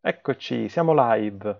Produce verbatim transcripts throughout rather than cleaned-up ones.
Eccoci, siamo live.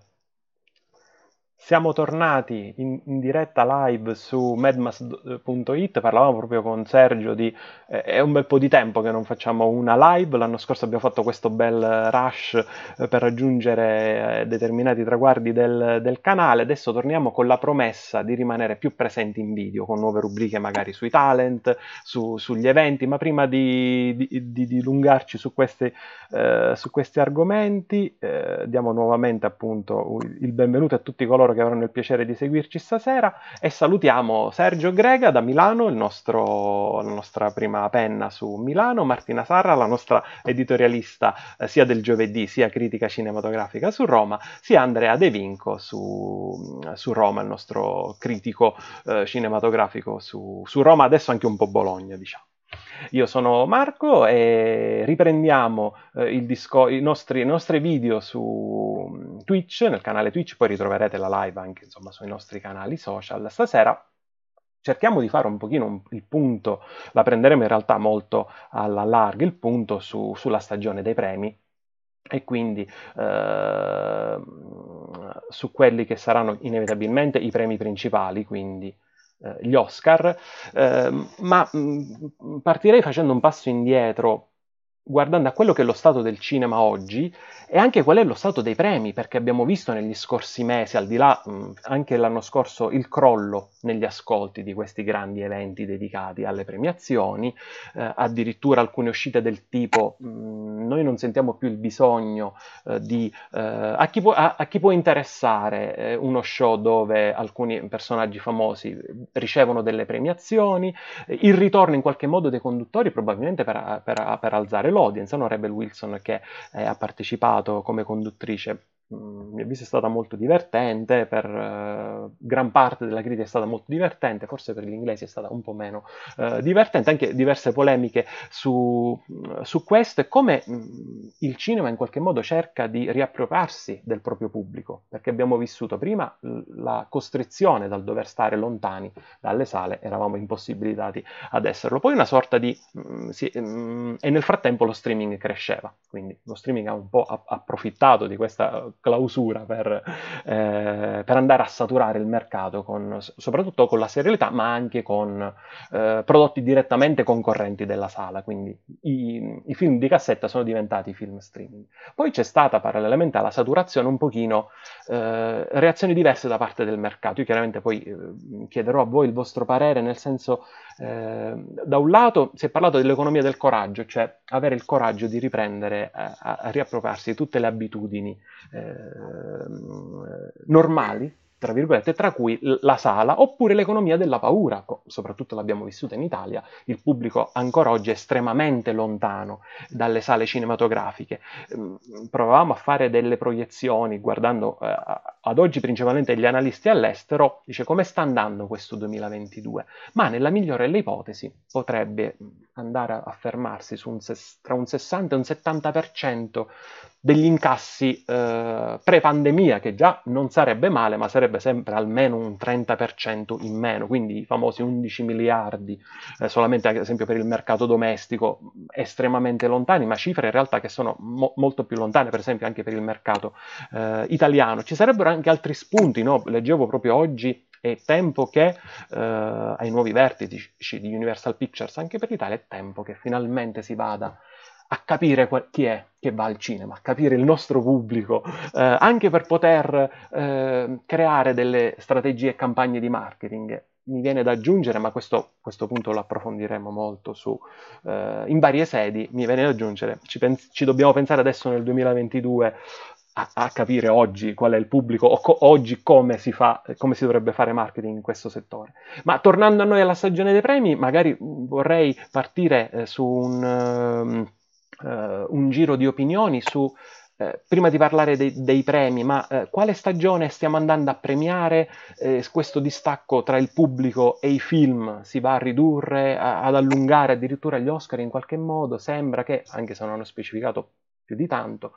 Siamo tornati in, in diretta live su medmas punto it. Parlavamo proprio con Sergio di... eh, è un bel po' di tempo che non facciamo una live. L'anno scorso abbiamo fatto questo bel rush eh, per raggiungere eh, determinati traguardi del, del canale. Adesso torniamo con la promessa di rimanere più presenti in video, con nuove rubriche magari sui talent, su- sugli eventi. Ma prima di, di, di dilungarci su questi eh, su questi argomenti. Eh, diamo nuovamente appunto il benvenuto a tutti coloro che avranno il piacere di seguirci stasera e salutiamo Sergio Grega da Milano, il nostro, la nostra prima penna su Milano, Martina Sarra, la nostra editorialista eh, sia del giovedì sia critica cinematografica su Roma, sia Andrea De Vinco su, su Roma, il nostro critico eh, cinematografico su, su Roma, adesso anche un po' Bologna, diciamo. Io sono Marco e riprendiamo eh, il disco- i, nostri, i nostri video su mm, Twitch, nel canale Twitch, poi ritroverete la live anche insomma, sui nostri canali social. Stasera cerchiamo di fare un pochino un- il punto, la prenderemo in realtà molto alla larga, il punto su- sulla stagione dei premi e quindi eh, su quelli che saranno inevitabilmente i premi principali, quindi eh, gli Oscar, eh, ma mh, partirei facendo un passo indietro, guardando a quello che è lo stato del cinema oggi e anche qual è lo stato dei premi, perché abbiamo visto negli scorsi mesi, al di là mh, anche l'anno scorso, il crollo negli ascolti di questi grandi eventi dedicati alle premiazioni, eh, addirittura alcune uscite del tipo mh, noi non sentiamo più il bisogno eh, di... Eh, a, chi può, a, a, chi può, interessare eh, uno show dove alcuni personaggi famosi ricevono delle premiazioni, eh, il ritorno in qualche modo dei conduttori probabilmente per, per, per alzare l'audience, no? Rebel Wilson che eh, ha partecipato come conduttrice mh, mi avviso è stata molto divertente, per uh, gran parte della critica è stata molto divertente, forse per gli inglesi è stata un po' meno uh, divertente, anche diverse polemiche su, su questo e come mh, il cinema in qualche modo cerca di riappropriarsi del proprio pubblico, perché abbiamo vissuto prima la costrizione dal dover stare lontani dalle sale, eravamo impossibilitati ad esserlo. Poi una sorta di... Mh, sì, mh, e nel frattempo lo streaming cresceva, quindi lo streaming ha un po' approfittato di questa clausura per, eh, per andare a saturare il mercato, con, soprattutto con la serialità, ma anche con eh, prodotti direttamente concorrenti della sala, quindi i, i film di cassetta sono diventati film streaming. Poi c'è stata parallelamente alla saturazione un pochino eh, reazioni diverse da parte del mercato. Io chiaramente poi eh, chiederò a voi il vostro parere, nel senso, eh, da un lato si è parlato dell'economia del coraggio, cioè avere il coraggio di riprendere a, a, a riappropriarsi di tutte le abitudini eh, normali, tra virgolette, tra cui la sala, oppure l'economia della paura, soprattutto l'abbiamo vissuta in Italia, il pubblico ancora oggi è estremamente lontano dalle sale cinematografiche. Provavamo a fare delle proiezioni guardando eh, ad oggi principalmente gli analisti all'estero, dice come sta andando questo duemilaventidue, ma nella migliore delle ipotesi potrebbe andare a fermarsi su un ses- tra un sessanta e un settanta per cento degli incassi eh, pre-pandemia, che già non sarebbe male, ma sarebbe sempre almeno un trenta per cento in meno, quindi i famosi undici miliardi, eh, solamente ad esempio per il mercato domestico, estremamente lontani, ma cifre in realtà che sono mo- molto più lontane, per esempio anche per il mercato eh, italiano. Ci sarebbero anche altri spunti, no? Leggevo proprio oggi è tempo che eh, ai nuovi vertici di Universal Pictures, anche per l'Italia, è tempo che finalmente si vada a capire chi è che va al cinema, a capire il nostro pubblico, eh, anche per poter eh, creare delle strategie e campagne di marketing. Mi viene da aggiungere, ma questo, questo punto lo approfondiremo molto su, eh, in varie sedi, mi viene da aggiungere, ci, pens- ci dobbiamo pensare adesso nel duemilaventidù a, a capire oggi qual è il pubblico o co- oggi come si fa, come si dovrebbe fare marketing in questo settore. Ma tornando a noi alla stagione dei premi, magari vorrei partire eh, su un, um, uh, un giro di opinioni su, eh, prima di parlare dei, dei premi, ma eh, quale stagione stiamo andando a premiare? Eh, questo distacco tra il pubblico e i film si va a ridurre, a, ad allungare addirittura gli Oscar in qualche modo? Sembra che, anche se non hanno specificato più di tanto,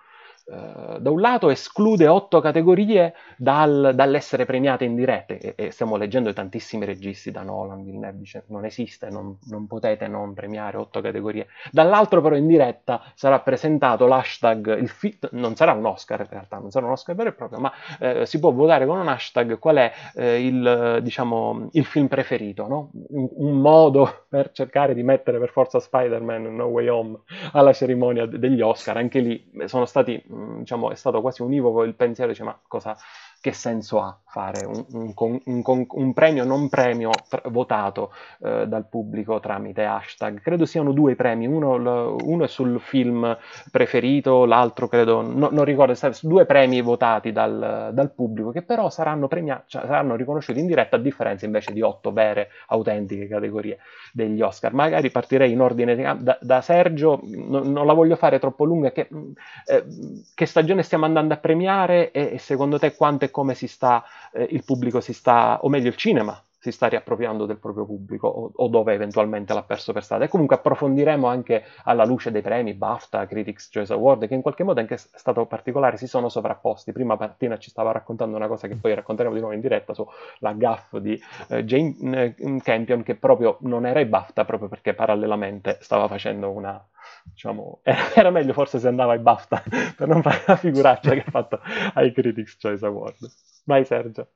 eh, da un lato esclude otto categorie dal, dall'essere premiate in diretta, e, e stiamo leggendo di tantissimi registi, da Nolan, Villeneuve dice non esiste, non, non potete non premiare otto categorie. Dall'altro però in diretta sarà presentato l'hashtag, il fi- non sarà un Oscar in realtà, non sarà un Oscar vero e proprio, ma eh, si può votare con un hashtag qual è eh, il, diciamo, il film preferito, no? un, un modo per cercare di mettere per forza Spider-Man No Way Home alla cerimonia degli Oscar. Anche lì sono stati, diciamo, è stato quasi univoco il pensiero, dice ma cosa, che senso ha fare un, un, un, un premio non premio tra, votato eh, dal pubblico tramite hashtag. Credo siano due i premi, uno, uno è sul film preferito, l'altro credo, no, non ricordo, due premi votati dal, dal pubblico che però saranno, premiati, cioè, saranno riconosciuti in diretta, a differenza invece di otto vere, autentiche categorie degli Oscar. Magari partirei in ordine da, da Sergio, non, non la voglio fare troppo lunga, che, eh, che stagione stiamo andando a premiare e, e secondo te quanto e come si sta, eh, il pubblico si sta, o meglio il cinema, si sta riappropriando del proprio pubblico o, o dove eventualmente l'ha perso per strada. E comunque approfondiremo anche alla luce dei premi BAFTA, Critics' Choice Award, che in qualche modo anche è stato particolare, si sono sovrapposti. Prima Martina ci stava raccontando una cosa che poi racconteremo di nuovo in diretta sulla gaffe di eh, Jane eh, Campion, che proprio non era i BAFTA, proprio perché parallelamente stava facendo una, diciamo, era meglio forse se andava ai BAFTA per non fare la figuraccia che ha fatto ai Critics' Choice Award. Vai Sergio.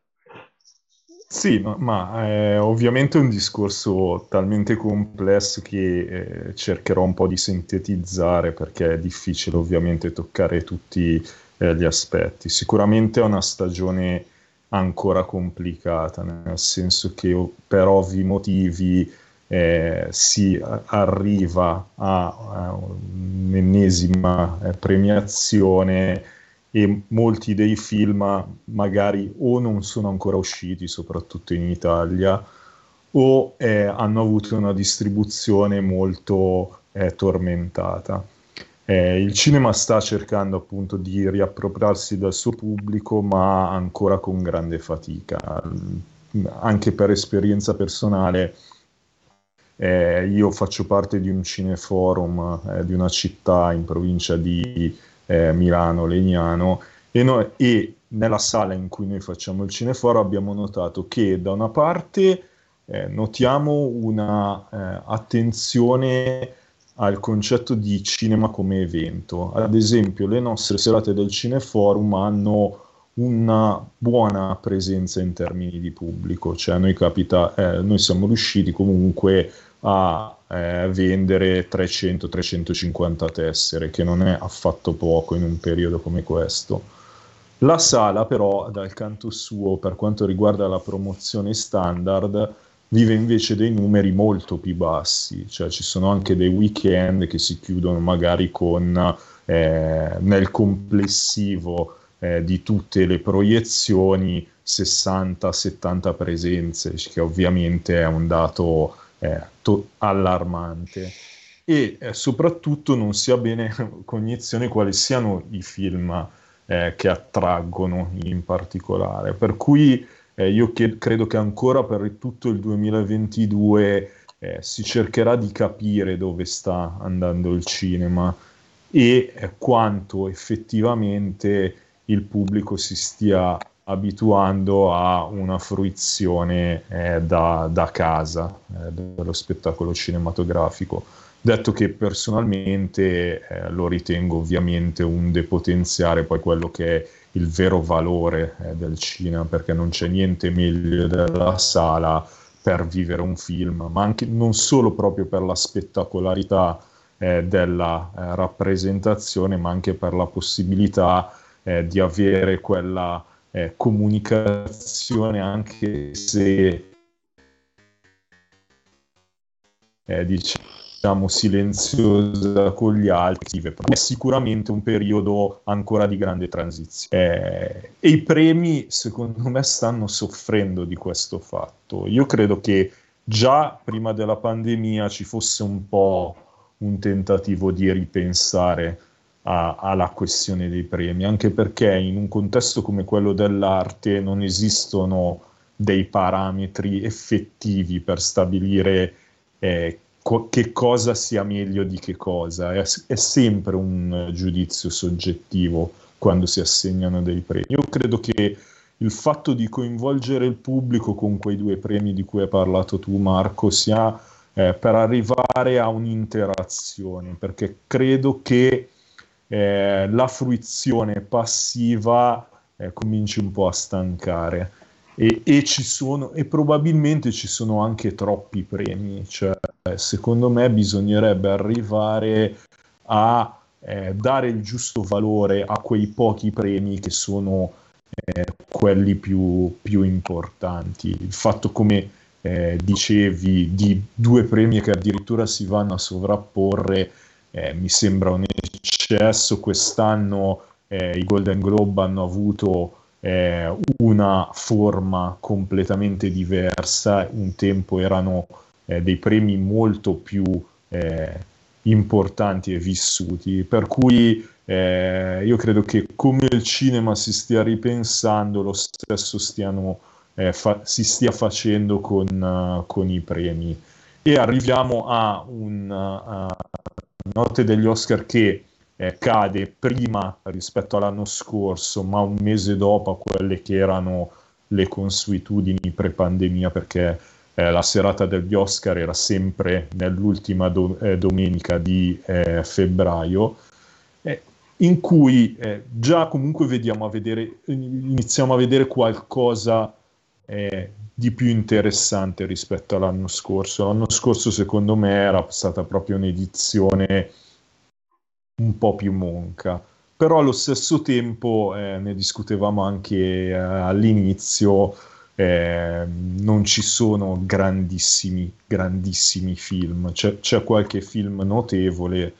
Sì, ma, ma è ovviamente un discorso talmente complesso che eh, cercherò un po' di sintetizzare perché è difficile ovviamente toccare tutti eh, gli aspetti. Sicuramente è una stagione ancora complicata, nel senso che per ovvi motivi eh, si arriva a, a un'ennesima eh, premiazione e molti dei film magari o non sono ancora usciti, soprattutto in Italia, o eh, hanno avuto una distribuzione molto eh, tormentata. Eh, il cinema sta cercando appunto di riappropriarsi dal suo pubblico, ma ancora con grande fatica. Anche per esperienza personale, eh, io faccio parte di un cineforum eh, di una città in provincia di eh, Milano, Legnano, e, noi, e nella sala in cui noi facciamo il cineforum abbiamo notato che da una parte eh, notiamo una eh, attenzione al concetto di cinema come evento. Ad esempio, le nostre serate del cineforum hanno una buona presenza in termini di pubblico, cioè noi, capita, eh, noi siamo riusciti comunque a eh, vendere trecento trecentocinquanta tessere, che non è affatto poco in un periodo come questo. La sala però, dal canto suo, per quanto riguarda la promozione standard, vive invece dei numeri molto più bassi, cioè ci sono anche dei weekend che si chiudono magari con eh, nel complessivo eh, di tutte le proiezioni sessanta settanta presenze, che ovviamente è un dato eh, to- allarmante, e eh, soprattutto non si ha bene cognizione quali siano i film eh, che attraggono in particolare, per cui eh, io che- credo che ancora per tutto il duemilaventidue eh, si cercherà di capire dove sta andando il cinema e eh, quanto effettivamente il pubblico si stia abituando a una fruizione eh, da, da casa eh, dello spettacolo cinematografico. Detto che personalmente eh, lo ritengo ovviamente un depotenziare poi quello che è il vero valore eh, del cinema, perché non c'è niente meglio della sala per vivere un film, ma anche non solo proprio per la spettacolarità eh, della eh, rappresentazione, ma anche per la possibilità eh, di avere quella eh, comunicazione, anche se eh, diciamo silenziosa con gli altri. È sicuramente un periodo ancora di grande transizione eh, e i premi secondo me stanno soffrendo di questo fatto. Io credo che già prima della pandemia ci fosse un po' un tentativo di ripensare a, alla questione dei premi, anche perché in un contesto come quello dell'arte non esistono dei parametri effettivi per stabilire eh, co- che cosa sia meglio di che cosa. È, è sempre un giudizio soggettivo quando si assegnano dei premi. Io credo che il fatto di coinvolgere il pubblico con quei due premi di cui hai parlato tu, Marco, sia eh, per arrivare a un'interazione, perché credo che eh, la fruizione passiva eh, cominci un po' a stancare. E, e ci sono, e probabilmente ci sono anche troppi premi, cioè secondo me bisognerebbe arrivare a eh, dare il giusto valore a quei pochi premi che sono eh, quelli più, più importanti. Il fatto, come eh, dicevi, di due premi che addirittura si vanno a sovrapporre eh, mi sembra un eccesso. Quest'anno eh, i Golden Globe hanno avuto eh, una forma completamente diversa. Un tempo erano eh, dei premi molto più eh, importanti e vissuti, per cui eh, io credo che come il cinema si stia ripensando, lo stesso stiano, eh, fa- si stia facendo con, uh, con i premi. E arriviamo a un, uh, notte degli Oscar che eh, cade prima rispetto all'anno scorso, ma un mese dopo a quelle che erano le consuetudini pre-pandemia, perché eh, la serata degli Oscar era sempre nell'ultima do- eh, domenica di eh, febbraio, eh, in cui eh, già comunque vediamo a vedere, iniziamo a vedere qualcosa eh, di più interessante rispetto all'anno scorso. L'anno scorso, secondo me, era stata proprio un'edizione un po' più monca, però allo stesso tempo, eh, ne discutevamo anche eh, all'inizio, eh, non ci sono grandissimi, grandissimi film, c'è, c'è qualche film notevole,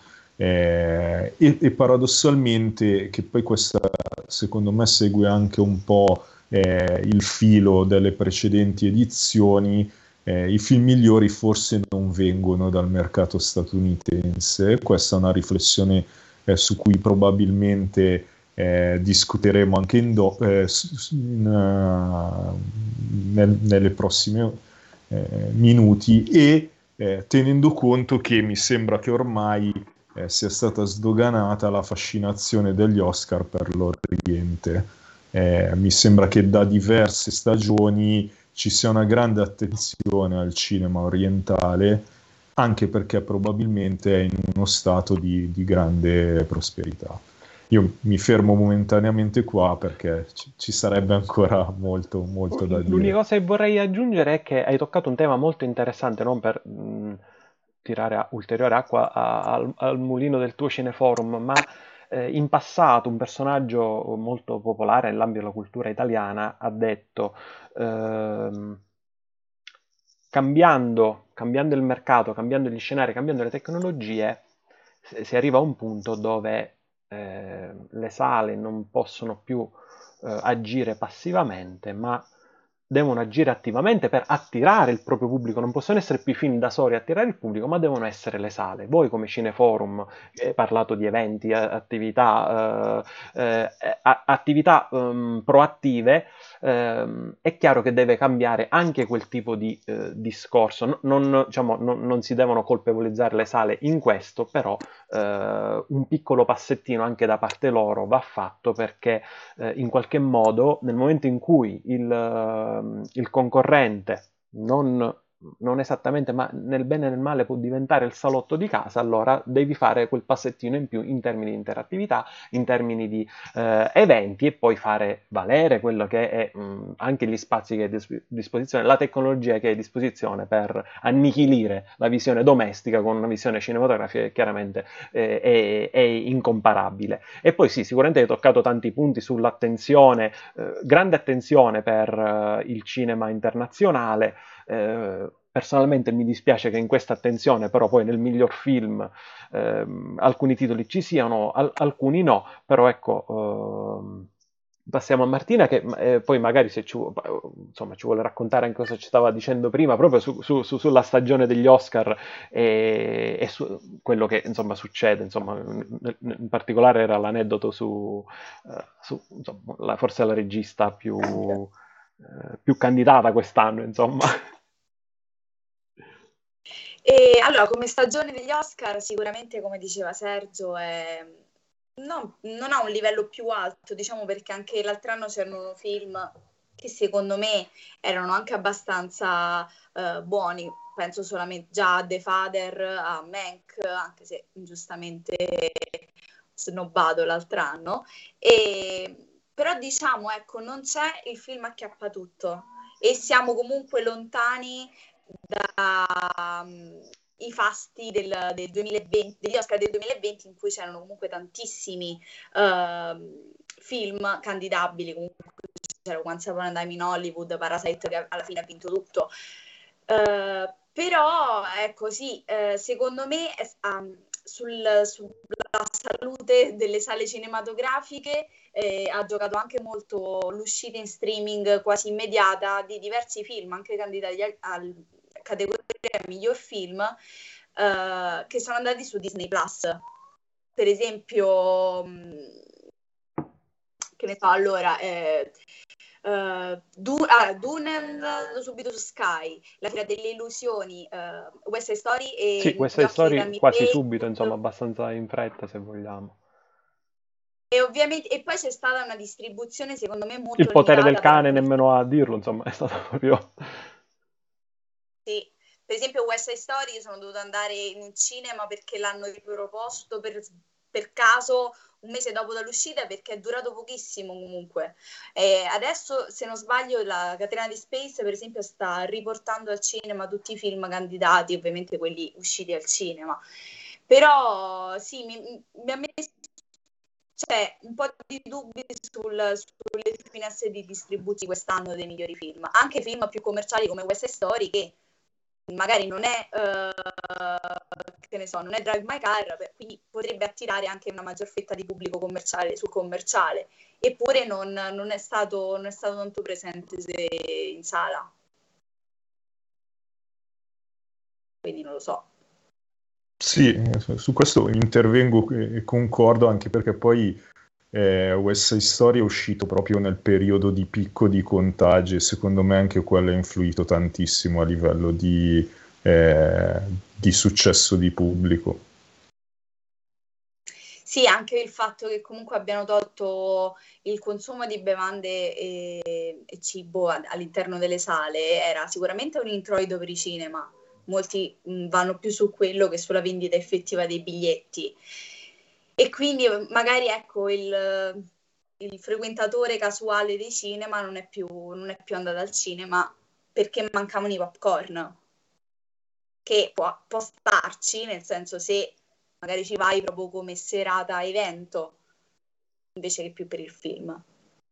eh, e, e paradossalmente, che poi questa secondo me segue anche un po' eh, il filo delle precedenti edizioni, eh, i film migliori forse non vengono dal mercato statunitense. Questa è una riflessione eh, su cui probabilmente eh, discuteremo anche in do- eh, in, uh, nel, nelle prossime eh, minuti, e eh, tenendo conto che mi sembra che ormai eh, sia stata sdoganata la fascinazione degli Oscar per l'Oriente. Eh, mi sembra che da diverse stagioni ci sia una grande attenzione al cinema orientale, anche perché probabilmente è in uno stato di, di grande prosperità. Io mi fermo momentaneamente qua perché ci, ci sarebbe ancora molto, molto da L'unica dire. cosa che vorrei aggiungere è che hai toccato un tema molto interessante, non per mh, tirare a- ulteriore acqua a- al, al mulino del tuo cineforum, ma eh, in passato un personaggio molto popolare nell'ambito della cultura italiana ha detto ehm, cambiando, cambiando il mercato, cambiando gli scenari, cambiando le tecnologie, si si arriva a un punto dove eh, le sale non possono più eh, agire passivamente, ma devono agire attivamente per attirare il proprio pubblico. Non possono essere più i film da soli a attirare il pubblico, ma devono essere le sale. Voi come Cineforum hai parlato di eventi, attività, eh, eh, attività um, proattive. Ehm, è chiaro che deve cambiare anche quel tipo di eh, discorso. Non, diciamo, non, non si devono colpevolizzare le sale in questo, però eh, un piccolo passettino anche da parte loro va fatto, perché eh, in qualche modo nel momento in cui il, eh, il concorrente non, non esattamente, ma nel bene e nel male può diventare il salotto di casa, allora devi fare quel passettino in più in termini di interattività, in termini di eh, eventi, e poi fare valere quello che è mh, anche gli spazi che hai a disposizione, la tecnologia che hai a disposizione per annichilire la visione domestica con una visione cinematografica che chiaramente eh, è, è incomparabile. E poi sì, sicuramente hai toccato tanti punti sull'attenzione, eh, grande attenzione per eh, il cinema internazionale. Eh, personalmente mi dispiace che in questa attenzione, però poi nel miglior film ehm, alcuni titoli ci siano, al- alcuni no, però ecco, ehm, passiamo a Martina che eh, poi magari se ci, vu- insomma, ci vuole raccontare anche cosa ci stava dicendo prima, proprio su- su- su- sulla stagione degli Oscar e, e su quello che insomma succede, insomma, in, in particolare era l'aneddoto su, eh, su, insomma, la- forse la regista più, eh, più candidata quest'anno, insomma. E allora, come stagione degli Oscar, sicuramente, come diceva Sergio, è... no, non ha un livello più alto, diciamo, perché anche l'altro anno c'erano film che secondo me erano anche abbastanza eh, buoni. Penso solamente già a The Father, a Mank, anche se ingiustamente snobbato l'altro anno. E... Però diciamo, ecco, non c'è il film acchiappa tutto e siamo comunque lontani da um, i fasti del, del duemilaventi, degli Oscar del duemilaventi, in cui c'erano comunque tantissimi uh, film candidabili. Comunque c'era Once Upon a Time in Hollywood, Parasite che alla fine ha vinto tutto. Uh, però è così, uh, secondo me è, um, sul, sulla salute delle sale cinematografiche eh, ha giocato anche molto l'uscita in streaming quasi immediata di diversi film, anche candidati al, al categoria miglior film, eh, che sono andati su Disney Plus. Per esempio, mh, che ne so, allora, eh, uh, du- ah, Dune subito su Sky, La Fiera delle Illusioni, uh, West Side Story e Sì, Gli questa occhi di storia Rami quasi Malek. subito, insomma, abbastanza in fretta, se vogliamo. E ovviamente, e poi c'è stata una distribuzione secondo me molto Il potere del limitata. cane, Per nemmeno a dirlo, insomma, è stato proprio... Sì. Per esempio West Side Story io sono dovuta andare in un cinema perché l'hanno riproposto per, per caso un mese dopo dall'uscita, perché è durato pochissimo comunque. E adesso, se non sbaglio, la catena di Space per esempio sta riportando al cinema tutti i film candidati, ovviamente quelli usciti al cinema. Però sì, mi, mi ha messo c'è un po' di dubbi sul, sulle finestre di distribuzione quest'anno dei migliori film, anche film più commerciali come West Side Story, che magari non è uh, che ne so, non è Drive My Car, quindi potrebbe attirare anche una maggior fetta di pubblico commerciale sul commerciale, eppure non, non, è stato, non è stato tanto presente in sala, quindi non lo so. Sì, su questo intervengo e concordo, anche perché poi eh, West Side Story è uscito proprio nel periodo di picco di contagi e secondo me anche quello ha influito tantissimo a livello di, eh, di successo di pubblico. Sì, anche il fatto che comunque abbiano tolto il consumo di bevande e, e cibo all'interno delle sale era sicuramente un introito per i cinema. Molti mh, vanno più su quello che sulla vendita effettiva dei biglietti. E quindi magari ecco il, il frequentatore casuale dei cinema non è più, non è più andato al cinema perché mancavano i popcorn, che può, può starci, nel senso, se magari ci vai proprio come serata evento invece che più per il film.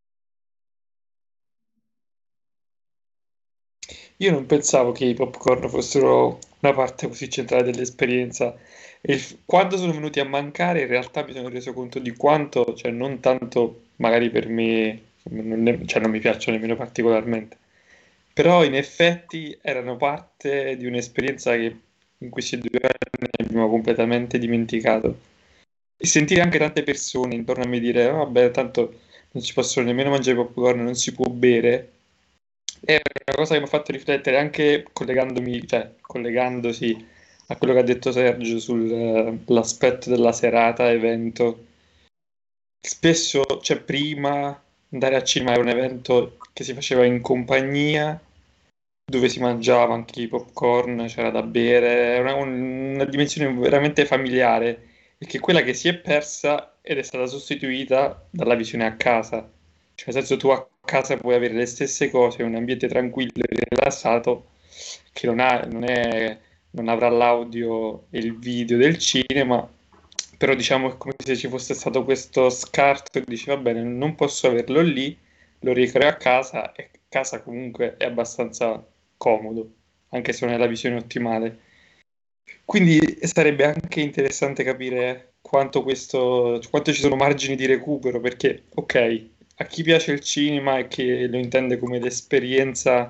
Io non pensavo che i popcorn fossero una parte così centrale dell'esperienza e il- quando sono venuti a mancare in realtà mi sono reso conto di quanto, cioè non tanto magari per me, non, ne- cioè non mi piacciono nemmeno particolarmente, però in effetti erano parte di un'esperienza che in questi due anni abbiamo completamente dimenticato. E sentire anche tante persone intorno a me dire, "Ah, vabbè, tanto non si possono nemmeno mangiare popcorn, non si può bere." È una cosa che mi ha fatto riflettere anche collegandomi, cioè collegandosi a quello che ha detto Sergio sull'aspetto della serata evento. Spesso, cioè prima andare a cinema era un evento che si faceva in compagnia, dove si mangiava anche i popcorn, c'era da bere, era una, una dimensione veramente familiare e che è quella che si è persa ed è stata sostituita dalla visione a casa. Cioè, nel senso, tu a casa puoi avere le stesse cose, un ambiente tranquillo e rilassato che non ha, non è, non avrà l'audio e il video del cinema, però diciamo è come se ci fosse stato questo scarto e dici va bene, non posso averlo lì, lo ricreo a casa e casa comunque è abbastanza comodo, anche se non è la visione ottimale. Quindi sarebbe anche interessante capire quanto questo, quanto ci sono margini di recupero, perché, ok, a chi piace il cinema e che lo intende come l'esperienza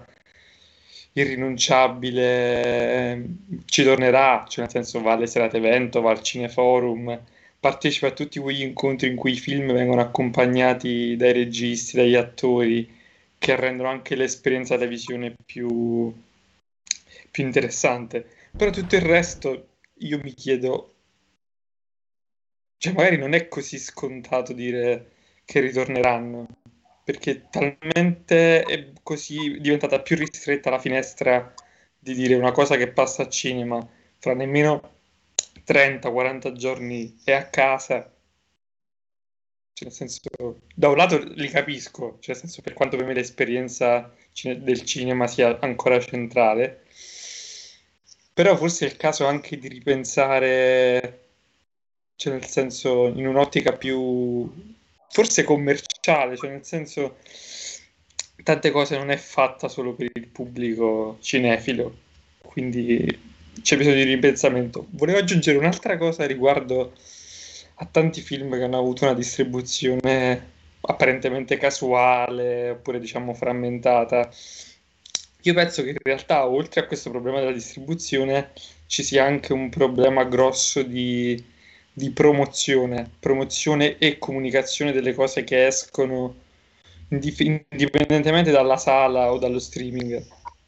irrinunciabile, eh, ci tornerà, cioè nel senso va alle serate evento, va al cineforum, partecipa a tutti quegli incontri in cui i film vengono accompagnati dai registi, dagli attori, che rendono anche l'esperienza televisione più, più interessante. Però tutto il resto io mi chiedo, cioè magari non è così scontato dire che ritorneranno, perché talmente è così diventata più ristretta la finestra di dire una cosa che passa a cinema fra nemmeno trenta quaranta giorni è a casa. Cioè, nel senso, da un lato li capisco, cioè, nel senso, per quanto per me l'esperienza cine- del cinema sia ancora centrale, però forse è il caso anche di ripensare, cioè, nel senso, in un'ottica più, forse commerciale, cioè, nel senso, tante cose non è fatta solo per il pubblico cinefilo, quindi c'è bisogno di ripensamento. Volevo aggiungere un'altra cosa riguardo a tanti film che hanno avuto una distribuzione apparentemente casuale oppure diciamo frammentata. Io penso che in realtà, oltre a questo problema della distribuzione, ci sia anche un problema grosso di, di promozione, promozione e comunicazione delle cose che escono indif- indipendentemente dalla sala o dallo streaming.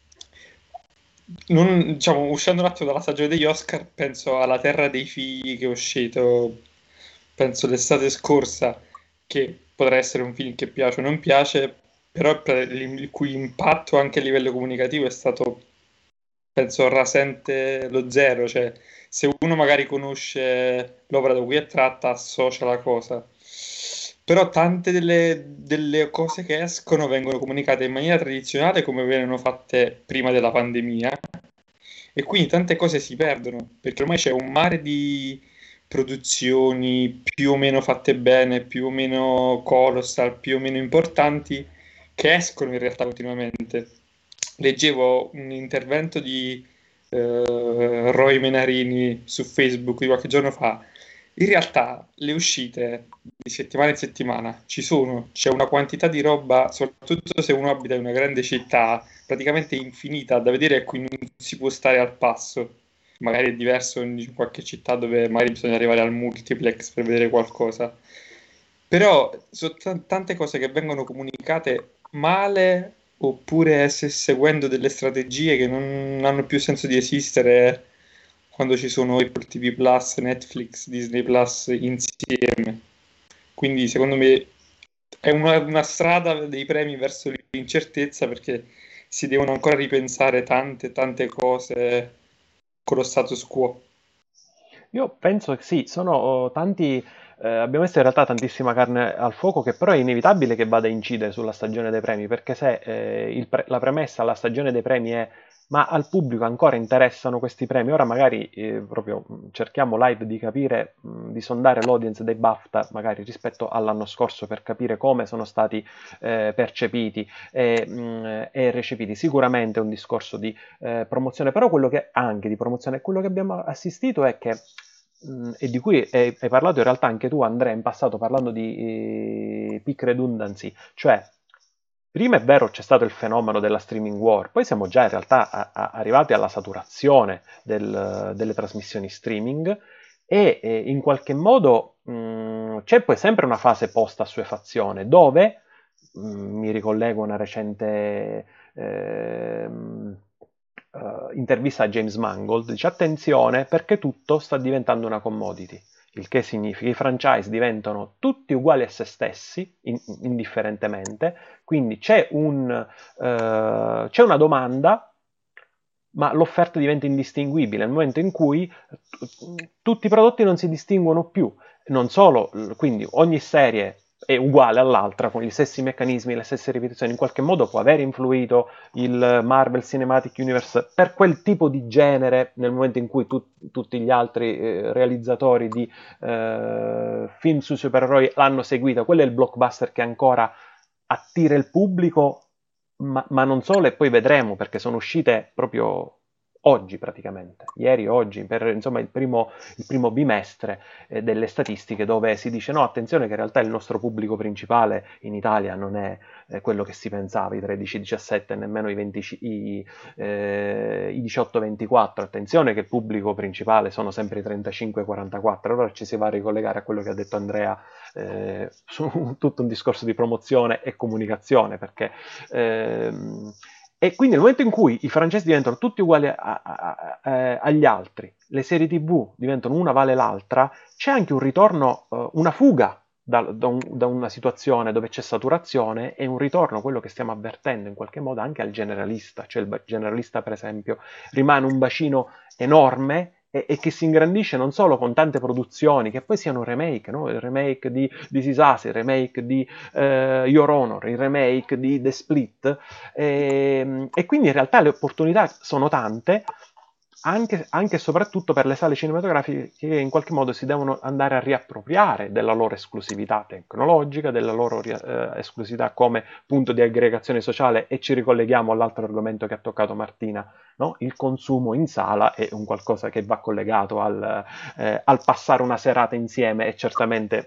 Non, diciamo, uscendo un attimo dalla stagione degli Oscar, penso alla Terra dei Figli che è uscito, penso l'estate scorsa, che potrà essere un film che piace o non piace, però per il il cui impatto anche a livello comunicativo è stato, penso, rasente lo zero, cioè se uno magari conosce l'opera da cui è tratta, associa la cosa. Però tante delle, delle cose che escono vengono comunicate in maniera tradizionale come venivano fatte prima della pandemia e quindi tante cose si perdono perché ormai c'è un mare di produzioni più o meno fatte bene, più o meno colossal, più o meno importanti che escono in realtà continuamente. Leggevo un intervento di eh, Roy Menarini su Facebook di qualche giorno fa. In realtà le uscite di settimana in settimana ci sono, c'è una quantità di roba, soprattutto se uno abita in una grande città, praticamente infinita da vedere a cui non si può stare al passo. Magari è diverso in qualche città dove magari bisogna arrivare al multiplex per vedere qualcosa. Però sono t- tante cose che vengono comunicate male oppure se seguendo delle strategie che non hanno più senso di esistere quando ci sono Apple T V Plus, Netflix, Disney Plus insieme. Quindi secondo me è una, una strada dei premi verso l'incertezza perché si devono ancora ripensare tante, tante cose con lo status quo. Io penso che sì, sono oh, tanti, eh, abbiamo messo in realtà tantissima carne al fuoco che però è inevitabile che vada a incidere sulla stagione dei premi, perché se eh, il pre- la premessa alla stagione dei premi è ma al pubblico ancora interessano questi premi, ora magari eh, proprio mh, cerchiamo live di capire, mh, di sondare l'audience dei BAFTA magari rispetto all'anno scorso per capire come sono stati eh, percepiti e, mh, e recepiti. Sicuramente è un discorso di eh, promozione, però quello che anche di promozione, quello che abbiamo assistito è che mh, e di cui hai, hai parlato in realtà anche tu Andrea in passato parlando di eh, peak redundancy, cioè prima è vero c'è stato il fenomeno della streaming war, poi siamo già in realtà a, a, arrivati alla saturazione del, delle trasmissioni streaming e eh, in qualche modo mh, c'è poi sempre una fase post-assuefazione dove, mh, mi ricollego a una recente ehm, eh, intervista a James Mangold, dice attenzione perché tutto sta diventando una commodity, il che significa che i franchise diventano tutti uguali a se stessi, in, indifferentemente, quindi c'è, un, eh, c'è una domanda, ma l'offerta diventa indistinguibile nel momento in cui t- tutti i prodotti non si distinguono più. Non solo, quindi ogni serie è uguale all'altra, con gli stessi meccanismi, le stesse ripetizioni, in qualche modo può aver influito il Marvel Cinematic Universe per quel tipo di genere nel momento in cui tu, tutti gli altri eh, realizzatori di eh, film sui supereroi l'hanno seguita. Quello è il blockbuster che ancora attira il pubblico, ma, ma non solo, e poi vedremo perché sono uscite proprio oggi praticamente, ieri, oggi, per insomma il primo, il primo bimestre eh, delle statistiche dove si dice no, attenzione che in realtà il nostro pubblico principale in Italia non è eh, quello che si pensava, i tredici diciassette, nemmeno i, venti, i, eh, i diciotto ventiquattro, attenzione che il pubblico principale sono sempre i trentacinque quarantaquattro, allora ci si va a ricollegare a quello che ha detto Andrea eh, su tutto un discorso di promozione e comunicazione, perché ehm, E quindi nel momento in cui i francesi diventano tutti uguali a, a, a, a, agli altri, le serie tivù diventano una vale l'altra, c'è anche un ritorno, uh, una fuga da, da, un, da una situazione dove c'è saturazione e un ritorno, quello che stiamo avvertendo in qualche modo, anche al generalista. Cioè il generalista, per esempio, rimane un bacino enorme e, e che si ingrandisce non solo con tante produzioni, che poi siano remake, no? Il remake di This Is Us, il remake di uh, Your Honor, il remake di The Split, e, e quindi in realtà le opportunità sono tante, anche, anche e soprattutto per le sale cinematografiche che in qualche modo si devono andare a riappropriare della loro esclusività tecnologica, della loro eh, esclusività come punto di aggregazione sociale, e ci ricolleghiamo all'altro argomento che ha toccato Martina, no? Il consumo in sala è un qualcosa che va collegato al, eh, al passare una serata insieme, e certamente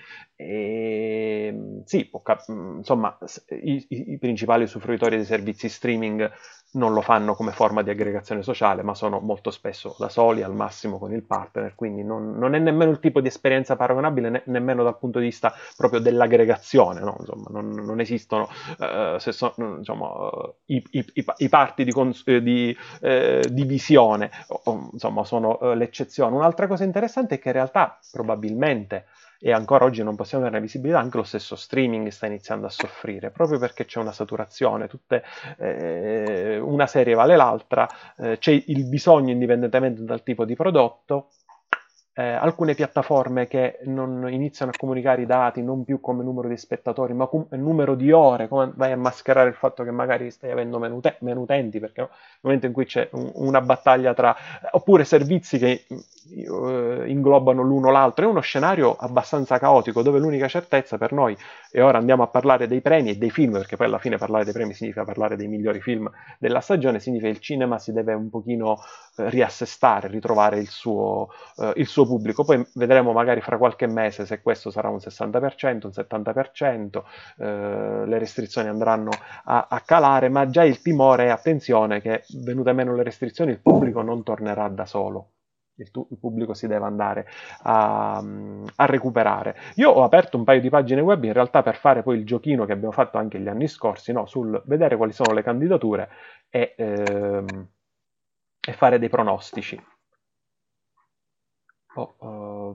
eh, sì, può cap- insomma i, i, i principali usufruitori dei servizi streaming non lo fanno come forma di aggregazione sociale, ma sono molto spesso da soli, al massimo con il partner, quindi non, non è nemmeno il tipo di esperienza paragonabile, ne, nemmeno dal punto di vista proprio dell'aggregazione, no? Insomma, non, non esistono uh, se so, insomma, uh, i, i, i, i parti di, cons- di eh, divisione, o, o, insomma, sono uh, l'eccezione. Un'altra cosa interessante è che in realtà probabilmente, e ancora oggi non possiamo avere visibilità, anche lo stesso streaming sta iniziando a soffrire, proprio perché c'è una saturazione, tutte, eh, una serie vale l'altra, eh, c'è il bisogno indipendentemente dal tipo di prodotto, eh, alcune piattaforme che non iniziano a comunicare i dati non più come numero di spettatori, ma come numero di ore, come vai a mascherare il fatto che magari stai avendo meno, ute- meno utenti, perché nel momento in cui c'è un, una battaglia tra, oppure servizi che uh, inglobano l'uno l'altro, è uno scenario abbastanza caotico, dove l'unica certezza per noi, e ora andiamo a parlare dei premi e dei film, perché poi alla fine parlare dei premi significa parlare dei migliori film della stagione, significa che il cinema si deve un pochino eh, riassestare, ritrovare il suo, eh, il suo pubblico. Poi vedremo magari fra qualche mese se questo sarà un sessanta per cento, un settanta per cento, eh, le restrizioni andranno a, a calare, ma già il timore è, attenzione, che venute meno le restrizioni il pubblico non tornerà da solo. Il, tu, il pubblico si deve andare a, a recuperare. Io ho aperto un paio di pagine web in realtà per fare poi il giochino che abbiamo fatto anche gli anni scorsi, no? Sul vedere quali sono le candidature e, ehm, e fare dei pronostici. Oh, uh,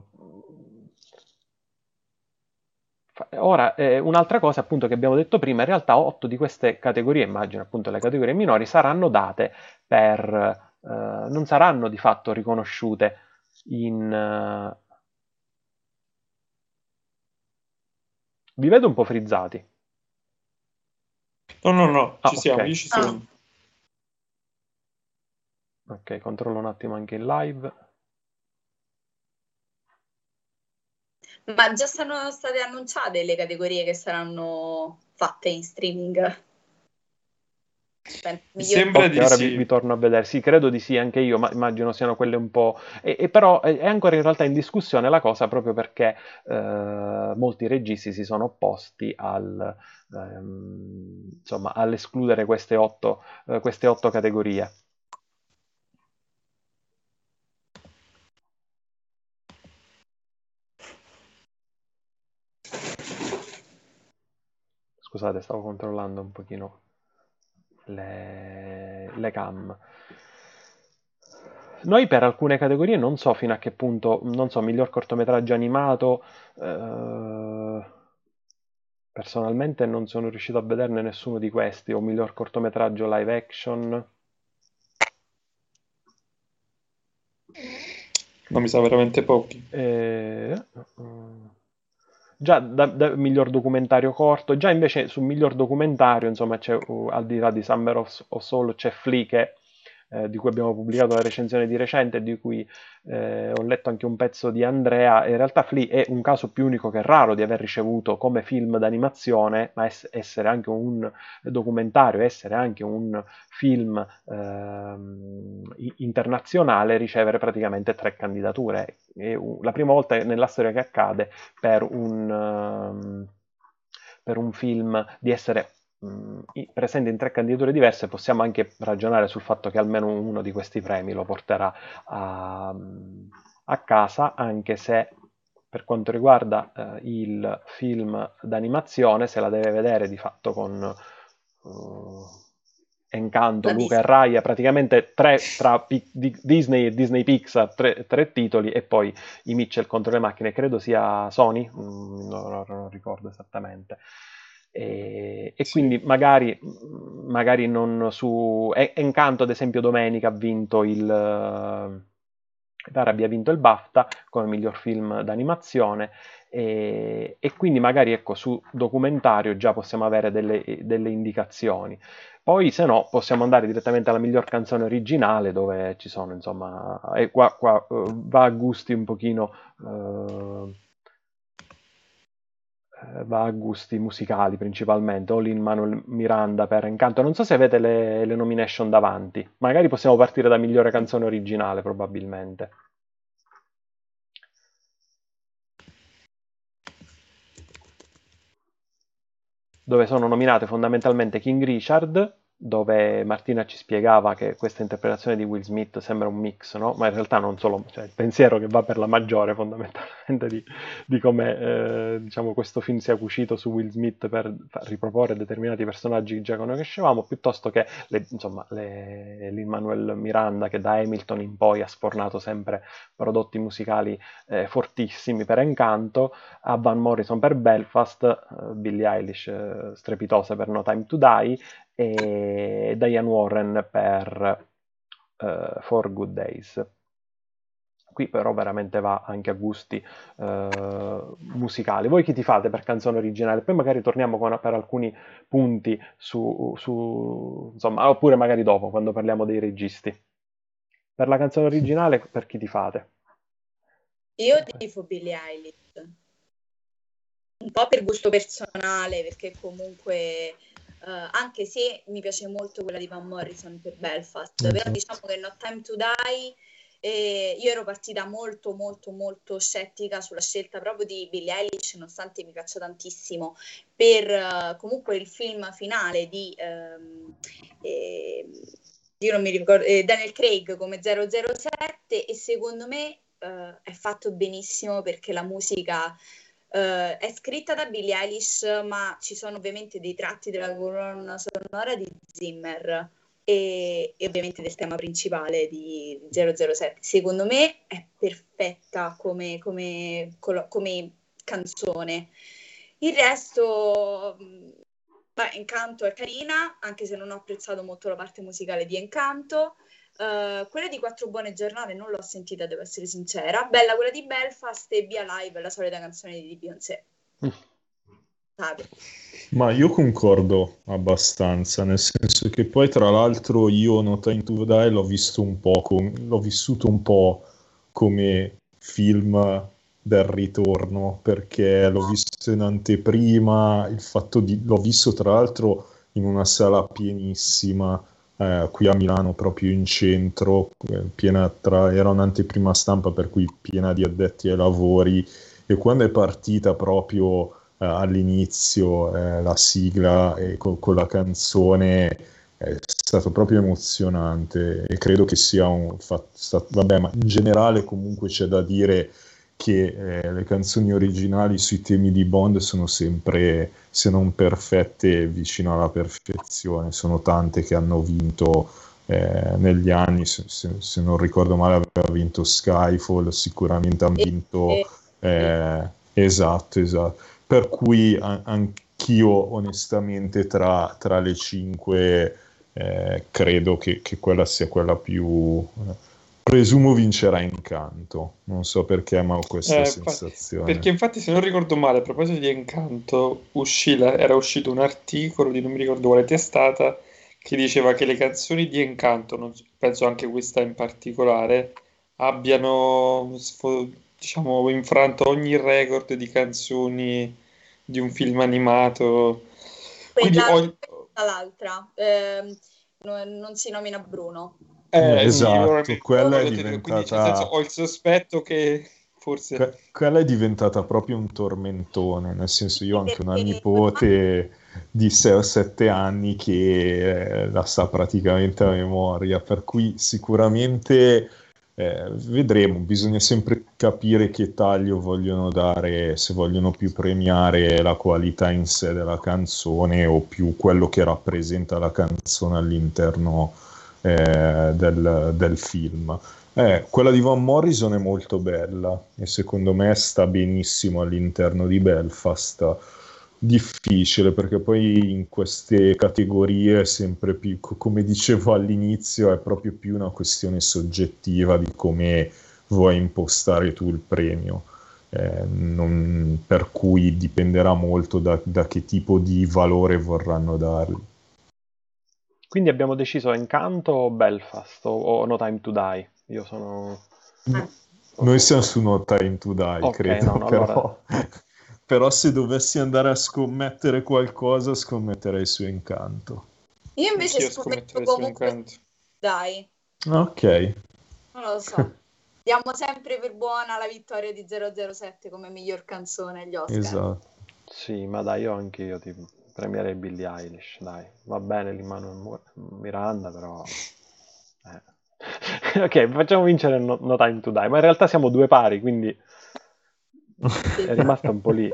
ora, eh, un'altra cosa appunto che abbiamo detto prima, in realtà otto di queste categorie, immagino appunto le categorie minori, saranno date per, eh, non saranno di fatto riconosciute in... Uh... Vi vedo un po' frizzati. No, no, no, ah, ci siamo, okay. io ci sono. Ok, controllo un attimo anche in live. Ma già sono state annunciate le categorie che saranno fatte in streaming? Mi sembra Ok, di ora sì. vi, vi torno a vedere. Sì, credo di sì, anche io, ma immagino siano quelle un po'... E, e però è, è ancora in realtà in discussione la cosa, proprio perché eh, molti registi si sono opposti al, ehm, insomma, all'escludere queste otto, eh, queste otto categorie. Scusate, stavo controllando un pochino le, le cam. Noi per alcune categorie non so fino a che punto, non so, miglior cortometraggio animato, eh, personalmente non sono riuscito a vederne nessuno di questi, o miglior cortometraggio live action. No, mi sa veramente pochi. Eh, già da, da miglior documentario corto, già invece su miglior documentario, insomma, c'è, uh, al di là di Summer of, of Soul, c'è Flea che Eh, di cui abbiamo pubblicato la recensione di recente, di cui eh, ho letto anche un pezzo di Andrea. In realtà Flea è un caso più unico che raro di aver ricevuto come film d'animazione, ma es- essere anche un documentario, essere anche un film ehm, internazionale, ricevere praticamente tre candidature. È un- la prima volta nella storia che accade per un, um, per un film di essere presente in tre candidature diverse. Possiamo anche ragionare sul fatto che almeno uno di questi premi lo porterà a, a casa, anche se per quanto riguarda eh, il film d'animazione se la deve vedere di fatto con uh, Encanto, La Luca Disney. e Raya, praticamente tre tra Pi- di- Disney e Disney Pixar, tre, tre titoli, e poi i Mitchell contro le macchine, credo sia Sony, mm, non, non ricordo esattamente. E, e Sì. quindi magari, magari non su... E- Encanto, ad esempio, domenica ha vinto il... Pare abbia vinto il BAFTA come miglior film d'animazione, e, e quindi magari ecco, su documentario già possiamo avere delle, delle indicazioni. Poi se no possiamo andare direttamente alla miglior canzone originale, dove ci sono insomma, e qua, qua eh, va a gusti un pochino, eh, eh, va a gusti musicali principalmente. O Lin-Manuel Miranda per Encanto. Non so se avete le, le nomination davanti, magari possiamo partire da migliore canzone originale probabilmente. Dove sono nominate fondamentalmente King Richard, dove Martina ci spiegava che questa interpretazione di Will Smith sembra un mix, no? Ma in realtà non solo, cioè il pensiero che va per la maggiore fondamentalmente di, di come eh, diciamo, questo film sia cucito su Will Smith per riproporre determinati personaggi che già conoscevamo, piuttosto che le, insomma, le, Lin-Manuel Miranda, che da Hamilton in poi ha spornato sempre prodotti musicali eh, fortissimi per Encanto, a Van Morrison per Belfast, uh, Billie Eilish uh, strepitosa per No Time to Die, e Diane Warren per uh, Four Good Days. Qui però veramente va anche a gusti uh, musicali. Voi chi ti fate per canzone originale? Poi magari torniamo con, per alcuni punti su, su, insomma, oppure magari dopo, quando parliamo dei registi. Per la canzone originale, per chi ti fate? Io tifo Billie Eilish. Un po' per gusto personale, perché comunque uh, anche se mi piace molto quella di Van Morrison per Belfast, Mm-hmm. però diciamo che No Time to Die eh, io ero partita molto molto molto scettica sulla scelta proprio di Billie Eilish, nonostante mi piaccia tantissimo, per uh, comunque il film finale di um, eh, io non mi ricordo, eh, Daniel Craig come zero zero sette, e secondo me uh, è fatto benissimo perché la musica Uh, è scritta da Billie Eilish, ma ci sono ovviamente dei tratti della colonna sonora di Zimmer e, e ovviamente del tema principale di zero zero sette. Secondo me è perfetta come, come, come canzone. Il resto, beh, Encanto è carina, anche se non ho apprezzato molto la parte musicale di Encanto. Uh, quella di Quattro buone giornate non l'ho sentita, devo essere sincera. Bella quella di Belfast, e Via Live, la solita canzone di Beyoncé. Mm. Ma io concordo abbastanza, nel senso che poi tra l'altro io No Time to Die l'ho visto un po' com- l'ho vissuto un po' come film del ritorno, perché l'ho visto in anteprima, il fatto di l'ho visto tra l'altro in una sala pienissima. Eh, qui a Milano, proprio in centro, eh, piena tra, era un'anteprima stampa, per cui piena di addetti ai lavori, e quando è partita proprio eh, all'inizio eh, la sigla e co- con la canzone è stato proprio emozionante, e credo che sia un fatto, stato, vabbè, ma in generale comunque c'è da dire che eh, le canzoni originali sui temi di Bond sono sempre, se non perfette, vicino alla perfezione. Sono tante che hanno vinto eh, negli anni, se, se, se non ricordo male aveva vinto Skyfall, sicuramente hanno vinto eh, esatto, esatto. Per cui a- anch'io onestamente tra, tra le cinque eh, credo che, che quella sia quella più... Eh, presumo vincerà Encanto, non so perché, ma ho questa Eh, sensazione. Perché infatti, se non ricordo male, a proposito di Encanto, uscì la- era uscito un articolo di non mi ricordo quale testata che diceva che le canzoni di Encanto, non so- penso anche questa in particolare, abbiano sfo- diciamo, infranto ogni record di canzoni di un film animato. Quindi Quella ho, l'altra, ehm, no- non si nomina Bruno. eh, Eh, sì, ora esatto, mi quella è ricordo, quindi cioè, nel senso, diventata... ho il sospetto che forse... que- quella è diventata proprio un tormentone, nel senso, io ho anche una Perché nipote di sei o sette anni che eh, la sa praticamente a memoria, per cui sicuramente Eh, vedremo, bisogna sempre capire che taglio vogliono dare, se vogliono più premiare la qualità in sé della canzone o più quello che rappresenta la canzone all'interno eh, del, del film. Eh, quella di Van Morrison è molto bella e secondo me sta benissimo all'interno di Belfast. Difficile perché poi in queste categorie è sempre più, co- come dicevo all'inizio, è proprio più una questione soggettiva di come vuoi impostare tu il premio. Eh, non- per cui dipenderà molto da, da che tipo di valore vorranno dargli. Quindi abbiamo deciso Encanto o Belfast o, o No Time to Die. Io sono... Eh, Noi siamo su No Time to Die, Ok, credo, no, no, allora... però, però se dovessi andare a scommettere qualcosa, scommetterei su Encanto. Io invece Anch'io scommetto scommetterei su comunque, Encanto. dai, Ok. non lo so. Diamo sempre per buona la vittoria di zero zero sette come miglior canzone agli Oscar. Esatto. Sì, ma dai, io anche io ti premierei Billie Eilish, dai. Va bene l'Immanuel Miranda, però... Eh. Ok, facciamo vincere no, No Time to Die, ma in realtà siamo due pari, quindi è rimasta un po' lì.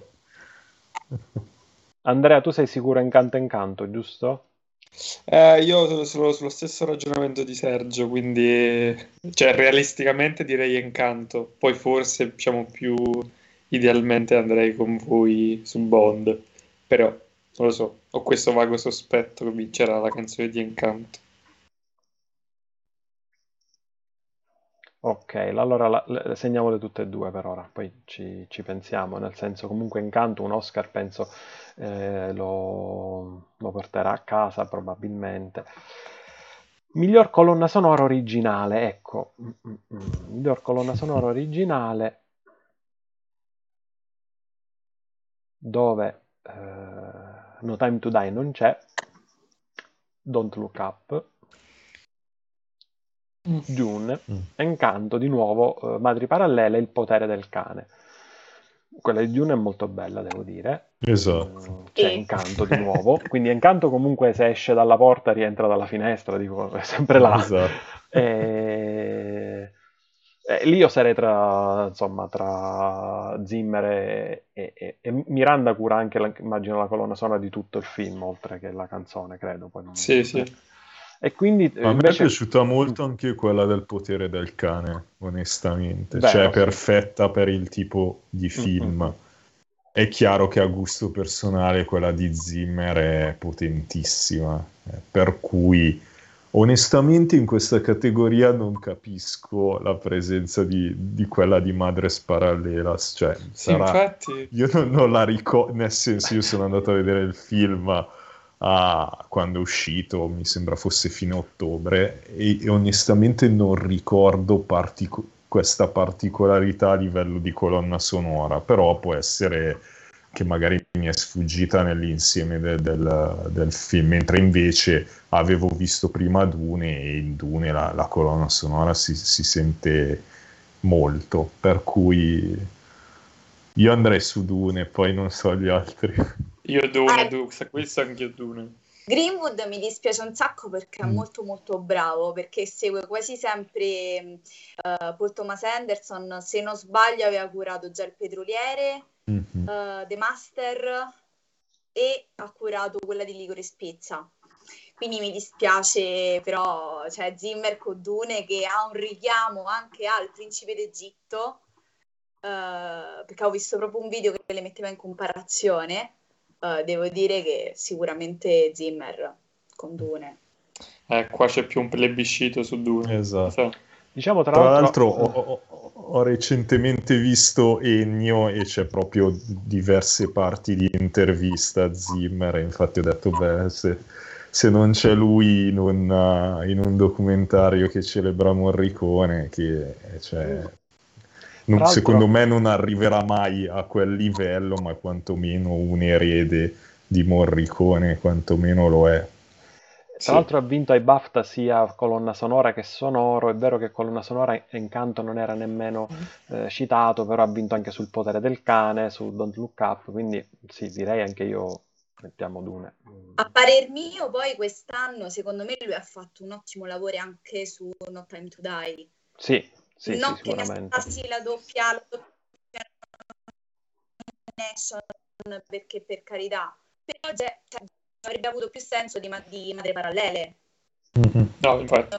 Andrea, tu sei sicuro Encanto Encanto, giusto? Eh, io sono solo sullo stesso ragionamento di Sergio, quindi cioè, realisticamente direi Encanto, poi forse diciamo più idealmente andrei con voi su Bond, però non lo so, ho questo vago sospetto che vincerà la canzone di Encanto. Ok, allora la, le, segniamole tutte e due per ora, poi ci, ci pensiamo, nel senso comunque Encanto un Oscar penso eh, lo, lo porterà a casa probabilmente. Miglior colonna sonora originale, ecco, mm, mm, mm. Miglior colonna sonora originale dove eh, No Time to Die non c'è, Don't Look Up, Dune, Mm. Encanto di nuovo, eh, Madri Parallele, Il potere del cane. Quella di Dune è molto bella, devo dire. Esatto. Mm, c'è E- Encanto di nuovo, quindi Encanto comunque se esce dalla porta rientra dalla finestra, dico, è sempre là. Esatto. E... e lì io sarei tra, insomma, tra Zimmer e, e- e- e Miranda cura anche, la- immagino, la colonna sonora di tutto il film, oltre che la canzone, credo. Poi non- Sì, sì. eh. E quindi eh, A me è invece... piaciuta molto anche quella del potere del cane, onestamente. Cioè, Vero, è sì. perfetta per il tipo di Mm, mm, film. mm. È chiaro che a gusto personale quella di Zimmer è potentissima, eh, per cui onestamente in questa categoria non capisco la presenza di, di quella di Madres Paralelas, cioè Sì, sarà... infatti, Io non, non la ricordo, nel senso io sono andato a vedere il film a- quando è uscito, mi sembra fosse fine ottobre, e, e onestamente non ricordo partico- questa particolarità a livello di colonna sonora, però può essere che magari mi è sfuggita nell'insieme de- del, del film, mentre invece avevo visto prima Dune e in Dune la, la colonna sonora si, si sente molto, per cui io andrei su Dune, poi non so gli altri. io Dune, Eh, Dux, questo anche io Dune. Greenwood mi dispiace un sacco perché è Mm. molto molto bravo, perché segue quasi sempre eh, Paul Thomas Anderson, se non sbaglio aveva curato già Il Petroliere, Mhm. eh, The Master e ha curato quella di Licorice Spezia. Quindi mi dispiace però, cioè Zimmer con Dune che ha un richiamo anche al Principe d'Egitto, eh, perché ho visto proprio un video che le metteva in comparazione. Uh, devo dire che sicuramente Zimmer con Dune. Eh, qua c'è più un plebiscito su Dune. Esatto. So. Diciamo tra Tra l'altro... l'altro ho, ho- ho recentemente visto Ennio e c'è proprio diverse parti di intervista a Zimmer, e infatti ho detto, beh, se, se non c'è lui in un, uh, in un documentario che celebra Morricone, che cioè, non- Tra secondo l'altro... me non arriverà mai a quel livello, ma quantomeno un erede di Morricone, quantomeno lo è. Tra Sì. l'altro ha vinto ai BAFTA sia colonna sonora che sonoro, è vero che colonna sonora Encanto non era nemmeno eh, citato, però ha vinto anche sul Potere del Cane, su Don't Look Up, quindi sì, direi anche io mettiamo Dune. A parer mio, poi quest'anno, secondo me, lui ha fatto un ottimo lavoro anche su No Time to Die. Sì, Sì, non sì, che mi sicuramente. aspettassi la doppia, la doppia Nation, perché per carità, però cioè, avrebbe avuto più senso di, ma- di Madre Parallele. Mhm. No, infatti.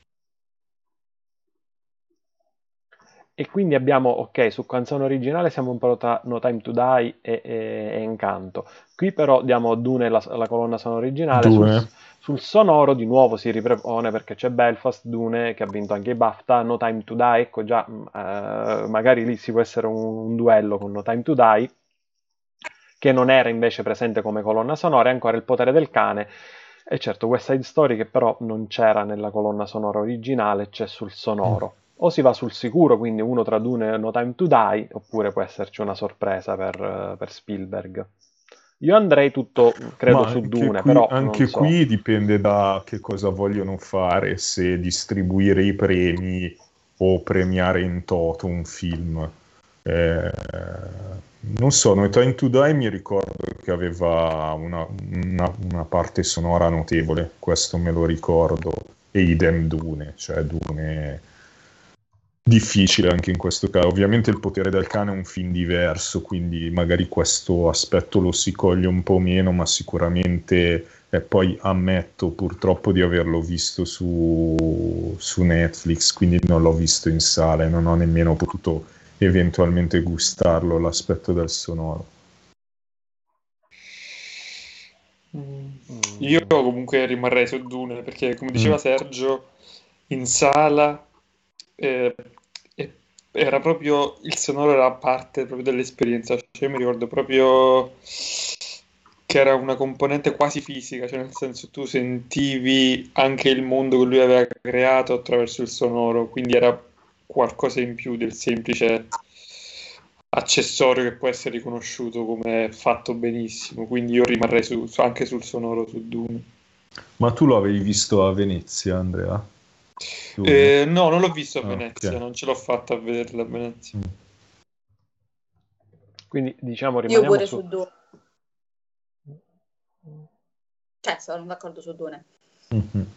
E quindi abbiamo, ok, su canzone originale siamo un po' tra No Time to Die e, e- e Encanto. Qui però diamo Dune la, la colonna sonora originale. Sul, Dune. sul sonoro di nuovo si ripropone perché c'è Belfast, Dune che ha vinto anche i BAFTA, No Time to Die, ecco già, mh, eh, magari lì si può essere un, un duello con No Time to Die, che non era invece presente come colonna sonora, e ancora Il potere del cane. E certo, West Side Story che però non c'era nella colonna sonora originale, c'è sul sonoro. O si va sul sicuro, quindi uno tra Dune e No Time to Die, oppure può esserci una sorpresa per, eh, per Spielberg. Io andrei tutto, credo, Ma su anche Dune, qui, però non anche so. qui dipende da che cosa vogliono fare, se distribuire i premi o premiare in toto un film. Eh, non so, No Time to Die mi ricordo che aveva una, una- una parte sonora notevole, questo me lo ricordo, e idem Dune, cioè Dune difficile anche in questo caso. Ovviamente Il potere del cane è un film diverso, quindi magari questo aspetto lo si coglie un po' meno, ma sicuramente e poi ammetto purtroppo di averlo visto su, su Netflix, quindi non l'ho visto in sala e non ho nemmeno potuto eventualmente gustarlo l'aspetto del sonoro. Io Mm. comunque rimarrei su Dune perché, come diceva Mm. Sergio, in sala eh, e- era proprio il sonoro era parte proprio dell'esperienza. Cioè, io mi ricordo proprio che era una componente quasi fisica, cioè nel senso tu sentivi anche il mondo che lui aveva creato attraverso il sonoro, quindi era qualcosa in più del semplice accessorio che può essere riconosciuto come fatto benissimo. Quindi io rimarrei su- su- anche sul sonoro su Dune. Ma tu lo avevi visto a Venezia, Andrea? Dune? Eh, no, non l'ho visto a Ah, Venezia, ok. non ce l'ho fatta a vederla a Venezia. Mm. Quindi diciamo Io rimaniamo pure su... su Dune, cioè sono d'accordo su Dune. Mhm.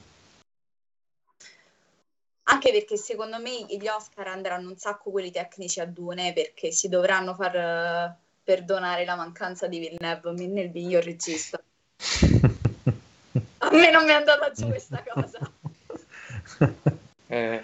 Anche perché secondo me gli Oscar andranno un sacco quelli tecnici a Dune perché si dovranno far eh, perdonare la mancanza di Villeneuve nel miglior regista. A me non mi è andata giù questa cosa. Eh,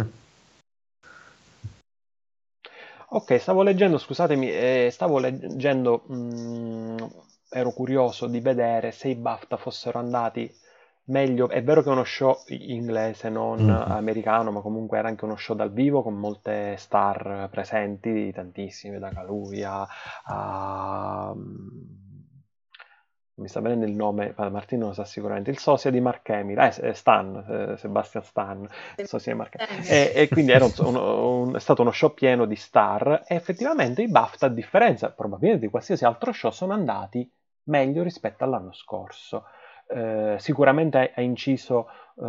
Ok, stavo leggendo, scusatemi, eh, stavo leggendo, mh, ero curioso di vedere se i BAFTA fossero andati meglio. È vero che è uno show inglese, non Mhm. americano, ma comunque era anche uno show dal vivo con molte star presenti, tantissime, da Kaluuya a... mi sta venendo il nome, ma Martino lo sa sicuramente, il sosia di Mark Hamill, eh, eh, Stan, eh, Sebastian Stan, il sosia di Mark Hamill. E, e quindi era un- un- un- è stato uno show pieno di star e effettivamente i BAFTA, a differenza probabilmente di qualsiasi altro show, sono andati meglio rispetto all'anno scorso. Eh, sicuramente ha inciso,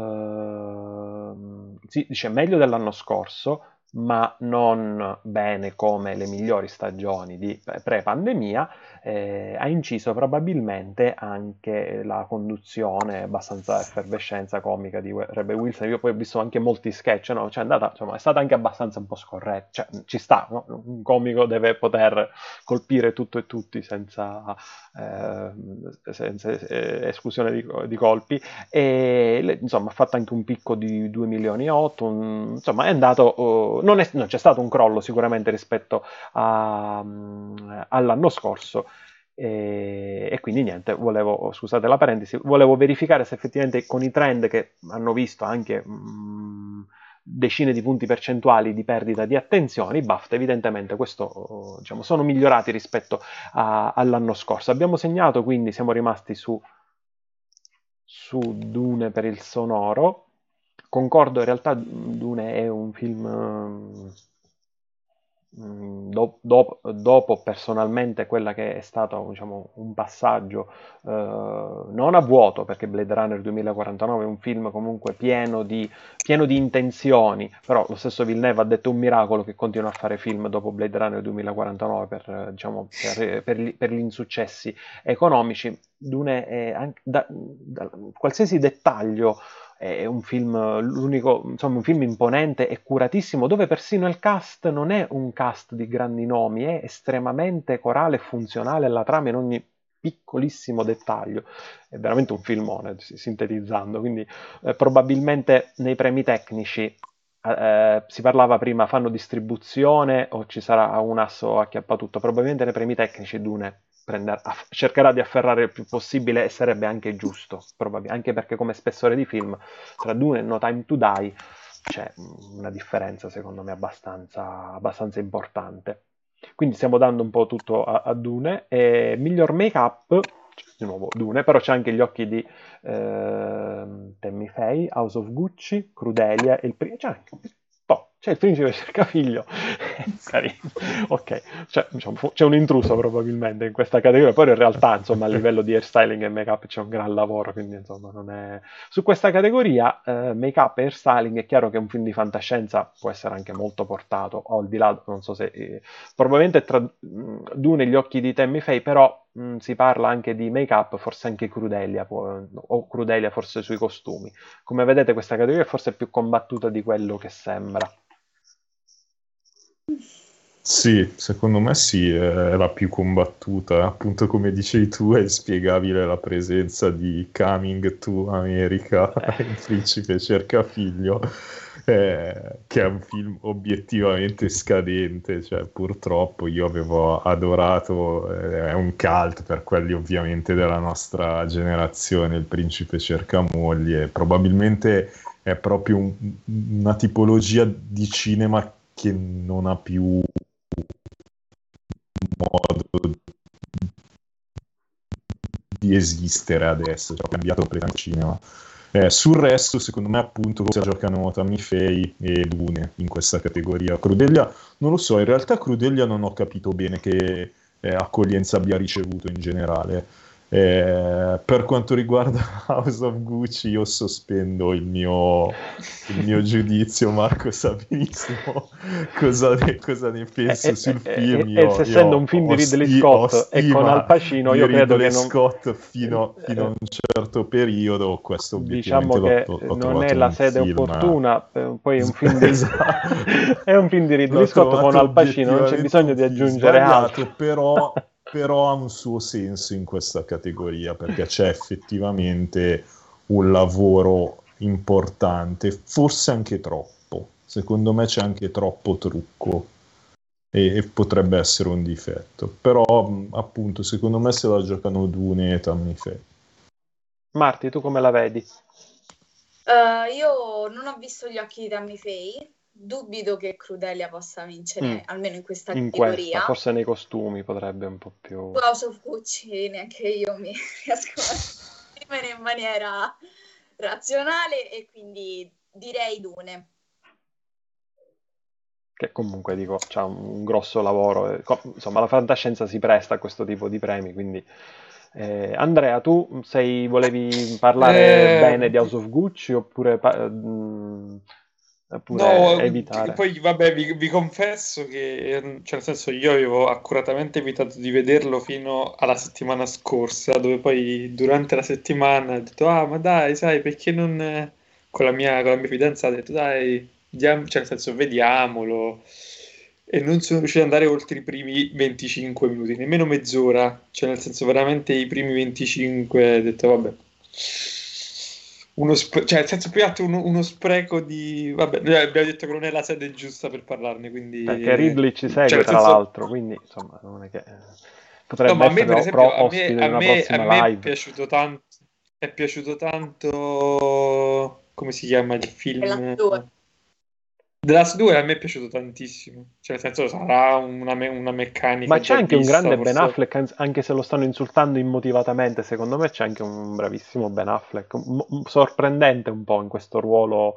ehm, sì, dice meglio dell'anno scorso, ma non bene come le migliori stagioni di pre-pandemia. Eh, ha inciso probabilmente anche la conduzione abbastanza effervescenza comica di Rebel Wilson. Io poi ho visto anche molti sketch, no? Cioè, è andata, insomma, è stata anche abbastanza un po' scorretta, cioè, ci sta, no? Un comico deve poter colpire tutto e tutti senza, eh, senza eh, esclusione di, di colpi, e le- insomma ha fatto anche un picco di due milioni e otto, un- insomma è andato, oh, non, è, non c'è stato un crollo sicuramente rispetto a, all'anno scorso. E, e quindi niente, volevo, scusate la parentesi, volevo verificare se effettivamente con i trend che hanno visto anche mh, decine di punti percentuali di perdita di attenzione, i BAFTA evidentemente questo, diciamo, sono migliorati rispetto a, all'anno scorso. Abbiamo segnato, quindi siamo rimasti su, su Dune per il sonoro. Concordo, in realtà Dune è un film... Do, do, dopo personalmente quella che è stato, diciamo, un passaggio eh, non a vuoto, perché Blade Runner duemilaquarantanove è un film comunque pieno di, pieno di intenzioni, però lo stesso Villeneuve ha detto un miracolo che continua a fare film dopo Blade Runner duemilaquarantanove per, eh, diciamo, per, per, gli, per gli insuccessi economici. Dune è anche, da, da, qualsiasi dettaglio è un film, l'unico, insomma, un film imponente e curatissimo, dove persino il cast non è un cast di grandi nomi, è estremamente corale e funzionale alla trama in ogni piccolissimo dettaglio. È veramente un filmone, sintetizzando, quindi eh, probabilmente nei premi tecnici eh, si parlava prima, fanno distribuzione o ci sarà un asso acchiappatutto, probabilmente nei premi tecnici Dune prender- aff- cercherà di afferrare il più possibile e sarebbe anche giusto, probabil- anche perché come spessore di film tra Dune e No Time to Die c'è una differenza secondo me abbastanza, abbastanza importante. Quindi stiamo dando un po' tutto a, a Dune. E miglior make-up, di nuovo Dune, però c'è anche gli occhi di ehm, Tammy Faye, House of Gucci, Crudelia e il pri- c'è, anche- oh, c'è il principe cercafiglio. Carino. Ok, cioè, diciamo, fu- c'è un intruso probabilmente in questa categoria, poi in realtà insomma a livello di hairstyling e make-up c'è un gran lavoro, quindi insomma non è... Su questa categoria eh, make-up e hairstyling è chiaro che un film di fantascienza può essere anche molto portato, o al di là, non so se... eh, probabilmente tra mh, Dune e gli occhi di Tammy Faye, però mh, si parla anche di make-up, forse anche Crudelia, può- o Crudelia forse sui costumi. Come vedete questa categoria è forse più combattuta di quello che sembra. Sì, secondo me sì, è la più combattuta. Appunto, come dicevi tu, è inspiegabile la presenza di Coming to America, il principe cercafiglio, eh, che è un film obiettivamente scadente. Cioè, purtroppo io avevo adorato, eh, è un cult per quelli ovviamente della nostra generazione, il principe cercamoglie. Probabilmente è proprio un- una tipologia di cinema che non ha più modo di esistere adesso, cioè, ha cambiato completamente il cinema. Eh, sul resto, secondo me, appunto, si giocano Tammy Faye e Dune in questa categoria. Crudelia, non lo so, in realtà Crudelia non ho capito bene che eh, accoglienza abbia ricevuto in generale. Eh, per quanto riguarda House of Gucci, io sospendo il mio, il mio giudizio. Marco sa benissimo cosa ne, cosa ne E, penso e- sul e- film. e- e Io, se essendo io un film di ho, Ridley sti- ho Scott e con Al stima Pacino, di io credo che Ridley non... Scott fino, fino a eh, un certo periodo. Questo diciamo obiettivamente che l'ho, l'ho non è trovato la un sede film opportuna, eh, poi è un film di... esatto. è un film di Ridley L'ho Scott con trovato Al Pacino, non c'è obiettivamente bisogno un di film aggiungere altro. sbagliato, però, però ha un suo senso in questa categoria, perché c'è effettivamente un lavoro importante, forse anche troppo. Secondo me c'è anche troppo trucco e, e potrebbe essere un difetto. Però, mh, appunto, secondo me se la giocano Dune e Tammy Faye. Marti, tu come la vedi? Eh, io non ho visto Gli occhi di Tammy Faye, dubito che Crudelia possa Mm, vincere, almeno in questa in questa, categoria. forse nei costumi potrebbe un po' più... Su House of Gucci neanche io mi riesco a esprimere in maniera razionale e quindi direi Dune. Che comunque dico, c'ha un, un grosso lavoro, e co- insomma la fantascienza si presta a questo tipo di premi, quindi... eh, Andrea, tu sei, volevi parlare Eh, bene di House of Gucci oppure, pa- mm, oppure No, che- evitare? poi vabbè, vi, vi confesso che, ehm, cioè, nel senso, io avevo accuratamente evitato di vederlo fino alla settimana scorsa, dove poi durante la settimana ho detto, ah, ma dai, sai, perché non... eh, Con la mia, con la mia fidanzata ho detto, dai, diam- cioè, nel senso, vediamolo. E non sono riuscito ad andare oltre i primi venticinque minuti, nemmeno mezz'ora, cioè, nel senso, veramente i primi venticinque, ho detto, vabbè. Uno sp- cioè, nel senso, più che altro uno, uno spreco di... Vabbè, noi abbiamo detto che non è la sede giusta per parlarne, Perché quindi... Ridley ci Cioè, segue, nel tra senso... l'altro, quindi insomma, non è che... No, Potrebbe ma a me, essere per o- esempio, pro a me, ospite di a una me, a me prossima è live. piaciuto tanto... È piaciuto tanto... Come si chiama il film? L'attore. The Last due a me è piaciuto tantissimo. Cioè, nel senso, sarà una, me- una Ma meccanica c'è già anche un vista, grande Ben forse... Affleck, anz- anche se lo stanno insultando immotivatamente, secondo me c'è anche un bravissimo Ben Affleck, un- un- sorprendente un po' in questo ruolo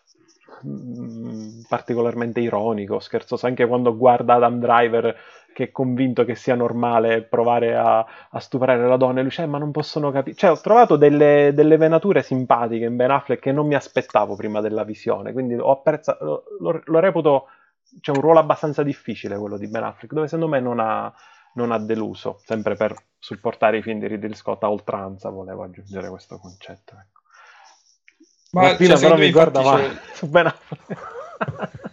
mm, particolarmente ironico, scherzoso, anche quando guarda Adam Driver che è convinto che sia normale provare a, a stuprare la donna e lui dice, "Eh, ma non possono capire." Cioè, ho trovato delle, delle venature simpatiche in Ben Affleck che non mi aspettavo prima della visione, quindi ho apprezzato, lo, lo- lo reputo, c'è un ruolo abbastanza difficile quello di Ben Affleck, dove secondo me non ha, non ha deluso, sempre per supportare i film di Ridley Scott a oltranza, volevo aggiungere questo concetto. Ecco. Ma Martina cioè, però secondo mi me guarda infatti male c'è, su Ben Affleck.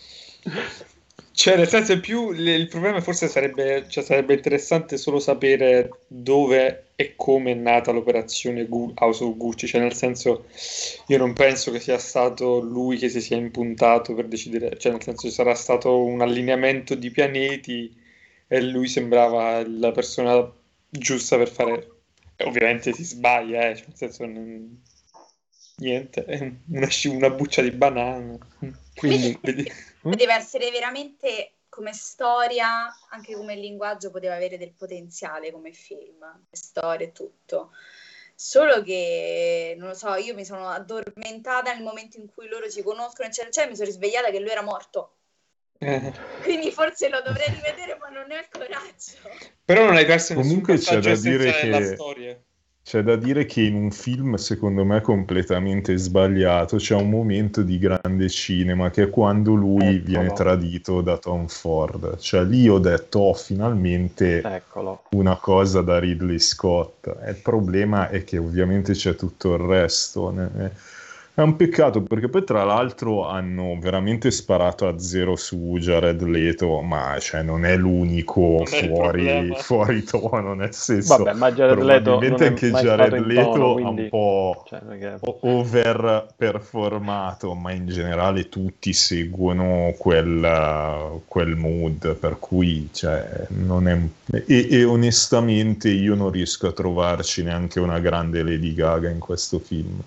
cioè, nel senso è più il il problema forse sarebbe, cioè, sarebbe interessante solo sapere dove e come è nata l'operazione Gu- House of Gucci, cioè nel senso io non penso che sia stato lui che si sia impuntato per decidere, cioè nel senso sarà stato un allineamento di pianeti e lui sembrava la persona giusta per fare, e ovviamente si sbaglia, eh, cioè, nel senso non- niente, è una, sci- una buccia di banana. Quindi Vedi? mm? Deve essere veramente come storia, anche come linguaggio poteva avere del potenziale come film, storia e tutto. Solo che, non lo so, io mi sono addormentata nel momento in cui loro si conoscono, eccetera, cioè mi sono risvegliata che lui era morto. Eh. Quindi forse lo dovrei rivedere, ma non ne ho il coraggio. Però non hai perso nessun Comunque c'è passaggio da dire essenziale della che storia. c'è da dire che in un film, secondo me, completamente sbagliato, c'è un momento di grande cinema che è quando lui Eccolo. viene tradito da Tom Ford. Cioè lì ho detto, oh, finalmente Eccolo. una cosa da Ridley Scott. E il problema è che ovviamente c'è tutto il resto. Ne- È un peccato perché poi tra l'altro hanno veramente sparato a zero su Jared Leto, ma cioè, non è l'unico Non è il fuori, problema. fuori tono, nel senso Vabbè, ma Jared Leto non probabilmente è anche mai Jared stato in Leto tono, ha quindi un po' cioè, non è che- o- over performato, ma in generale tutti seguono quel, quel mood, per cui cioè, non è... E, e onestamente io non riesco a trovarci neanche una grande Lady Gaga in questo film.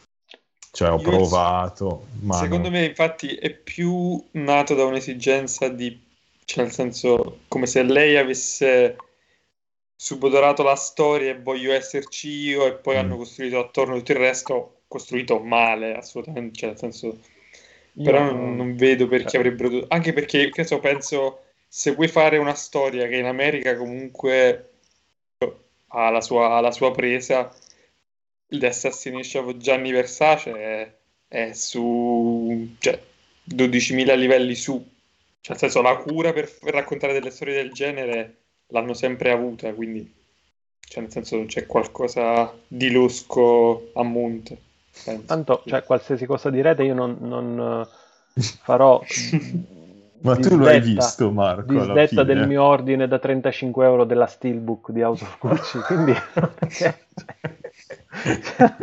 Cioè ho Io- provato, ma Secondo non- me, infatti, è più nato da un'esigenza di, cioè nel senso, come se lei avesse subodorato la storia e voglio esserci io, e poi Mm. hanno costruito attorno tutto il resto, costruito male, assolutamente, cioè nel senso, Io, però non, non vedo perché cioè, avrebbero dovuto, anche perché, che so, penso, se vuoi fare una storia che in America comunque ha la sua, ha la sua presa, l'Assassination of Gianni Versace è, è su, cioè, dodicimila livelli su, cioè nel senso la cura per, per raccontare delle storie del genere l'hanno sempre avuta, quindi cioè nel senso non c'è qualcosa di losco a monte, penso. tanto, cioè, qualsiasi cosa direte, io non, non, eh, farò Ma tu lo hai disdetta, visto, Marco, alla disdetta del fine? mio ordine da trentacinque euro della Steelbook di House of Gucci, quindi perché, cioè,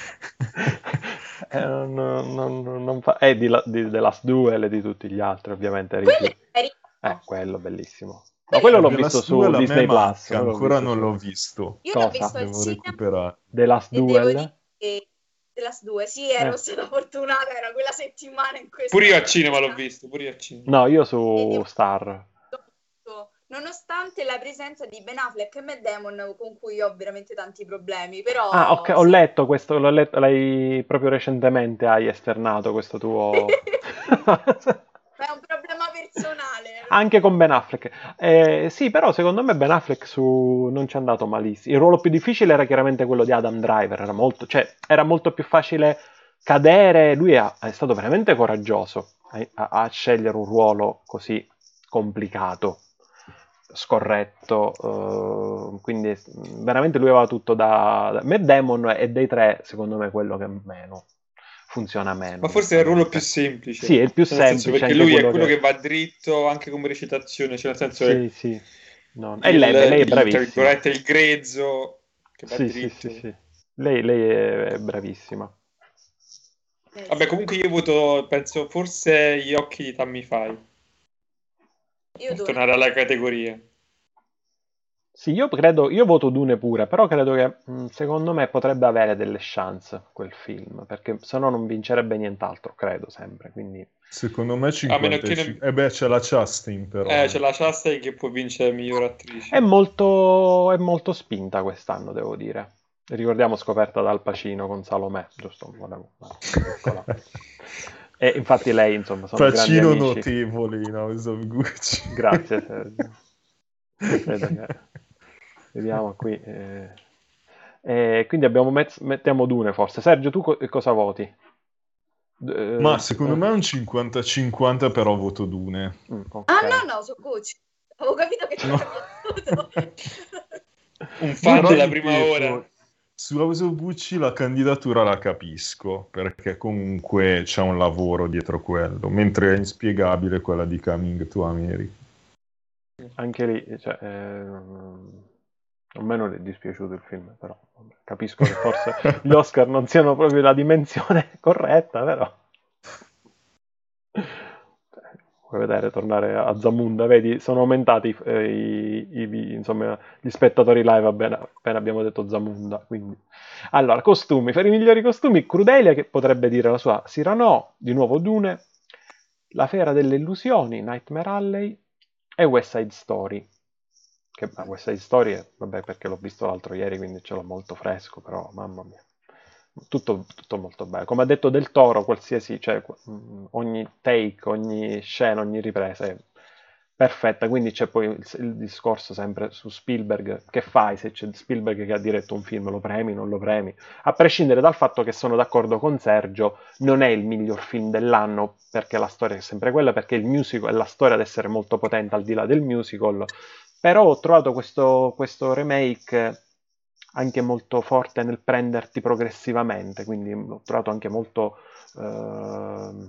eh, non, non- non fa, è di, la- di The Last Duel e di tutti gli altri, ovviamente. Quello review. è carino. Eh, quello bellissimo. Ma quello Eh, l'ho The visto Last su Duel a me Disney Plus. manca, quello l'ho ancora visto non su- l'ho visto. Io l'ho Cosa? visto al Devo cinema recuperare. The Last e devo Duel? dire che The Last due, sì, ero Eh. stata fortunata, era quella settimana in cui è Pure io stata al cinema l'ho uscita. visto, pure io al cinema. No, io E su devo- Star. Nonostante la presenza di Ben Affleck e Matt Damon, con cui ho veramente tanti problemi, però Ah, ok, ho sì. letto questo, l'ho letto, l'hai proprio recentemente hai esternato questo tuo... Ma è un problema personale. Anche con Ben Affleck. Eh, sì, però secondo me Ben Affleck su... non ci è andato malissimo. Il ruolo più difficile era chiaramente quello di Adam Driver, era molto, cioè, era molto più facile cadere. Lui è, è stato veramente coraggioso a, a scegliere un ruolo così complicato, scorretto. eh, quindi veramente lui aveva tutto da... da... Matt Damon è dei tre, secondo me, quello che meno funziona meno. Ma forse è il ruolo onestamente. più semplice. Sì, è il più Cioè, nel senso, semplice, perché anche lui è quello quello che- che... va dritto anche come recitazione, cioè nel senso è Sì, sì. No, E il, lei, beh, lei è il, tra bravissima. virgolette, il grezzo che va Sì, sì, dritto. sì, sì. Lei, lei è, è bravissima. Eh, Vabbè, sì. comunque io voto, penso, forse Gli occhi di Tammy Faye, Io per dove- tornare alla categoria. Sì, io credo, io voto Dune pure, però credo che mh, secondo me potrebbe avere delle chance quel film, perché se no non vincerebbe nient'altro, credo sempre, quindi... Secondo me A meno che cinquantacinque... ne- Eh beh, c'è la Chastain però. Eh, eh. c'è la Chastain che può vincere miglior attrice. È molto, è molto spinta quest'anno, devo dire. Ricordiamo scoperta dal Pacino con Salomè, giusto? Volevo- piccola. E infatti lei, insomma, sono Pacino grandi amici. notevole in House of Gucci. Grazie, Sergio. Credo che... Vediamo qui. eh. Eh, quindi abbiamo met- mettiamo Dune forse. Sergio, tu co- cosa voti? D- eh, Ma secondo eh, me è un cinquanta cinquanta, però voto Dune. mm, ok. Ah no, no, sono Gucci. Avevo capito che ci No. avevi piaciuto. Un fan Però della ripeto, prima ora. Su House of Gucci la candidatura la capisco, perché comunque c'è un lavoro dietro quello, mentre è inspiegabile quella di Coming to America. Anche lì, cioè, eh, a me non è dispiaciuto il film, però vabbè, capisco che forse gli Oscar non siano proprio la dimensione corretta, però... Vuoi vedere, tornare a Zamunda, vedi, sono aumentati eh, i, i- insomma, gli spettatori live appena, appena abbiamo detto Zamunda, quindi... Allora, costumi, per i migliori costumi, Crudelia che potrebbe dire la sua Cyrano, di nuovo Dune, La Fiera delle Illusioni, Nightmare Alley e West Side Story. Che ah, West Side Story, è, vabbè, perché l'ho visto l'altro ieri, quindi ce l'ho molto fresco, però mamma mia. Tutto, tutto molto bello. Come ha detto Del Toro, qualsiasi, cioè, mh, ogni take, ogni scena, ogni ripresa è perfetta. Quindi c'è poi il, il discorso sempre su Spielberg. Che fai se c'è Spielberg che ha diretto un film? Lo premi, non lo premi? A prescindere dal fatto che sono d'accordo con Sergio, non è il miglior film dell'anno perché la storia è sempre quella, perché il musical è la storia ad essere molto potente al di là del musical. Però ho trovato questo, questo remake anche molto forte nel prenderti progressivamente, quindi l'ho trovato anche molto eh,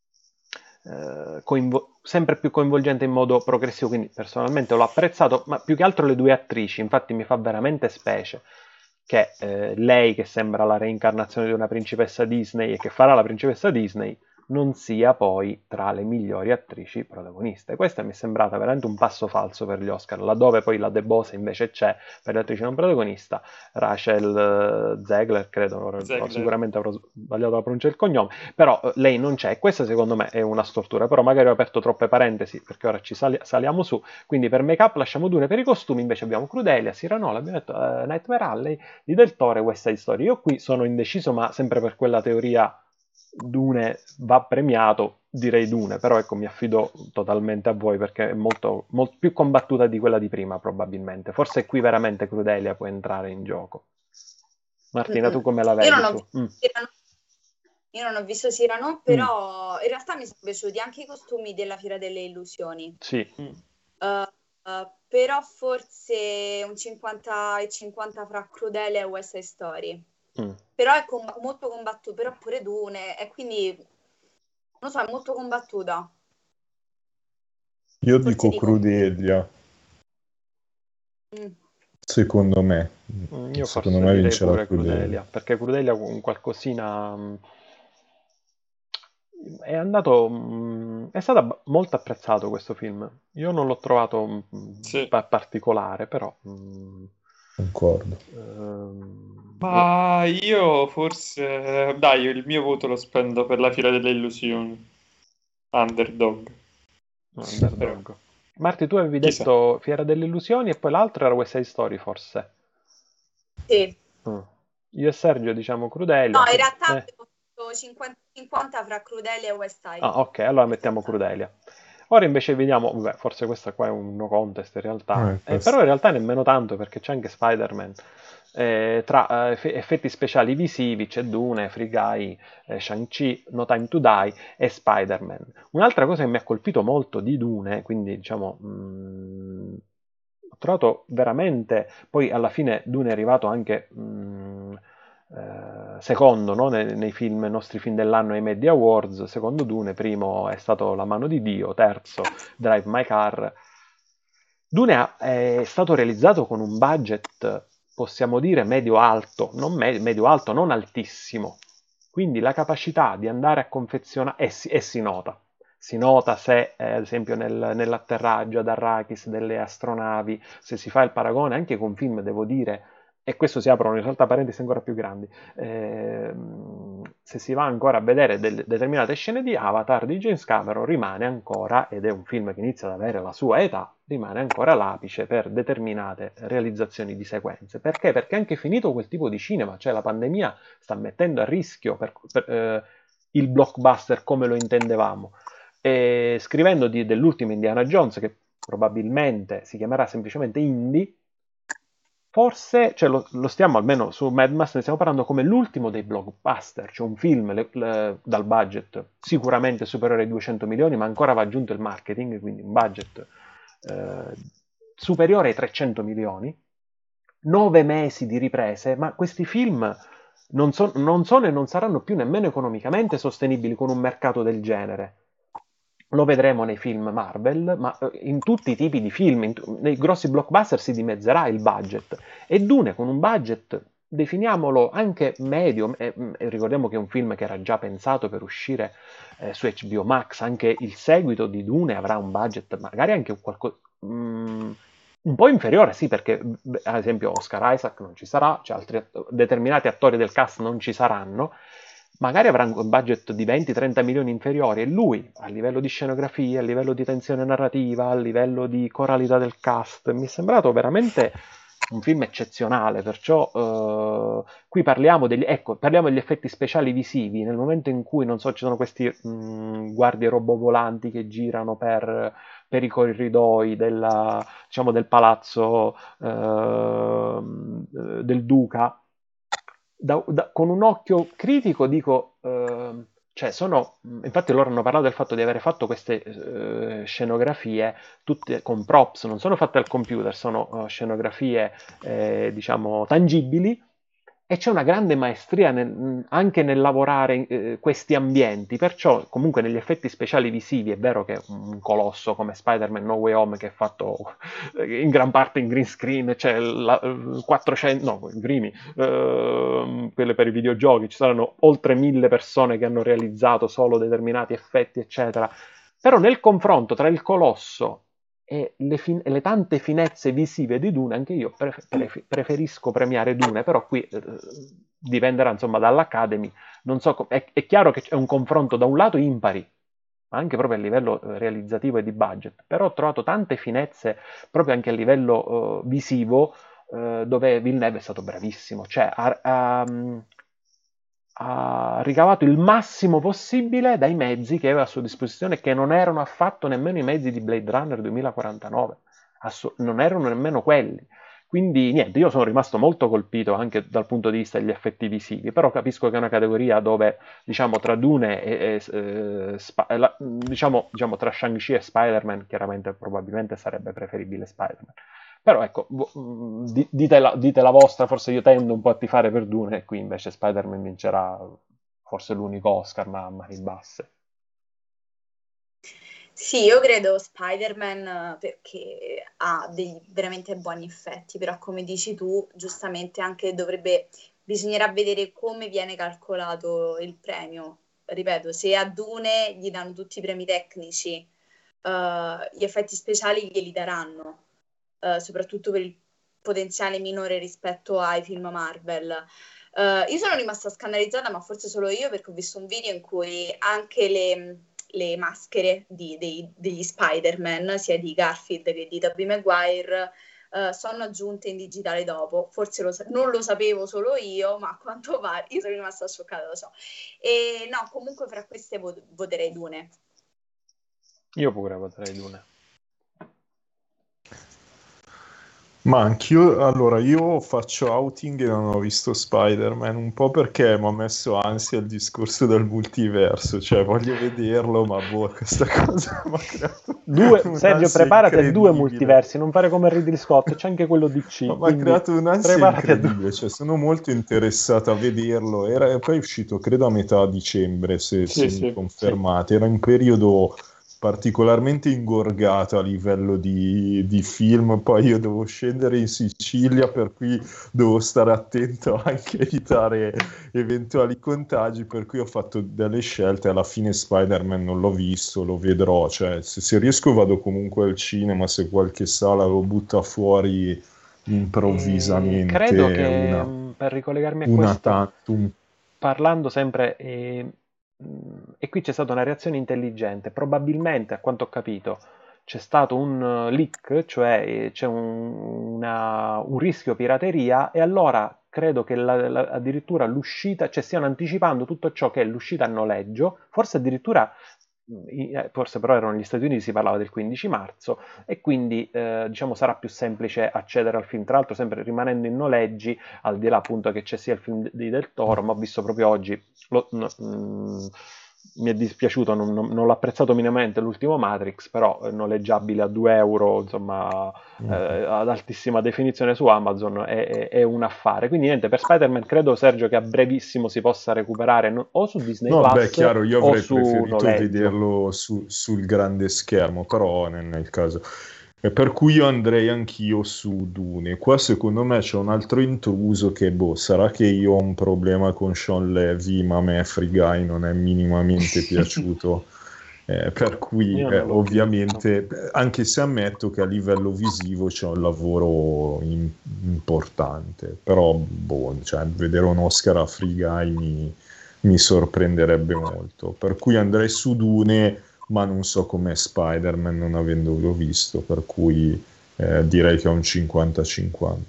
eh, coinvo- sempre più coinvolgente in modo progressivo, quindi personalmente l'ho apprezzato, ma più che altro le due attrici, infatti mi fa veramente specie che eh, lei, che sembra la reincarnazione di una principessa Disney e che farà la principessa Disney, non sia poi tra le migliori attrici protagoniste. Questa mi è sembrata veramente un passo falso per gli Oscar, laddove poi la De Bose invece c'è per le attrici non protagonista, Rachel eh, Zegler, credo, ora- Zegler. sicuramente avrò sbagliato la pronuncia del cognome, però eh, lei non c'è, questa secondo me è una stortura, però magari ho aperto troppe parentesi perché ora ci sali- saliamo su, quindi per make-up lasciamo Dune, per i costumi invece abbiamo Crudelia, Cyrano, abbiamo detto eh, Nightmare Alley, di Del Toro e West Side Story. Io qui sono indeciso, ma sempre per quella teoria Dune va premiato, direi Dune, però ecco mi affido totalmente a voi perché è molto, molto più combattuta di quella di prima probabilmente. Forse qui veramente Crudelia può entrare in gioco. Martina, tu come la Io vedi non ho su? visto Mm. Cyrano, io non ho visto Cyrano, però in realtà mi sono piaciuti anche i costumi della Fiera delle Illusioni. Sì, Mm. Uh, uh, però forse un cinquanta e cinquanta fra Crudelia e West Side Story. mm. Però è com- molto combattuto, però pure Dune, e quindi non so, è molto combattuta. Io Forse dico dico- Crudelia, Mm. secondo me. Mm, Io Secondo forse me direi vincerà pure Crudelia. Crudelia, perché Crudelia con qualcosina mm, è andato mm, è stato ab- molto apprezzato questo film. Io non l'ho trovato mm, Sì. pa- particolare, però mm, Concordo. ehm, Ma io forse, dai, il mio voto lo spendo per la Fiera delle Illusioni. Underdog. underdog. Marti, tu avevi Chissà. detto Fiera delle Illusioni e poi l'altro era West Side Story, forse. Sì. Mm. Io e Sergio diciamo Crudelia. No, in tu- realtà eh. avevo fatto cinquanta cinquanta fra Crudelia e West Side. Ah, ok, allora mettiamo Crudelia. Ora invece vediamo, vabbè, forse questa qua è un no contest in realtà, Eh, eh, questo. però in realtà nemmeno tanto perché c'è anche Spider-Man. Eh, tra eh, eff- effetti speciali visivi c'è Dune, Free Guy, eh, Shang-Chi, No Time to Die e Spider-Man. Un'altra cosa che mi ha colpito molto di Dune, quindi diciamo, mh, ho trovato veramente, poi alla fine Dune è arrivato anche mh, eh, secondo, no? nei, nei film, nostri film dell'anno ai Media Awards, secondo Dune, primo è stato La mano di Dio, terzo Drive My Car. Dune ha- è stato realizzato con un budget, possiamo dire, medio-alto, non me- medio-alto, non altissimo. Quindi la capacità di andare a confezionare, e si, e si nota, si nota se, eh, ad esempio, nel- nell'atterraggio ad Arrakis delle astronavi, se si fa il paragone anche con film, devo dire, e questo si aprono in realtà parentesi ancora più grandi, ehm, se si va ancora a vedere del- determinate scene di Avatar di James Cameron rimane ancora, ed è un film che inizia ad avere la sua età, rimane ancora l'apice per determinate realizzazioni di sequenze. Perché? Perché anche finito quel tipo di cinema, cioè la pandemia sta mettendo a rischio per, per, eh, il blockbuster come lo intendevamo. E scrivendo di, dell'ultimo Indiana Jones, che probabilmente si chiamerà semplicemente Indy, forse, cioè lo, lo stiamo almeno su Mad Max, ne stiamo parlando come l'ultimo dei blockbuster, cioè un film le, le, dal budget sicuramente superiore ai duecento milioni, ma ancora va aggiunto il marketing, quindi un budget eh, superiore ai trecento milioni, nove mesi di riprese, ma questi film non, so, non sono e non saranno più nemmeno economicamente sostenibili con un mercato del genere. Lo vedremo nei film Marvel, ma in tutti i tipi di film, in, nei grossi blockbuster si dimezzerà il budget. E Dune con un budget, definiamolo anche medio, e, e ricordiamo che è un film che era già pensato per uscire eh, su H B O Max, anche il seguito di Dune avrà un budget magari anche qualcosa... Mm, un po' inferiore, sì, perché ad esempio Oscar Isaac non ci sarà, cioè altri att- determinati attori del cast non ci saranno, magari avrà un budget di venti trenta milioni inferiori e lui, a livello di scenografia, a livello di tensione narrativa, a livello di coralità del cast, mi è sembrato veramente un film eccezionale, perciò eh, qui parliamo degli, ecco, parliamo degli effetti speciali visivi, nel momento in cui, non so, ci sono questi mh, guardie robovolanti che girano per, per i corridoi della, diciamo, del palazzo eh, del duca, da, da, con un occhio critico dico, eh, cioè sono, infatti loro hanno parlato del fatto di aver fatto queste eh, scenografie tutte con props, non sono fatte al computer, sono uh, scenografie eh, diciamo tangibili, e c'è una grande maestria nel, anche nel lavorare eh, questi ambienti, perciò comunque negli effetti speciali visivi è vero che un colosso come Spider-Man No Way Home, che è fatto in gran parte in green screen, c'è cioè la, quattrocento, no, i primi, eh, quelle per i videogiochi, ci saranno oltre mille persone che hanno realizzato solo determinati effetti, eccetera. Però nel confronto tra il colosso e le, fin- e le tante finezze visive di Dune, anche io pre- pre- preferisco premiare Dune, però qui eh, dipenderà insomma dall'Academy. Non so com- è, è chiaro che c'è un confronto da un lato impari, anche proprio a livello eh, realizzativo e di budget, però ho trovato tante finezze proprio anche a livello eh, visivo, eh, dove Villeneuve è stato bravissimo, cioè ha, ha, ha ricavato il massimo possibile dai mezzi che aveva a sua disposizione, che non erano affatto nemmeno i mezzi di Blade Runner duemilaquarantanove, Assu- non erano nemmeno quelli. Quindi niente, io sono rimasto molto colpito anche dal punto di vista degli effetti visivi, però capisco che è una categoria dove, diciamo, tra Dune e, e eh, Sp- la, diciamo, diciamo tra Shang-Chi e Spider-Man, chiaramente probabilmente sarebbe preferibile Spider-Man. Però ecco, dite la, dite la vostra, forse io tendo un po' a tifare per Dune e qui invece Spider-Man vincerà forse l'unico Oscar, ma a mani basse. Sì, io credo Spider-Man perché ha dei veramente buoni effetti, però come dici tu, giustamente anche dovrebbe, bisognerà vedere come viene calcolato il premio. Ripeto, se a Dune gli danno tutti i premi tecnici, uh, gli effetti speciali glieli daranno, uh, soprattutto per il potenziale minore rispetto ai film Marvel. Uh, io sono rimasta scandalizzata, ma forse solo io, perché ho visto un video in cui anche le le maschere di, dei, degli Spider-Man, sia di Garfield che di Tobey Maguire, uh, sono aggiunte in digitale dopo. Forse lo sa- non lo sapevo solo io, ma a quanto pare io sono rimasta scioccata, lo so. E no, comunque fra queste vo- voterei Dune. Io pure voterei Dune. Ma anch'io, allora, io faccio outing e non ho visto Spider-Man, un po' perché mi ha messo ansia il discorso del multiverso, cioè voglio vederlo, ma boh, questa cosa mi ha creato Due, Sergio, un'ansia preparati a due incredibile. multiversi, non fare come Ridley Scott, c'è anche quello D C, Ma mi ha quindi creato un'ansia preparati a incredibile, due. cioè sono molto interessato a vederlo, era, e poi è uscito credo a metà dicembre, se, Sì, se mi sì. confermate, era in periodo particolarmente ingorgato a livello di, di film, poi io devo scendere in Sicilia, per cui devo stare attento anche a evitare eventuali contagi, per cui ho fatto delle scelte, alla fine Spider-Man non l'ho visto, lo vedrò, cioè se, se riesco vado comunque al cinema, se qualche sala lo butta fuori improvvisamente, E credo che, una, mh, per ricollegarmi a una questo, tantum. parlando sempre, eh, mh, e qui c'è stata una reazione intelligente, probabilmente, a quanto ho capito, c'è stato un uh, leak, cioè eh, c'è un, una- un rischio pirateria, e allora credo che la- la- addirittura l'uscita, cioè stiano anticipando tutto ciò che è l'uscita a noleggio, forse addirittura, mh, i- eh, forse però erano negli Stati Uniti, si parlava del quindici marzo, e quindi eh, diciamo sarà più semplice accedere al film, tra l'altro sempre rimanendo in noleggi, al di là appunto che c'è sia il film di Del Toro, ma ho visto proprio oggi lo, no, mh, mi è dispiaciuto, non, non- non l'ho apprezzato minimamente l'ultimo Matrix, però è noleggiabile a due euro, insomma, eh, Mhm. ad altissima definizione su Amazon, è, è- è un affare. Quindi niente, per Spider-Man credo, Sergio, che a brevissimo si possa recuperare no- o su Disney No, beh, Plus chiaro, io o avrei su preferito noleggio. vederlo su- sul grande schermo, però non è il caso. E per cui io andrei anch'io su Dune. Qua secondo me c'è un altro intruso che, boh, sarà che io ho un problema con Sean Levy, ma a me Free Guy non è minimamente piaciuto. Eh, per cui Io eh, non l'ho visto. ovviamente, eh, anche se ammetto che a livello visivo c'è un lavoro in- importante, però boh, cioè, vedere un Oscar a Free Guy mi, mi sorprenderebbe molto. Per cui andrei su Dune, ma non so com'è Spider-Man non avendolo visto, per cui eh, direi che è un cinquanta cinquanta.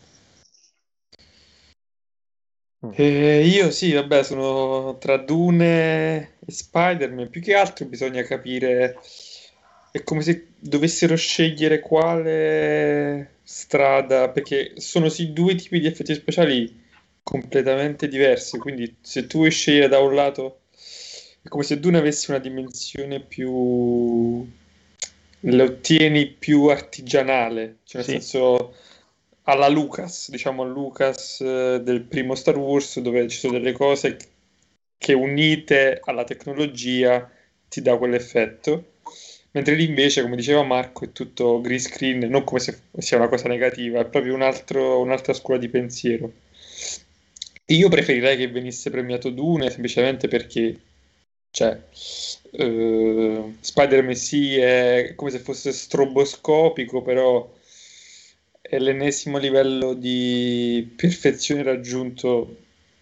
Mm. Eh, io sì, vabbè, sono tra Dune e Spider-Man. Più che altro bisogna capire, è come se dovessero scegliere quale strada, perché sono sì due tipi di effetti speciali completamente diversi. Quindi se tu vuoi scegliere da un lato, è come se Dune avesse una dimensione più, la ottieni più artigianale, cioè nel Sì, senso alla Lucas, diciamo a Lucas eh, del primo Star Wars, dove ci sono delle cose che unite alla tecnologia ti dà quell'effetto. Mentre lì invece, come diceva Marco, è tutto green screen, non come se sia una cosa negativa, è proprio un altro- un'altra scuola di pensiero. Io preferirei che venisse premiato Dune semplicemente perché, cioè, eh, Spider-Man sì è come se fosse stroboscopico, però è l'ennesimo livello di perfezione raggiunto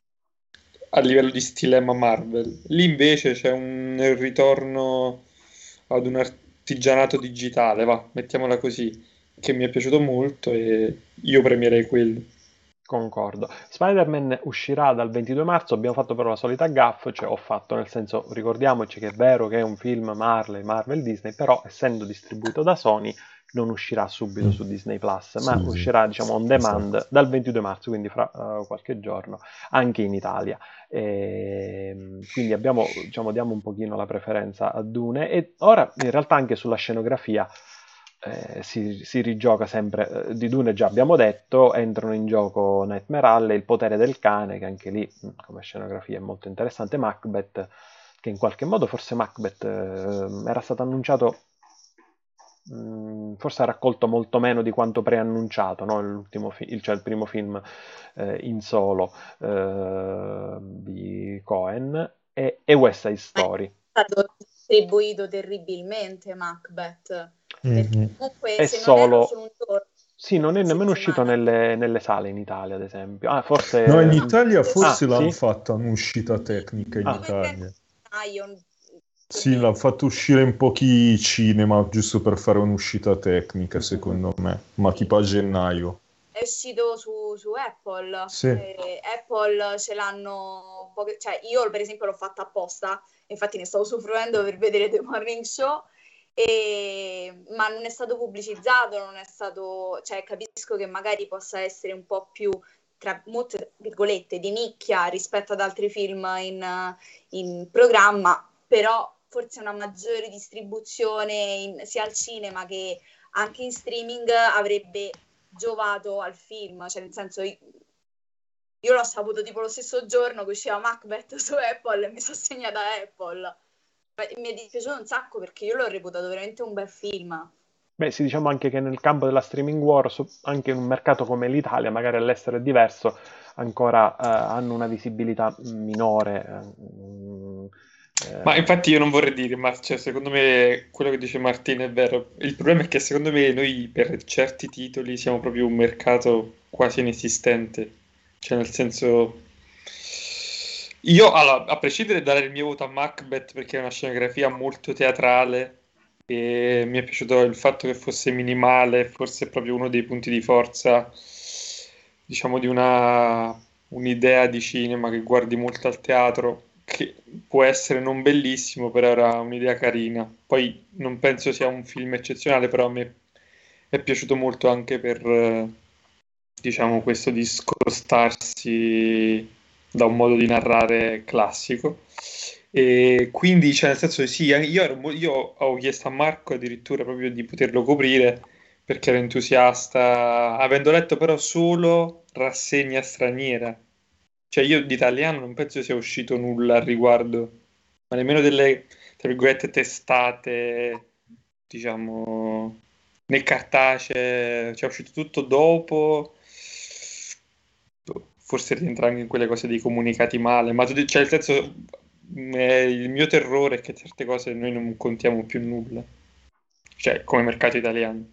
a livello di stilema Marvel. Lì invece c'è un ritorno ad un artigianato digitale, va, mettiamola così, che mi è piaciuto molto e io premierei quello. concordo. Spider-Man uscirà dal ventidue marzo, abbiamo fatto però la solita gaffe, cioè ho fatto nel senso, ricordiamoci che è vero che è un film Marvel, Marvel Disney, però essendo distribuito da Sony non uscirà subito Mm. su Disney Plus, ma Sì, sì, uscirà diciamo on esatto. demand dal ventidue marzo, quindi fra eh, qualche giorno, anche in Italia. E, quindi abbiamo, diciamo, diamo un pochino la preferenza a Dune e ora in realtà anche sulla scenografia eh, si, si rigioca sempre, eh, di Dune già abbiamo detto, entrano in gioco Nightmare Alley, Il potere del cane, che anche lì mh, come scenografia è molto interessante, Macbeth, che in qualche modo forse Macbeth eh, era stato annunciato, mh, forse ha raccolto molto meno di quanto preannunciato, no? L'ultimo fi- il, cioè il primo film eh, in solo eh, di Cohen, e, e West Side Ma è Story. stato distribuito terribilmente Macbeth, perché Mhm. comunque È se non erro solo... solo un giorno, Sì, non è una nemmeno uscito settimana. nelle, nelle sale in Italia, ad esempio. Ah, No, in forse... Italia Ah, forse l'hanno sì? fatta un'uscita tecnica in Ah, Dovrebbe Italia. essere un più o Sì, l'hanno meno. fatto uscire in pochi cinema, giusto per fare un'uscita tecnica, secondo me, ma Sì, tipo a gennaio. è uscito su, su Apple. Sì. Eh, Apple ce l'hanno poche- cioè io per esempio l'ho fatta apposta, infatti ne stavo usufruendo per vedere The Morning Show, e- ma non è stato pubblicizzato, non è stato, cioè capisco che magari possa essere un po' più tra molte virgolette di nicchia rispetto ad altri film in, in programma, però forse una maggiore distribuzione in- sia al cinema che anche in streaming avrebbe giovato al film, cioè nel senso io, io l'ho saputo tipo lo stesso giorno che usciva Macbeth su Apple e mi sono segnata Apple. Mi è dispiaciuto un sacco perché io l'ho reputato veramente un bel film. beh, sì, diciamo anche che nel campo della streaming war, so- anche in un mercato come l'Italia, magari all'estero è diverso, ancora eh, hanno una visibilità minore. eh, mm, Ma eh, infatti io non vorrei dire, ma cioè, secondo me quello che dice Martina è vero. Il problema è che secondo me noi per certi titoli siamo proprio un mercato quasi inesistente. Cioè nel senso... Io, allora, a prescindere dal mio voto a Macbeth perché è una scenografia molto teatrale e mi è piaciuto il fatto che fosse minimale, forse è proprio uno dei punti di forza, diciamo, di una un'idea di cinema che guardi molto al teatro, che può essere non bellissimo, però era un'idea carina. Poi non penso sia un film eccezionale, però a me è piaciuto molto anche per, eh, diciamo, questo discostarsi da un modo di narrare classico. E quindi, cioè, nel senso, sì, io, ero mo- io ho chiesto a Marco addirittura proprio di poterlo coprire perché ero entusiasta, avendo letto però solo rassegna straniera. Cioè, io di italiano non penso sia uscito nulla al riguardo, ma nemmeno delle, tra virgolette, testate, diciamo, né cartacee, cioè è uscito tutto dopo. Forse rientra anche in quelle cose dei comunicati male, ma tu, cioè, nel senso, mh, eh, il mio terrore è che certe cose noi non contiamo più nulla, cioè come mercato italiano.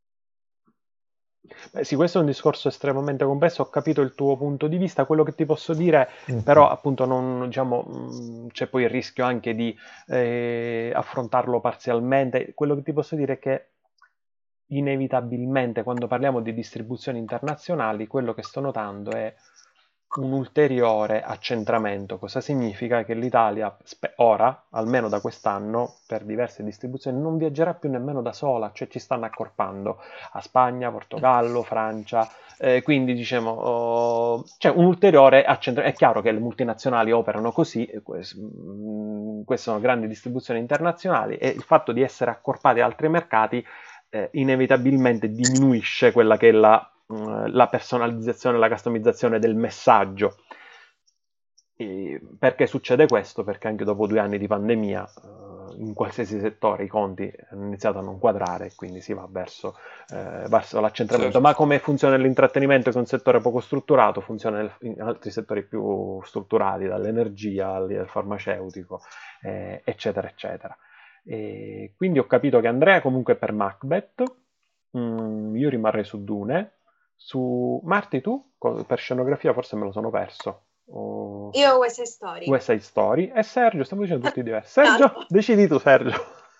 Beh, sì, questo è un discorso estremamente complesso, ho capito il tuo punto di vista, quello che ti posso dire, Mhm. però appunto non, diciamo, mh, c'è poi il rischio anche di eh, affrontarlo parzialmente, quello che ti posso dire è che inevitabilmente quando parliamo di distribuzioni internazionali, quello che sto notando è un ulteriore accentramento. Cosa significa? Che l'Italia spe- ora, almeno da quest'anno, per diverse distribuzioni, non viaggerà più nemmeno da sola, cioè ci stanno accorpando a Spagna, Portogallo, Francia, eh, quindi diciamo oh, c'è un ulteriore accentramento. È chiaro che le multinazionali operano così, eh, quest- mh, queste sono grandi distribuzioni internazionali e il fatto di essere accorpati a altri mercati eh, inevitabilmente diminuisce quella che è la, mh, la personalizzazione, la customizzazione del messaggio. E perché succede questo? Perché anche dopo due anni di pandemia, eh, in qualsiasi settore i conti hanno iniziato a non quadrare e quindi si va verso, eh, verso l'accentramento. Certo. Ma come funziona l'intrattenimento, che è un settore poco strutturato, funziona nel- in altri settori più strutturati, dall'energia al, al farmaceutico, eh, eccetera, eccetera. E quindi ho capito che Andrea comunque è per Macbeth, mm, io rimarrei su Dune. Su Marti tu, Co- per scenografia forse me lo sono perso. O... Io queste storie. West Side Story. E Sergio, stiamo dicendo tutti diversi. Sergio, Calmo. decidi tu Sergio.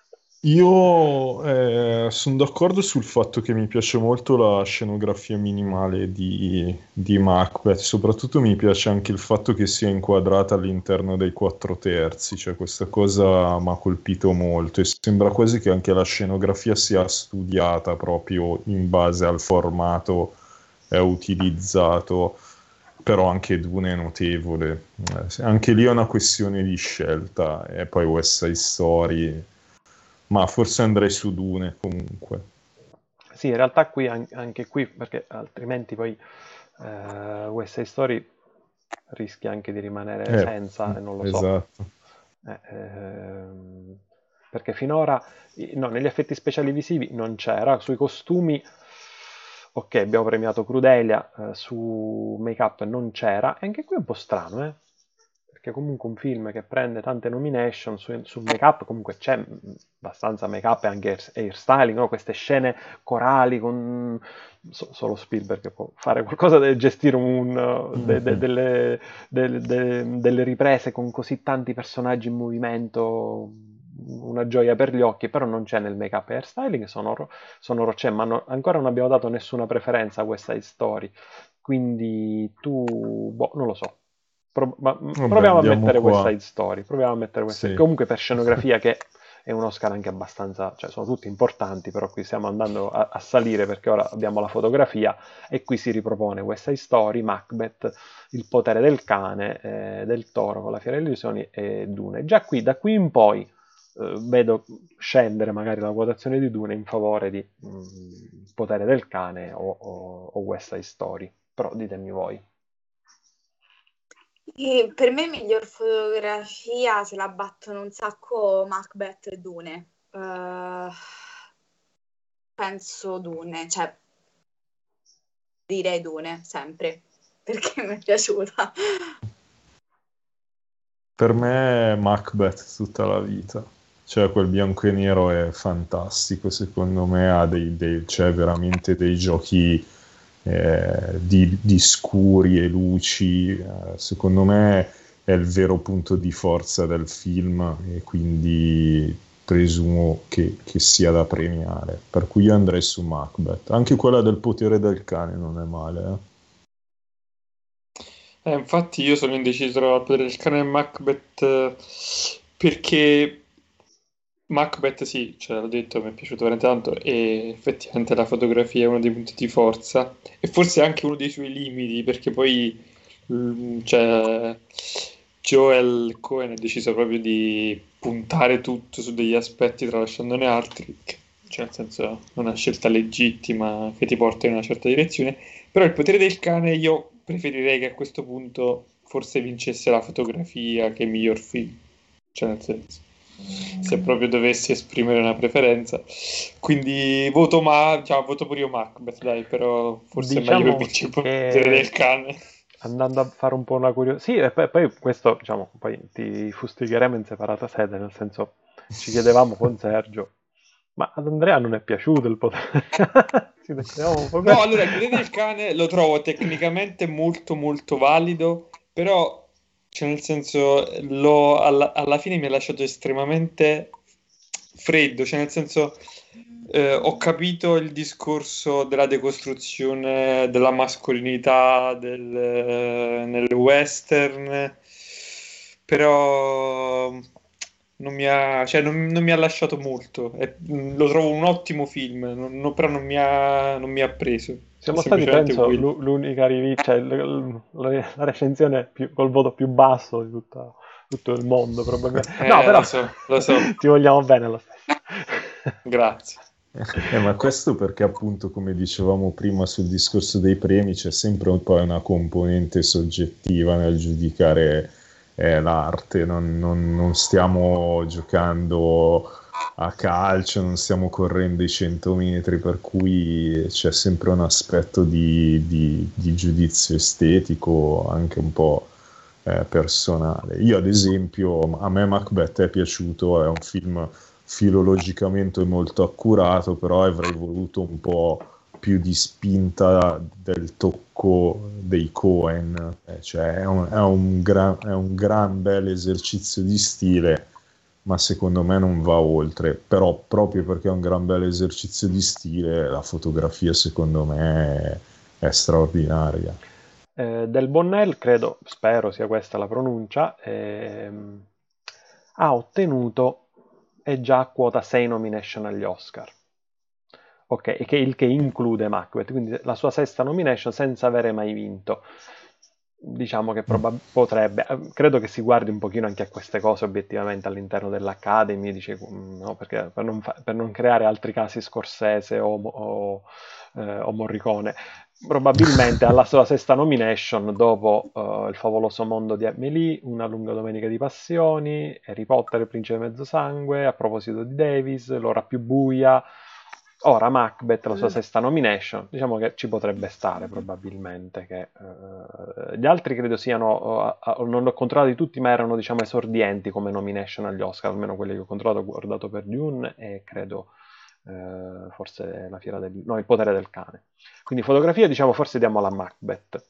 Io eh, sono d'accordo sul fatto che mi piace molto la scenografia minimale di, di Macbeth, soprattutto mi piace anche il fatto che sia inquadrata all'interno dei quattro terzi, cioè questa cosa mi ha colpito molto e sembra quasi che anche la scenografia sia studiata proprio in base al formato è utilizzato, però anche Dune è notevole. Eh, anche lì è una questione di scelta e poi West Side Story, ma forse andrei su Dune comunque. Sì, in realtà qui an- anche qui, perché altrimenti poi eh, West Side Story rischia anche di rimanere Eh, senza, e non lo so. esatto. Eh, ehm, perché finora, i- no, negli effetti speciali visivi non c'era, sui costumi, ok, abbiamo premiato Crudelia, eh, su make-up non c'era, e anche qui è un po' strano, eh? Perché comunque un film che prende tante nomination su, sul make-up, comunque c'è mh, abbastanza make-up e anche hair- hairstyling, no? Queste scene corali con so- solo Spielberg che può fare qualcosa del gestire un, uh, de- de- Mhm. delle, de- de- delle riprese con così tanti personaggi in movimento, una gioia per gli occhi, però non c'è nel make-up e hairstyling, sonoro, sonoro c'è, ma no- ancora non abbiamo dato nessuna preferenza a West Side Story, quindi tu, boh, non lo so. Pro- ma- Vabbè, proviamo a andiamo mettere West qua. Side Story, proviamo a mettere West Side. Sì. Comunque per scenografia che è un Oscar anche abbastanza, cioè sono tutti importanti, però qui stiamo andando a, a salire perché ora abbiamo la fotografia e qui si ripropone West Side Story, Macbeth, Il potere del cane, eh, del toro con la Fiera delle Illusioni e Dune. Già qui, da qui in poi, eh, vedo scendere magari la quotazione di Dune in favore di mm, Potere del cane o, o, o West Side Story, però ditemi voi. E per me miglior fotografia se la battono un sacco Macbeth e Dune. Eh, penso Dune, cioè direi Dune sempre, perché mi è piaciuta. Per me Macbeth tutta la vita. Cioè quel bianco e nero è fantastico, secondo me ha dei, dei- c'è veramente dei giochi eh, di, di scuri e luci. Eh, secondo me è il vero punto di forza del film e quindi presumo che, che sia da premiare. Per cui io andrei su Macbeth. Anche quella del potere del cane non è male, eh. Eh, infatti io sono indeciso tra il potere del cane e Macbeth eh, perché Macbeth sì, ce l'ho detto, mi è piaciuto veramente tanto e effettivamente la fotografia è uno dei punti di forza e forse anche uno dei suoi limiti perché poi mm, cioè, Joel Cohen ha deciso proprio di puntare tutto su degli aspetti tralasciandone altri, che, cioè nel senso è una scelta legittima che ti porta in una certa direzione, però Il potere del cane io preferirei che a questo punto forse vincesse la fotografia che miglior film, cioè nel senso se proprio dovessi esprimere una preferenza, quindi voto ma cioè, voto pure io Macbeth, dai, però forse Diciamo è meglio che vince Il potere che- del cane. Andando a fare un po' una curiosità. Sì, e poi, poi questo, diciamo, poi ti fustigheremo in separata sede, nel senso, ci chiedevamo con Sergio, ma ad Andrea non è piaciuto il potere? Ci chiedevamo un po' No, questo. allora il potere del cane lo trovo tecnicamente molto molto valido, però cioè nel senso lo- alla, alla fine mi ha lasciato estremamente freddo, cioè nel senso eh, ho capito il discorso della decostruzione della mascolinità del, eh, nel western, però non mi ha, cioè, non, non mi ha lasciato molto. È- lo trovo un ottimo film, non- non- però non mi ha, non mi ha preso. Siamo È stati, semplicemente penso, quello. l'u- l'unica rivi- cioè, l- l- la, la recensione più- col voto più basso di tutta- tutto il mondo, probabilmente. No, Eh, però lo so, lo so. ti vogliamo bene lo stesso. Grazie. Eh, ma questo perché appunto, come dicevamo prima sul discorso dei premi, c'è sempre un po' una componente soggettiva nel giudicare eh, l'arte, non, non- non stiamo giocando a calcio, non stiamo correndo i cento metri, per cui c'è sempre un aspetto di, di- di giudizio estetico, anche un po' eh, personale. Io ad esempio, a me Macbeth è piaciuto, è un film filologicamente molto accurato, però avrei voluto un po' più di spinta del tocco dei Coen, eh, cioè è un, è un gran, è un gran bel esercizio di stile, ma secondo me non va oltre, però proprio perché è un gran bel esercizio di stile, la fotografia secondo me è, è straordinaria. Eh, Del Bonnell, credo, spero sia questa la pronuncia, ehm, ha ottenuto, è già a quota sei nomination agli Oscar. Ok, e che il che include Macbeth, quindi la sua sesta nomination senza avere mai vinto. Diciamo che probab- potrebbe, eh, credo che si guardi un pochino anche a queste cose obiettivamente all'interno dell'Academy, dice, mm, no, perché per non, fa- per non creare altri casi Scorsese o, o, eh, o Morricone. Probabilmente alla sua sesta nomination, dopo eh, Il favoloso mondo di Amélie, Una lunga domenica di passioni, Harry Potter, Il principe mezzosangue, A proposito di Davis, L'ora più buia, ora Macbeth, la sua Mm. sesta nomination, diciamo che ci potrebbe stare probabilmente. Che, eh, gli altri credo siano, eh, non l'ho controllati tutti, ma erano diciamo esordienti come nomination agli Oscar, almeno quelli che ho controllato, ho guardato per Dune e credo eh, forse la fiera del... no, Il potere del cane. Quindi fotografia, diciamo, forse diamola a Macbeth.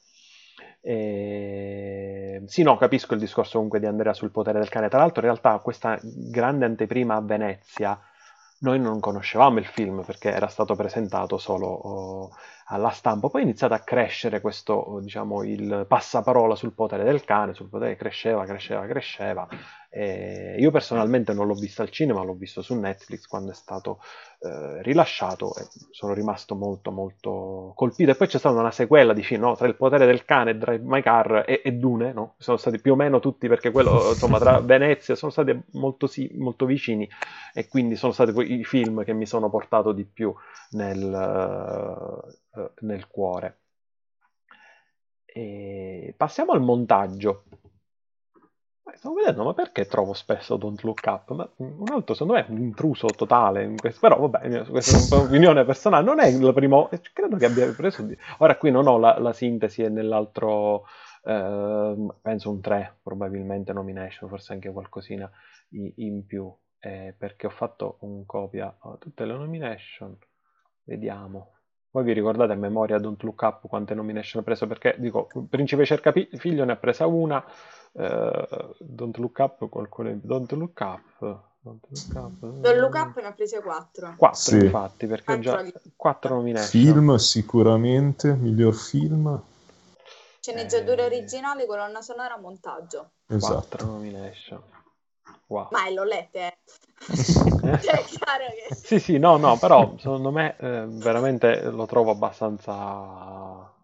E... Sì, no, capisco il discorso comunque di Andrea sul potere del cane. Tra l'altro, in realtà, questa grande anteprima a Venezia, noi non conoscevamo il film perché era stato presentato solo oh, alla stampa. Poi è iniziato a crescere questo, oh, diciamo, il passaparola sul potere del cane, sul potere cresceva, cresceva, cresceva. E io personalmente non l'ho visto al cinema, l'ho visto su Netflix quando è stato eh, rilasciato e sono rimasto molto molto colpito. E poi c'è stata una sequela di film, no? Tra Il potere del cane, Drive My Car e, e Dune, no? Sono stati più o meno tutti, perché quello, insomma, tra Venezia sono stati molto, sì, molto vicini, e quindi sono stati poi i film che mi sono portato di più nel, uh, nel cuore. E passiamo al montaggio. Stavo vedendo, ma perché trovo spesso Don't Look Up? Ma un altro, secondo me, è un intruso totale in questo. Però, vabbè, questa è un'opinione personale. Non è il primo. Credo che abbia preso. Di... Ora, qui non ho la, la sintesi, è nell'altro. Eh, penso un tre, probabilmente nomination, forse anche qualcosina in, in più. Eh, perché ho fatto un copia a tutte le nomination. Vediamo. Voi vi ricordate a memoria Don't Look Up quante nomination ha preso? Perché dico, Principe cerca figlio ne ha presa una. Uh, Don't Look Up, qualcuno Don't Look Up, Don't Look Up. Don Look Up ne ha prese quattro. quattro Sì. infatti, perché ho già quattro nomination. Film sicuramente, miglior film. Sceneggiatura Eh, originale, colonna sonora, montaggio. Esatto. quattro nomination. Wow. Ma l'ho lette, eh. Eh? Cioè, è chiaro che... Sì, sì, no, no, però secondo me eh, veramente lo trovo abbastanza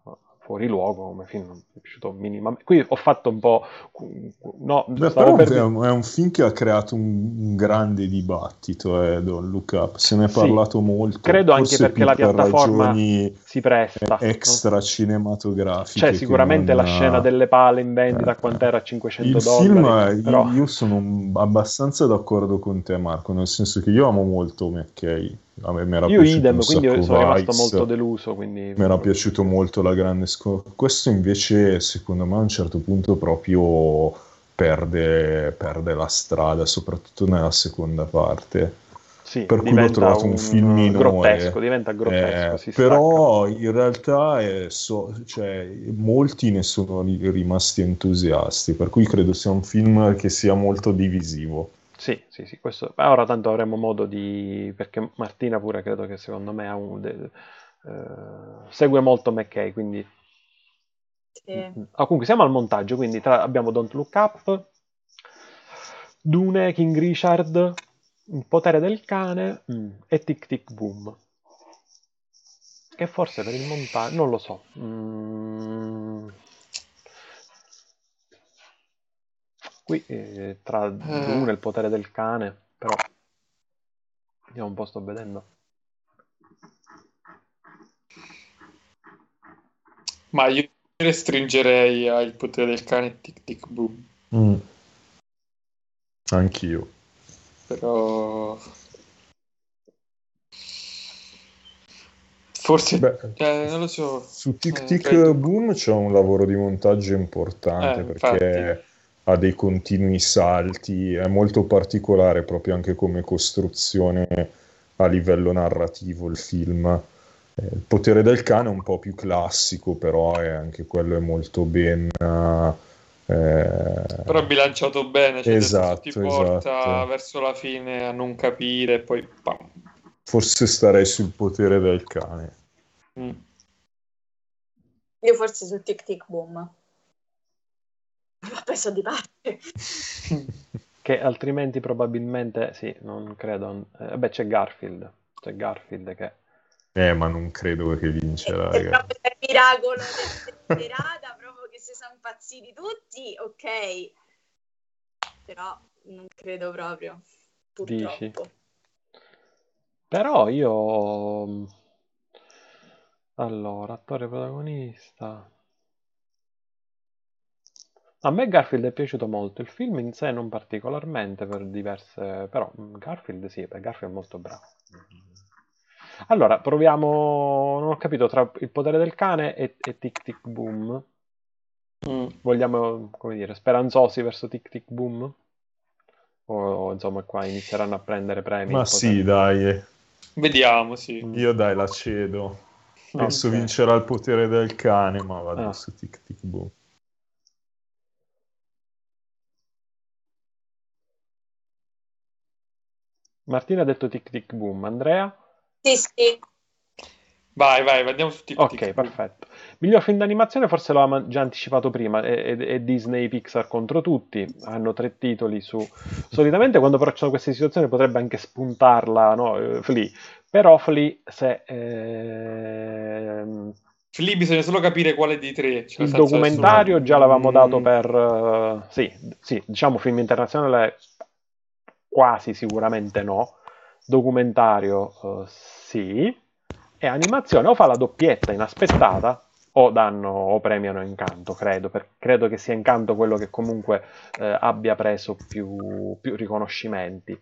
fuori luogo come film, non mi è piaciuto minimamente. Qui ho fatto un po'... No, Beh, stavo però per è dire- un, è un film che ha creato un, un grande dibattito, eh, Don't Look Up. Se ne è Sì, parlato molto, credo anche forse perché più la per piattaforma ragioni si presta, no? extra C'è cinematografiche che sicuramente la scena non... delle pale in vendita a eh, quant'era a cinquecento il film, dollari, eh, però io sono abbastanza d'accordo con te, Marco, nel senso che io amo molto McKay. A me mi era io piaciuto un idem, quindi sacco sono rimasto molto Vice, deluso, quindi mi era piaciuto molto La Grande Scorsa. Questo invece, secondo me, a un certo punto proprio perde, perde la strada, soprattutto nella seconda parte. sì, Per cui l'ho diventa trovato un film un grottesco, minore. diventa grottesco, Eh, si stacca. però in realtà eh, so- cioè, molti ne sono ri- rimasti entusiasti, per cui credo sia un film che sia molto divisivo. Sì, sì, sì, questo... ma ora tanto avremo modo di... perché Martina pure credo che secondo me ha un... de- eh, segue molto McKay, quindi... Sì. Ah, comunque siamo al montaggio, quindi tra- abbiamo Don't Look Up, Dune, King Richard, Il potere del cane mm, e Tic Tic Boom. Che forse per il montaggio... non lo so. Mm, qui eh, tra Dune e Il potere del cane, però... Vediamo un po', sto vedendo. Ma io restringerei al potere del cane tic tic boom, Mm. Anch'io. però forse Beh, eh, non lo so. su Tic eh, Tic tra i due. Boom c'è un lavoro di montaggio Eh, importante infatti. perché ha dei continui salti, è molto particolare proprio anche come costruzione a livello narrativo il film. Eh, Il potere del cane è un po' più classico, però è anche quello è molto ben... eh, Però bilanciato bene, cioè nel senso ti esatto, porta esatto. verso la fine a non capire e poi pam. Forse starei sul potere del cane. Mm. Io forse su Tic Tic Boom. L'ho preso di parte. Che altrimenti probabilmente, sì, non credo... Eh, beh, c'è Garfield. C'è Garfield che... Eh, ma non credo che vincerà, È ragazzi. proprio il miracolo della serata, proprio che si sono impazziti tutti, ok. Però non credo proprio, Dici? purtroppo. Però io... Allora, attore protagonista... A me Garfield è piaciuto molto, il film in sé non particolarmente per diverse... però mm, Garfield sì, perché Garfield è molto bravo. Allora, proviamo... non ho capito, tra Il potere del cane e, e Tic Tic Boom. Mm. Vogliamo, come dire, speranzosi verso Tic Tic Boom? O, o, insomma qua inizieranno a prendere premi Ma il potere... sì, dai, Vediamo, sì. Mm, io dai la cedo. Penso ok. vincerà il potere del cane, ma vado Ah. su Tic Tic Boom. Martina ha detto Tic Tic Boom, Andrea? Sì, sì. Vai, vai, andiamo su tic Ok, tic boom. perfetto. Miglior film d'animazione forse lo avevamo già anticipato prima, è, è- è Disney Pixar contro tutti, hanno tre titoli su... Solitamente quando però ci sono queste situazioni potrebbe anche spuntarla, no? eh, Flea. Però Flea, se... ehm, Lì bisogna solo capire quale dei tre, cioè nel il senso documentario già nessuno... l'avevamo dato Mm, per... eh, sì, sì, diciamo film internazionale quasi sicuramente no. Documentario eh, sì. E animazione o fa la doppietta inaspettata o danno o premiano Encanto, credo, per- credo che sia Encanto quello che comunque eh, abbia preso più, più riconoscimenti.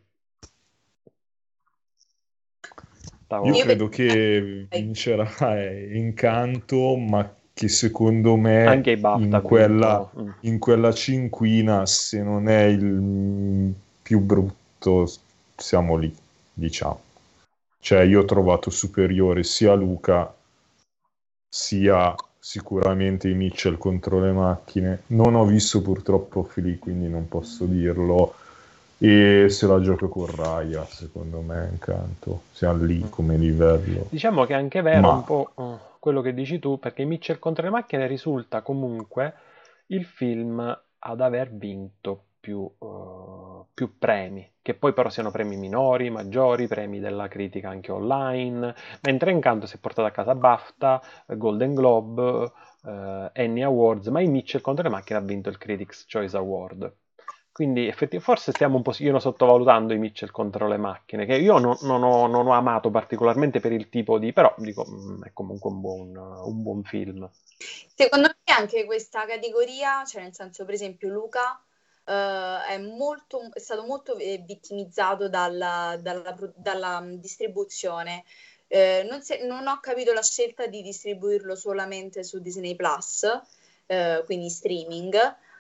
Stavo- Io Io credo vedo- che vincerà eh, Incanto, ma che secondo Anche me i BAFTA in ha vinto. quella, Mm. in quella cinquina, se non è il mm, più brutto, siamo lì, diciamo. Cioè, io ho trovato superiore sia Luca, sia sicuramente i Mitchell contro le macchine. Non ho visto purtroppo Flea, quindi non posso dirlo. E se la gioca con Raya, secondo me, Incanto. Siamo lì come livello. Diciamo che è anche vero un Ma po' eh, quello che dici tu, perché Mitchell contro le macchine risulta comunque il film ad aver vinto più, eh, più premi, che poi però siano premi minori, maggiori, premi della critica anche online, mentre Encanto si è portato a casa BAFTA, Golden Globe, eh, Annie Awards, ma in Mitchell contro le macchine ha vinto il Critics' Choice Award. Quindi effettivamente forse stiamo un po', io non sottovalutando i Mitchell contro le macchine, che io non, non ho, non ho amato particolarmente per il tipo di, però dico, mh, è comunque un buon, un buon film. Secondo me anche questa categoria, cioè nel senso per esempio Luca eh, è, molto, è stato molto eh, vittimizzato dalla, dalla, dalla distribuzione. Eh, non, se, non ho capito la scelta di distribuirlo solamente su Disney Plus, eh, quindi streaming.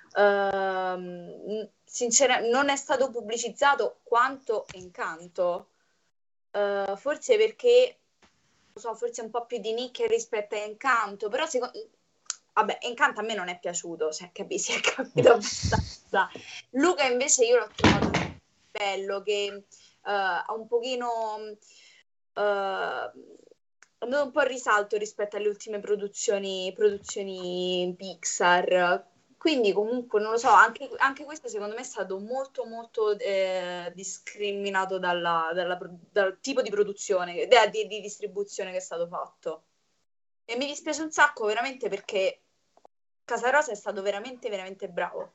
Uh, sinceramente non è stato pubblicizzato quanto Encanto, uh, forse perché non so, forse un po' più di nicchia rispetto a Encanto, però secondo vabbè, Encanto a me non è piaciuto, se capi- si è capito abbastanza. Luca invece io l'ho trovato bello, che uh, ha un pochino uh, andato un po' a risalto rispetto alle ultime produzioni, produzioni Pixar. Quindi comunque non lo so, anche, anche questo secondo me è stato molto molto eh, discriminato dalla, dalla, dal tipo di produzione, di, di distribuzione che è stato fatto. E mi dispiace un sacco veramente perché Casarosa è stato veramente veramente bravo.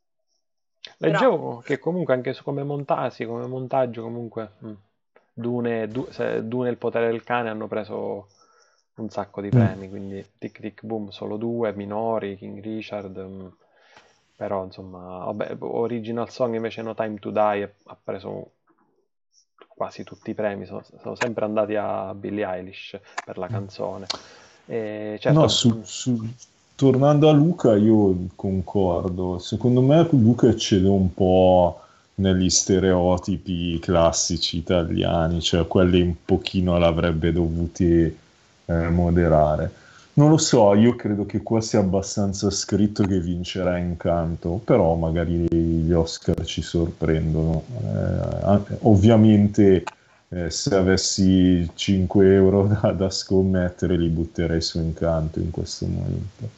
Leggevo Però... che comunque anche su come montasi, come montaggio comunque mh, Dune, Du- se- Dune e il potere del cane hanno preso un sacco di premi, quindi Tic Tic Boom solo due, minori, King Richard, mh, però insomma, vabbè, Original Song invece No Time to Die ha preso quasi tutti i premi, sono, sono sempre andati a Billie Eilish per la canzone. E certo, No, su, su- tornando a Luca, io concordo. Secondo me Luca eccede un po' negli stereotipi classici italiani, cioè quelli un pochino l'avrebbe dovuti eh, moderare. Non lo so, io credo che qua sia abbastanza scritto che vincerà Encanto, però magari gli Oscar ci sorprendono. Eh, an- ovviamente eh, se avessi cinque euro da, da scommettere li butterei su Encanto in questo momento.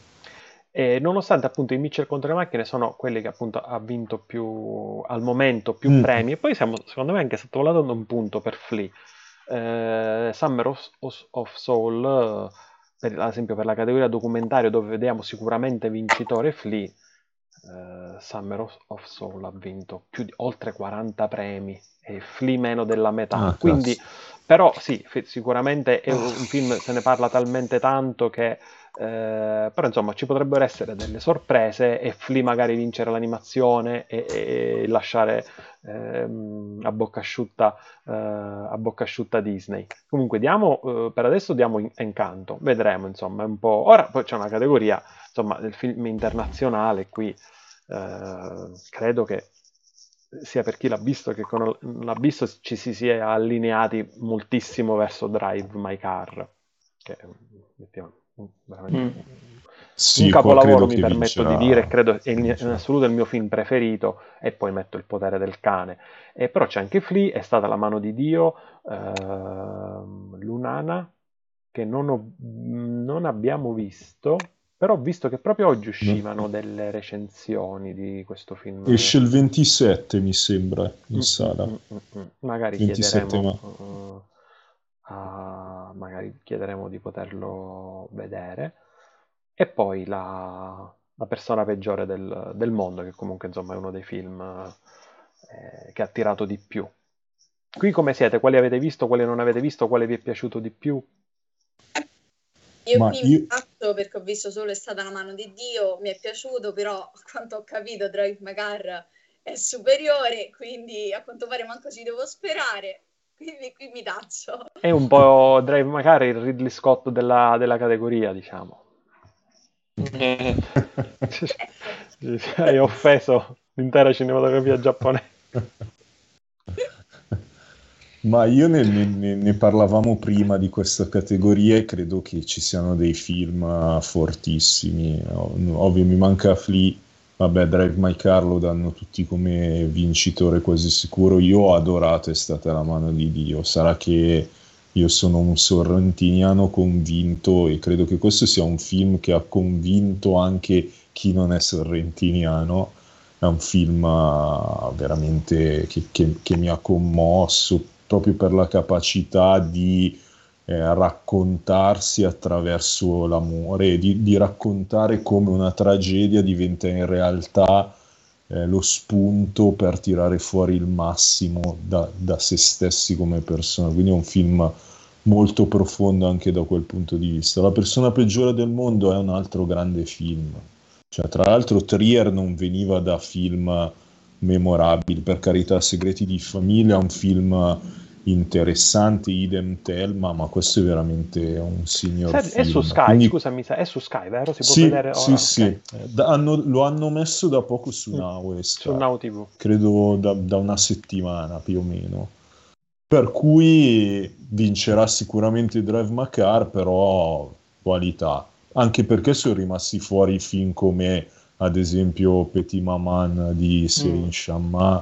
E nonostante appunto i Mitchell contro le macchine sono quelli che appunto ha vinto più al momento più Mm. premi, e poi siamo secondo me anche sottovalutando un punto per Flea. Eh, Summer of, of Soul, eh, per, ad esempio per la categoria documentario dove vediamo sicuramente vincitore Flea, eh, Summer of, of Soul ha vinto più di oltre quaranta premi e Flea meno della metà. Ah, Quindi, cazzo. però sì, f- sicuramente è un un film, se ne parla talmente tanto che eh, però insomma ci potrebbero essere delle sorprese e Flea magari vincere l'animazione e, e lasciare ehm, a bocca asciutta eh, a bocca asciutta Disney. Comunque diamo eh, per adesso diamo in- Encanto, vedremo insomma è un po'. Ora poi c'è una categoria insomma del film internazionale qui eh, credo che sia per chi l'ha visto che con l'ha visto ci si sia allineati moltissimo verso Drive My Car che mettiamo veramente Mm. un Sì, qua capolavoro credo mi che permetto di dire, vincerà. credo è in, in vincerà. assoluto il mio film preferito e poi metto Il potere del cane. E però c'è anche Flea, È stata la mano di Dio, ehm, Lunana che non, ho- non abbiamo visto, però ho visto che proprio oggi No. uscivano delle recensioni di questo film. Esce il ventisette, mi sembra, in Mm, mm, sala. mm, mm, mm. Magari ventisette chiederemo, ma... uh, a- magari chiederemo di poterlo vedere. E poi la, la persona peggiore del, del mondo, che comunque insomma è uno dei film eh, che ha attirato di più. Qui come siete? Quali avete visto, quali non avete visto, quale vi è piaciuto di più? Io Ma qui io... mi faccio perché ho visto solo È stata la mano di Dio, mi è piaciuto, però a quanto ho capito Drive My Car è superiore, quindi a quanto pare manco ci devo sperare, quindi qui mi taccio. È un po' Drive My Car, il Ridley Scott della, della categoria, diciamo. Eh, Hai offeso l'intera cinematografia giapponese. Ma io ne, ne- ne- ne parlavamo prima di questa categoria e credo che ci siano dei film eh, fortissimi. Ov- Ovvio, mi manca Flea, vabbè, Drive My Car lo danno tutti come vincitore quasi sicuro. Io ho adorato È stata la mano di Dio. Sarà che io sono un sorrentiniano convinto e credo che questo sia un film che ha convinto anche chi non è sorrentiniano. è un film uh, veramente che, che, che mi ha commosso proprio per la capacità di eh, raccontarsi attraverso l'amore, di, di raccontare come una tragedia diventa in realtà eh, lo spunto per tirare fuori il massimo da, da se stessi come persona. Quindi è un film molto profondo anche da quel punto di vista. La persona peggiore del mondo è un altro grande film. Cioè, tra l'altro Trier non veniva da film memorabili, per carità, Segreti di famiglia è un film interessante, idem Thelma, ma questo è veramente un signor Sergio, è su film. Sky, Quindi, scusami, sa- è su Sky, vero? Si può sì, vedere sì, ora? sì. Ok. Eh, da- hanno- lo hanno messo da poco su Mm. Now e Su Sky, Now T V. credo da, da una settimana più o meno. Per cui vincerà sicuramente Drive My Car, però qualità. Anche perché sono rimasti fuori film come, ad esempio, Petit Maman di Mm. Céline Sciamma.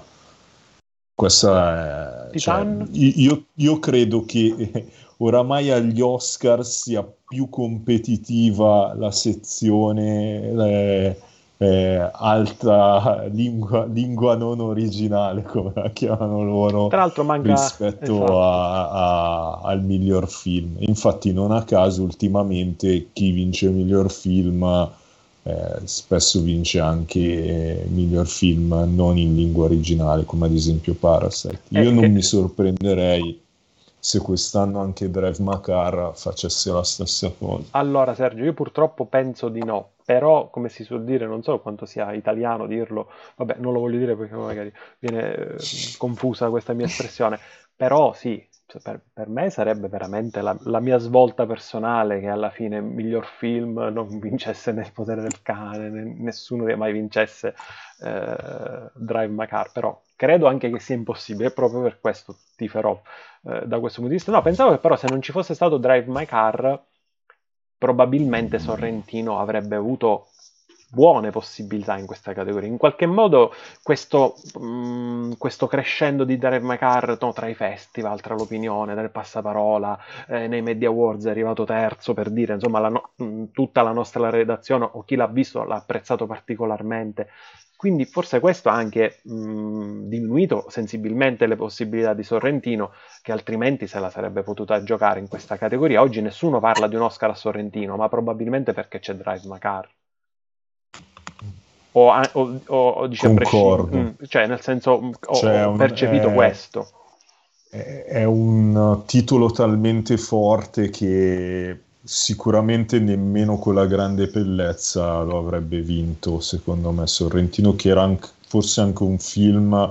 Questa è, cioè, Titan? io, io credo che oramai agli Oscar sia più competitiva la sezione eh, eh, alta lingua, lingua non originale, come la chiamano loro, Tra l'altro manca... rispetto Esatto. a- a- al miglior film. Infatti, non a caso, ultimamente chi vince il miglior film eh, spesso vince anche eh, miglior film non in lingua originale, come ad esempio Parasite. Io Eh, non che- mi sorprenderei se quest'anno anche Drive My Car facesse la stessa cosa. Allora, Sergio, io purtroppo penso di no, però, come si suol dire, non so quanto sia italiano dirlo, vabbè, non lo voglio dire perché magari viene eh, confusa questa mia espressione, però sì, cioè, per, per me sarebbe veramente la, la mia svolta personale che alla fine miglior film non vincesse nel Potere del Cane, né- nessuno che mai vincesse eh, Drive My Car, però credo anche che sia impossibile, e proprio per questo tiferò eh, da questo punto di vista. No, pensavo che però se non ci fosse stato Drive My Car, probabilmente Sorrentino avrebbe avuto buone possibilità in questa categoria. In qualche modo questo, mh, questo crescendo di Drive My Car no, tra i festival, tra l'opinione, nel passaparola, eh, nei Media Awards è arrivato terzo, per dire, insomma, la no- mh, tutta la nostra redazione o chi l'ha visto l'ha apprezzato particolarmente. Quindi forse questo ha anche mh, diminuito sensibilmente le possibilità di Sorrentino, che altrimenti se la sarebbe potuta giocare in questa categoria. Oggi nessuno parla di un Oscar a Sorrentino, ma probabilmente perché c'è Drive My Car. O, a- o- o- o dice a Concordo. prescindere, cioè nel senso mh, ho, Cioè, ho un- percepito è, questo. è- è un titolo talmente forte che sicuramente nemmeno con la grande bellezza lo avrebbe vinto, secondo me, Sorrentino, che era anche- forse anche un film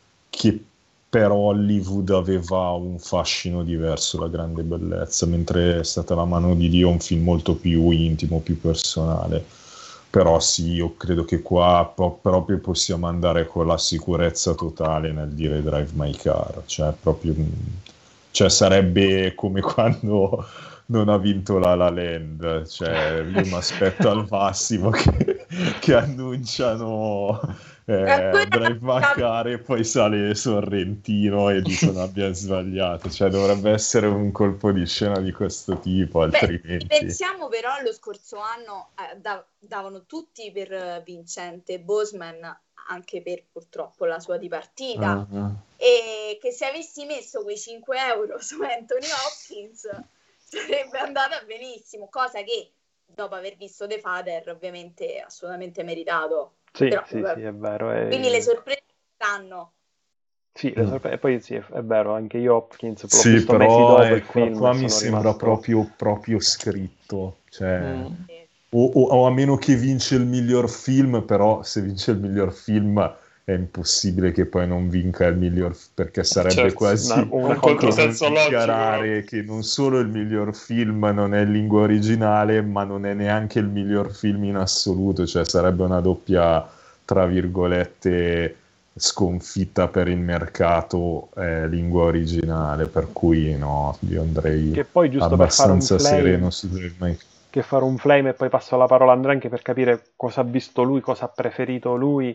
che per Hollywood aveva un fascino diverso, La grande bellezza, mentre è stata La mano di Dio un film molto più intimo, più personale. Però sì, io credo che qua po- proprio possiamo andare con la sicurezza totale nel dire Drive My Car, cioè proprio, cioè sarebbe come quando non ha vinto La La Land, cioè io mi aspetto al massimo che, che annunciano eh, Ancora Drive My Car e poi sale Sorrentino e dicono abbiamo sbagliato, cioè dovrebbe essere un colpo di scena di questo tipo, Beh, altrimenti... pensiamo però lo scorso anno eh, da- davano tutti per eh, vincente Boseman, anche per purtroppo la sua dipartita, Uh-huh. e che se avessi messo quei cinque euro su Anthony Hopkins sarebbe andata benissimo, cosa che dopo aver visto The Father ovviamente assolutamente meritato. Sì, Però, sì, vabbè. sì, è vero. Quindi le È... sorprese stanno. Sì, le sorpre- e poi sì, è, è vero, anche io Hopkins l'ho Sì, visto mesi però dopo il eh, qua, film e qua mi sono sembra rimasto... proprio, proprio scritto, cioè, Mm. o, o- o a meno che vince il miglior film, però se vince il miglior film è impossibile che poi non vinca il miglior, perché sarebbe Certo, una, quasi una un contro... come controsenso logico. dichiarare che non solo il miglior film non è in lingua originale, ma non è neanche il miglior film in assoluto, cioè sarebbe una doppia, tra virgolette, sconfitta per il mercato eh, lingua originale, per cui no, io andrei Che poi giusto per fare un abbastanza flame, sereno su Drive My Car. che fare un flame e poi passo la parola a Andrea anche per capire cosa ha visto lui, cosa ha preferito lui,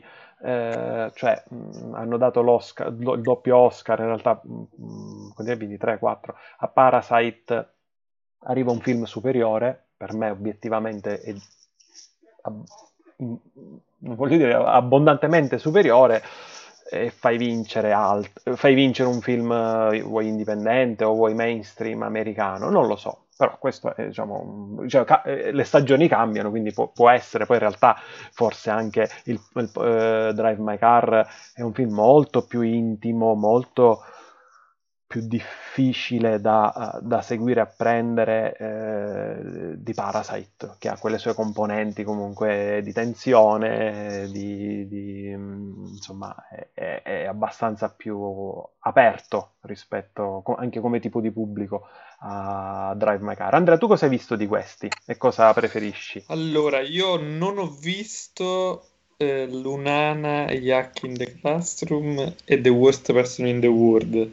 eh, cioè mh, hanno dato l'Oscar, do- il doppio Oscar, in realtà mh, quanti ne ha vinti? tre quattro, a Parasite arriva un film superiore, per me obiettivamente è ab- in- non voglio dire abbondantemente superiore, e fai vincere, alt- fai vincere un film, eh, vuoi indipendente o vuoi mainstream americano, non lo so. Però questo è, diciamo, un- cioè, ca- eh, le stagioni cambiano, quindi può, può essere, poi in realtà forse anche il, il, eh, Drive My Car è un film molto più intimo, molto più difficile da, da seguire e apprendere eh, di Parasite, che ha quelle sue componenti comunque di tensione, di, di, mh, insomma, è, è- è abbastanza più aperto rispetto co- anche come tipo di pubblico a Drive My Car. Andrea, tu cosa hai visto di questi e cosa preferisci? Allora, io non ho visto eh, Lunana, Yak in the Classroom e The Worst Person in the World.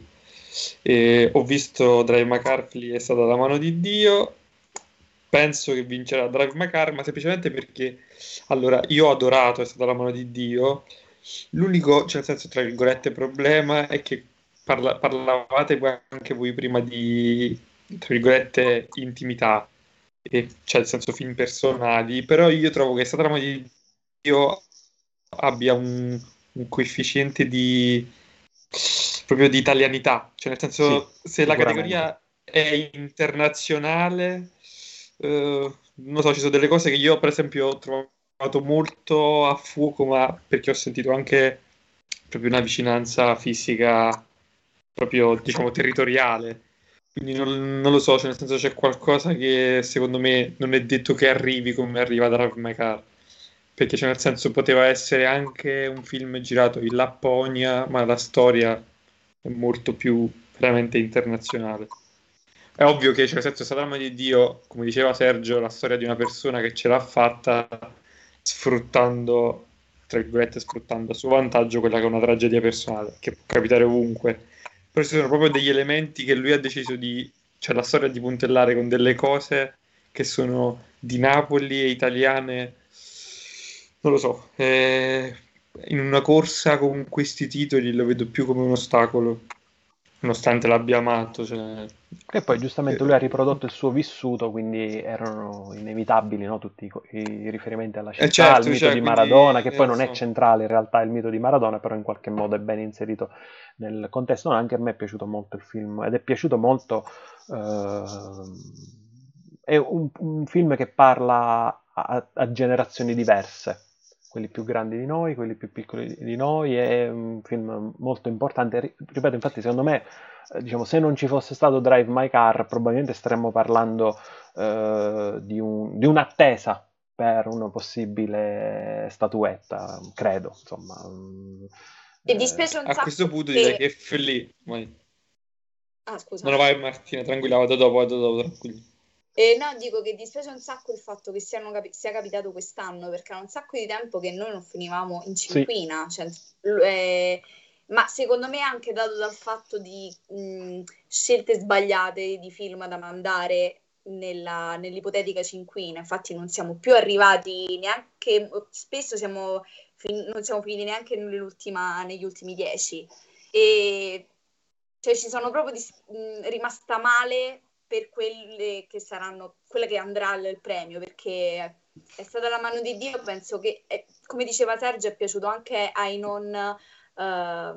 E ho visto Drive My Car, è stata la mano di Dio. Penso che vincerà Drive My Car, ma semplicemente perché, allora, io ho adorato È stata la mano di Dio. L'unico, cioè nel senso, tra virgolette, problema è che parla- parlavate voi- anche voi prima di, tra virgolette, intimità, e, cioè nel senso film personali, però io trovo che È stata la mano di Dio abbia un, un coefficiente di proprio di italianità, cioè nel Sì, senso se la sicuramente. categoria è internazionale, eh, non so, ci sono delle cose che io per esempio ho trovato molto a fuoco, ma perché ho sentito anche proprio una vicinanza fisica proprio diciamo territoriale. Quindi non, non lo so, cioè nel senso c'è qualcosa che secondo me non è detto che arrivi come arriva da Drive My Car. Perché cioè nel senso poteva essere anche un film girato in Lapponia, ma la storia è molto più veramente internazionale. È ovvio che cioè, nel senso, Satana di Dio, come diceva Sergio, la storia di una persona che ce l'ha fatta sfruttando, tra virgolette, sfruttando a suo vantaggio quella che è una tragedia personale, che può capitare ovunque. Però ci sono proprio degli elementi che lui ha deciso di, cioè la storia di puntellare con delle cose che sono di Napoli e italiane, non lo so, eh, in una corsa con questi titoli lo vedo più come un ostacolo, nonostante l'abbia amato. Cioè, E poi giustamente lui ha eh, riprodotto il suo vissuto, quindi erano inevitabili, no, tutti i, co- i riferimenti alla eh, città, il certo, mito cioè, di quindi Maradona, che non poi lo non è so. centrale in realtà il mito di Maradona, però in qualche modo è ben inserito nel contesto. No, anche a me è piaciuto molto il film ed è piaciuto molto. ehm, è un, un film che parla a, a generazioni diverse, quelli più grandi di noi, quelli più piccoli di noi, è un film molto importante. Ri- Ripeto, infatti, secondo me, eh, diciamo, se non ci fosse stato Drive My Car, probabilmente staremmo parlando eh, di, un- di un'attesa per una possibile statuetta, credo, insomma. mm, E eh, dispiace un A questo sacco punto direi che... che è lì. Vai. Ah, No, no, scusa. vai Martina, tranquilla, vado dopo, vado dopo, tranquillo. Eh, no, dico che dispiace un sacco il fatto che siano capi- sia capitato quest'anno, perché era un sacco di tempo che noi non finivamo in sì, cinquina, cioè, l- eh, ma secondo me anche dato dal fatto di mh, scelte sbagliate di film da mandare nella- nell'ipotetica cinquina. Infatti non siamo più arrivati neanche, spesso siamo fin- non siamo finiti neanche nell'ultima- negli ultimi dieci. E cioè ci sono proprio dis- mh, rimasta male per quelle che saranno, quelle che andrà al premio, perché è stata la mano di Dio, penso che, è- come diceva Sergio, è piaciuto anche ai non, ehm,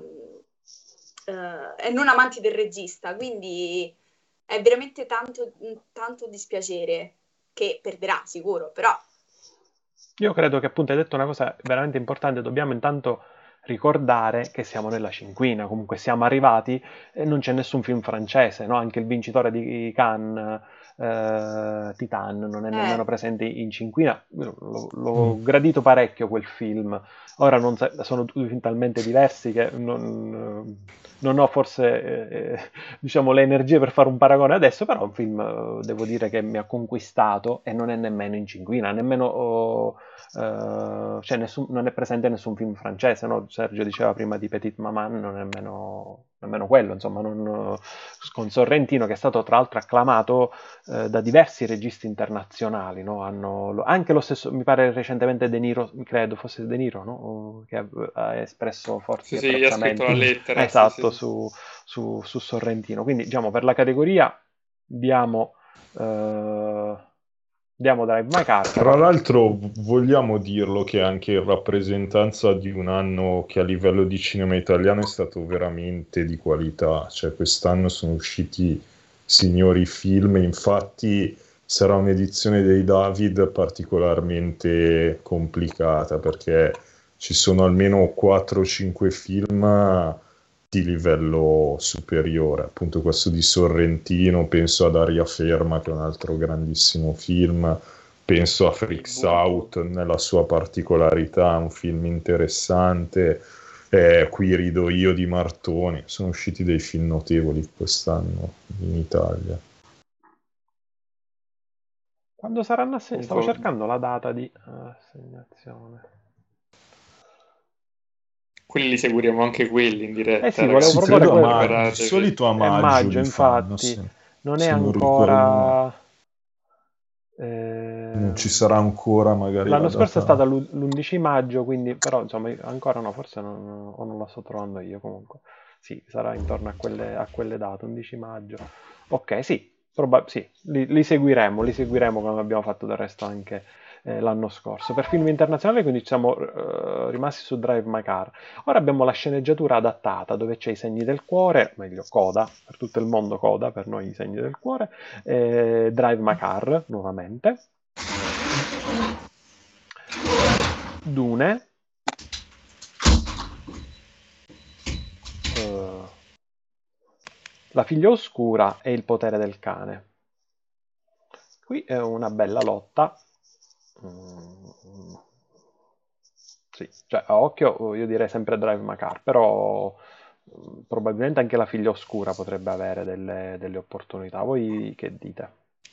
eh, ai non amanti del regista, quindi è veramente tanto, tanto dispiacere che perderà sicuro, però io credo che appunto hai detto una cosa veramente importante, dobbiamo intanto ricordare che siamo nella cinquina, comunque siamo arrivati e non c'è nessun film francese, no? Anche il vincitore di Cannes, eh, Titan, non è nemmeno eh, presente in cinquina. Io L'ho, Mm. l'ho gradito parecchio quel film. Ora non sa- sono tutti film talmente diversi che non, non ho forse eh, diciamo, le energie per fare un paragone adesso, però è un film, eh, devo dire, che mi ha conquistato e non è nemmeno in cinquina, nemmeno... oh, eh, cioè nessun- non è presente nessun film francese, no? Sergio diceva prima di Petite Maman, non è nemmeno, nemmeno quello, insomma, non- con Sorrentino che è stato tra l'altro acclamato eh, da diversi registi internazionali, no? Hanno, lo- anche lo stesso, mi pare recentemente De Niro, credo fosse De Niro, no? Che ha, ha espresso forti Sì, sì, gli ha scritto la apprezzamenti, Mm. lettera, sì, sì, esatto, sì. su, su, su Sorrentino. Quindi, diciamo, per la categoria diamo... eh, Diamo Drive My Car. Tra l'altro vogliamo dirlo che anche in rappresentanza di un anno che a livello di cinema italiano è stato veramente di qualità, cioè quest'anno sono usciti signori film, infatti sarà un'edizione dei David particolarmente complicata perché ci sono almeno quattro o cinque film di livello superiore, appunto questo di Sorrentino, penso ad Aria Ferma che è un altro grandissimo film, penso a Freaks Out nella sua particolarità, un film interessante, eh, Qui rido io di Martoni, sono usciti dei film notevoli quest'anno in Italia. Quando saranno assegnati? Stavo cercando la data di assegnazione. Quelli li seguiremo anche quelli in diretta. Eh sì, volevo Sì, proporre credo a quello. maggio, di solito a È maggio, maggio, li fanno, infatti. sì. Non Se è non ancora... Non ci sarà ancora magari L'anno la scorso è data. stata l'undici maggio, quindi però insomma ancora no, forse non, o non la sto trovando io comunque. Sì, sarà intorno a quelle, a quelle date, undici maggio. Ok, sì, proba- sì li, li seguiremo, li seguiremo come abbiamo fatto del resto anche eh, l'anno scorso. Per film internazionali quindi siamo eh, rimasti su Drive My Car. Ora abbiamo la sceneggiatura adattata dove c'è i segni del cuore, meglio coda, per tutto il mondo coda, per noi i segni del cuore, eh, Drive My Car nuovamente. Dune, uh, La figlia oscura e Il potere del cane. Qui è una bella lotta. Mm, sì, cioè a occhio io direi sempre Drive My Car, però mm, probabilmente anche La figlia oscura potrebbe avere delle, delle opportunità. Voi che dite?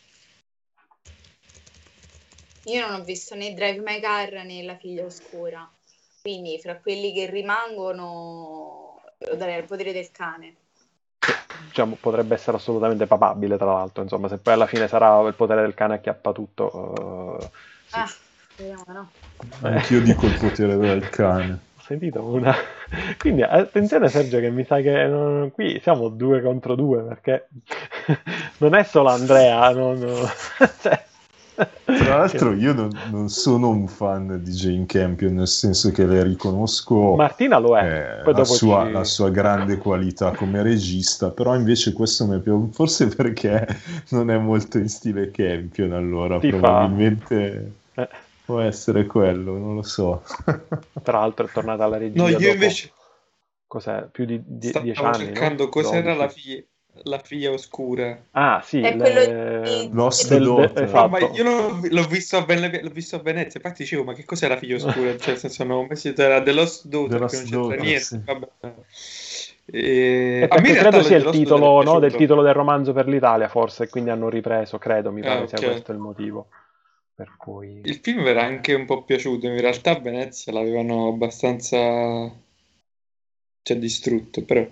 Io non ho visto né Drive My Car né La figlia oscura, quindi fra quelli che rimangono lo darei al potere del cane. Diciamo, potrebbe essere assolutamente papabile, tra l'altro, insomma, se poi alla fine sarà il potere del cane acchiappa tutto. Uh, sì. Ah, speriamo no. Anch'io dico il potere del cane. Ho sentito una... Quindi attenzione Sergio che mi sa che non... qui siamo due contro due perché non è solo Andrea, non... cioè... Tra l'altro io non, non sono un fan di Jane Campion, nel senso che le riconosco Martina lo è, eh, poi la, dopo sua, ci... la sua grande qualità come regista, però invece questo mi è più... forse perché non è molto in stile Campion, allora Ti probabilmente fa... eh. può essere quello, non lo so. Tra l'altro è tornata alla regia No, io dopo... invece Cos'è? Più di die- stavo dieci anni, cercando no? cos'era la dodici. figlia, la figlia oscura. Ah, sì, È le... quello di... Lost del, de- Daughter. esatto. No, ma io l'ho, l'ho visto a Venezia, l'ho visto a Venezia, infatti dicevo, ma che cos'è la figlia oscura? Cioè, nel senso, non ho mai sentito, era The Lost Daughter, The che Lost non c'entra Daughter, niente, sì. vabbè. E... E A me perché in realtà credo sia The il Lost titolo, Daughter è no, del piaciuto. titolo del romanzo per l'Italia, forse, e quindi hanno ripreso, credo, mi pare Ah, sia ok. questo il motivo. Per cui... Il film mi era anche un po' piaciuto, in realtà a Venezia l'avevano abbastanza... cioè distrutto, però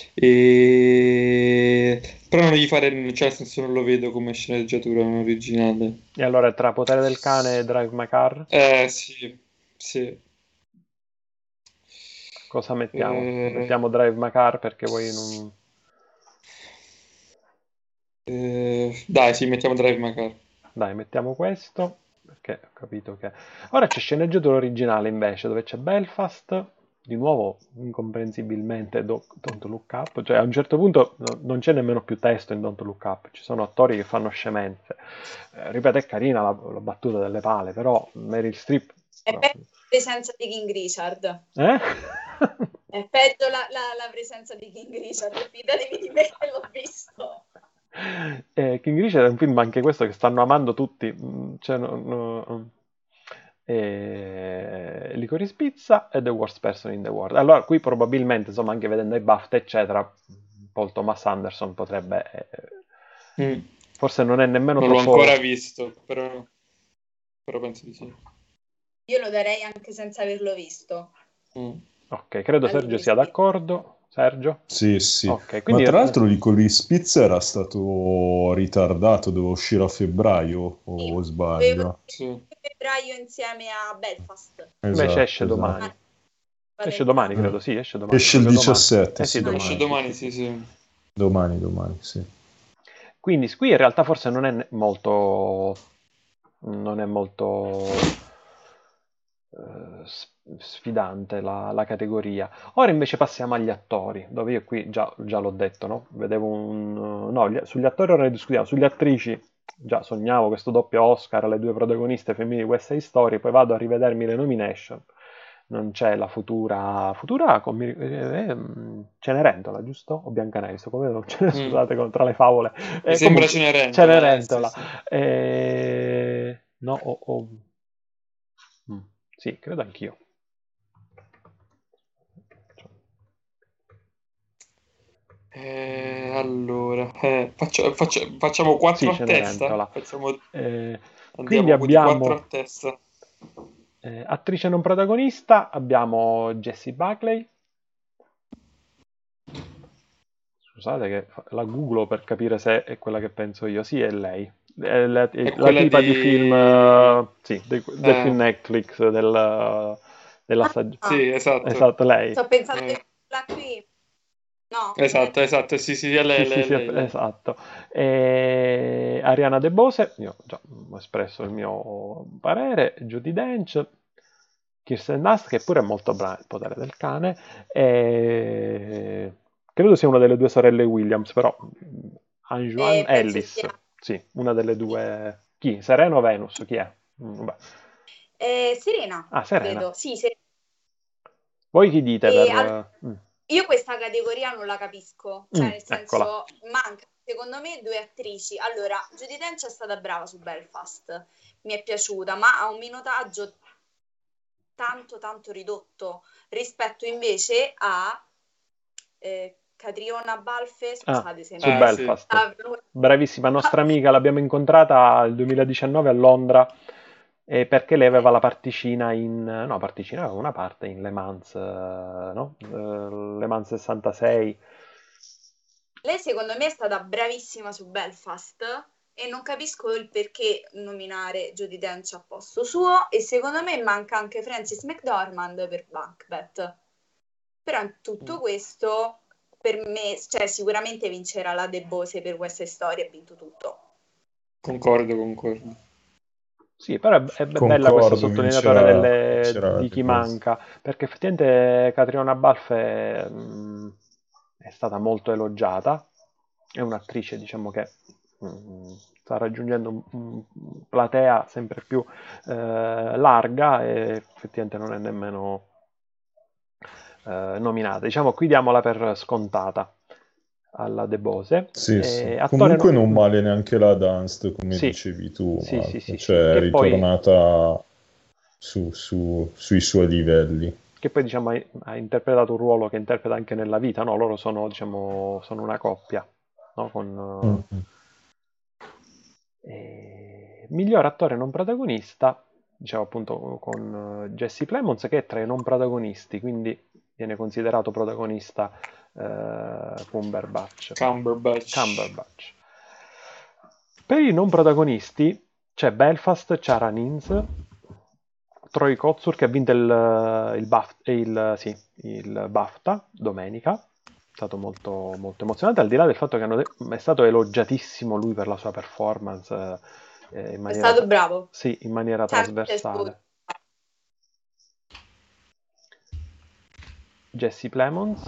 e... però non gli fare, cioè nel senso non lo vedo come sceneggiatura non originale. E allora tra Potere del Cane e Drive My Car, Eh sì, sì. cosa mettiamo? Eh, Mettiamo Drive My Car perché voi non... eh, dai, sì, mettiamo Drive My Car. Dai, mettiamo questo, perché ho capito che... Ora c'è sceneggiatura originale invece, dove c'è Belfast, di nuovo incomprensibilmente Do- Don't Look Up, cioè a un certo punto no- non c'è nemmeno più testo in Don't Look Up, ci sono attori che fanno scemenze. Eh, ripeto, è carina la, la battuta delle pale, però Meryl Streep... È no. peggio la presenza di King Richard. Eh? È peggio la, la, la presenza di King Richard, fidatevi di me che l'ho visto. Eh, King Richard è un film anche questo che stanno amando tutti, mm, cioè, no, no, eh, Licorice Pizza e The Worst Person in the World. Allora qui probabilmente, insomma, anche vedendo i BAFTA eccetera, Paul Thomas Anderson potrebbe eh, Mm. forse non è nemmeno Non l'ho troppo... ancora visto, però, però penso di sì. Io lo darei anche senza averlo visto. Mm. Ok, credo Sergio sia d'accordo. Sergio? Sì, sì. Ok, quindi... Ma tra l'altro Licorice Pizza era stato ritardato, doveva uscire a febbraio, o Sì, sbaglio? Sì. Febbraio insieme a Belfast. Invece Esatto, esce esatto. domani. Esce domani, credo, sì, esce domani. Esce il Credo diciassette, domani. Eh sì, sì. domani. Esce domani, sì, sì. Domani, domani, sì. Quindi qui in realtà forse non è molto non è molto eh, sfidante la, la categoria. Ora invece passiamo agli attori, dove io qui già, già l'ho detto, no? Vedevo un... No, gli- sugli attori ora ne discutiamo, sugli attrici già sognavo questo doppio Oscar, le due protagoniste femminili di West Side Story, poi vado a rivedermi le nomination. Non c'è la futura... Futura con... eh, eh, Cenerentola, giusto? O Biancaneve, come non c'è, Mm. scusate, con- tra le favole. Mi Eh, sembra comunque, Cenerentola, eh, Cenerentola. sì, sì. Eh, no, o... o- mm, sì, credo anch'io. Eh, allora, eh, faccia- faccia- facciamo Sì, quattro a testa? Cenerentola. Facciamo, Eh, quindi andiamo di quattro a abbiamo testa. eh, attrice non protagonista, abbiamo Jessie Buckley. Scusate che fa- la googlo per capire se è quella che penso io. Sì, è lei. È la, è È la quella tipa di... di film, eh, sì, del, del film Eh, Netflix, del- della stagione. Ah, sì, esatto. Esatto, lei. sto pensando Eh, che la qui. No, esatto, eh, esatto, sì, sì, è Sì, lei, sì, lei, sì, lei, lei. esatto. E Ariana De Bose, io già ho espresso il mio parere, Judi Dench, Kirsten Dunst, che pure è molto brava nel potere del cane, e credo sia una delle due sorelle Williams, però Anjuan eh, penso Ellis, sia sì, una delle due. Chi? Serena o Venus? Chi è? Mm, vabbè. eh, Serena, Ah, Serena. credo. Sì, Serena. Voi chi dite E per... al- mm, io questa categoria non la capisco, mm, cioè nel eccola. senso manca secondo me due attrici. Allora, Judi Dench è stata brava su Belfast, mi è piaciuta, ma ha un minutaggio tanto tanto ridotto rispetto invece a eh, Catriona Balfe, Ah, scusate se su mi Ah, sì. Belfast. ah, Bravissima, nostra amica, l'abbiamo incontrata nel duemiladiciannove a Londra eh, perché lei aveva la particina in... no, particina aveva una parte in Le Mans, eh, no? Eh, Le Mans sessantasei. lei secondo me è stata bravissima su Belfast e non capisco il perché nominare Judi Dench a posto suo e secondo me manca anche Frances McDormand per Macbeth. Però in tutto questo per me, cioè sicuramente vincerà la De Bose per questa storia, ha vinto tutto. Concordo, concordo. Sì, però è, è bella questa Concordo, sottolineatura vincerà, delle- vincerà la di chi Debose. manca, perché effettivamente Catriona Balfe mh, è stata molto elogiata, è un'attrice, diciamo, che mh, sta raggiungendo un, un- platea sempre più eh, larga e effettivamente non è nemmeno eh, nominata. Diciamo, qui diamola per scontata alla De Bose. Sì, sì. E attore Comunque no- non mm, male neanche la Dunst, come sì, dicevi tu, sì, sì, Marco. sì, sì, Cioè, è che poi ritornata su- su- sui suoi livelli. che poi diciamo ha, ha interpretato un ruolo che interpreta anche nella vita, no? Loro sono, diciamo, sono una coppia, no? Con, Mhm. eh, e- miglior attore non protagonista, diciamo appunto con eh, Jesse Plemons, che è tra i non protagonisti, quindi viene considerato protagonista eh, Cumberbatch. Cumberbatch. Cumberbatch. Per i non protagonisti c'è Belfast, Ciara Nins, Troy Kotsur che ha vinto il, il, Baf- il, sì, il BAFTA domenica. È stato molto, molto emozionante, al di là del fatto che hanno de- è stato elogiatissimo lui per la sua performance eh, in È maniera, stato tra- bravo. sì, in maniera Cioè, a me è piaciuto. trasversale. Jesse Plemons,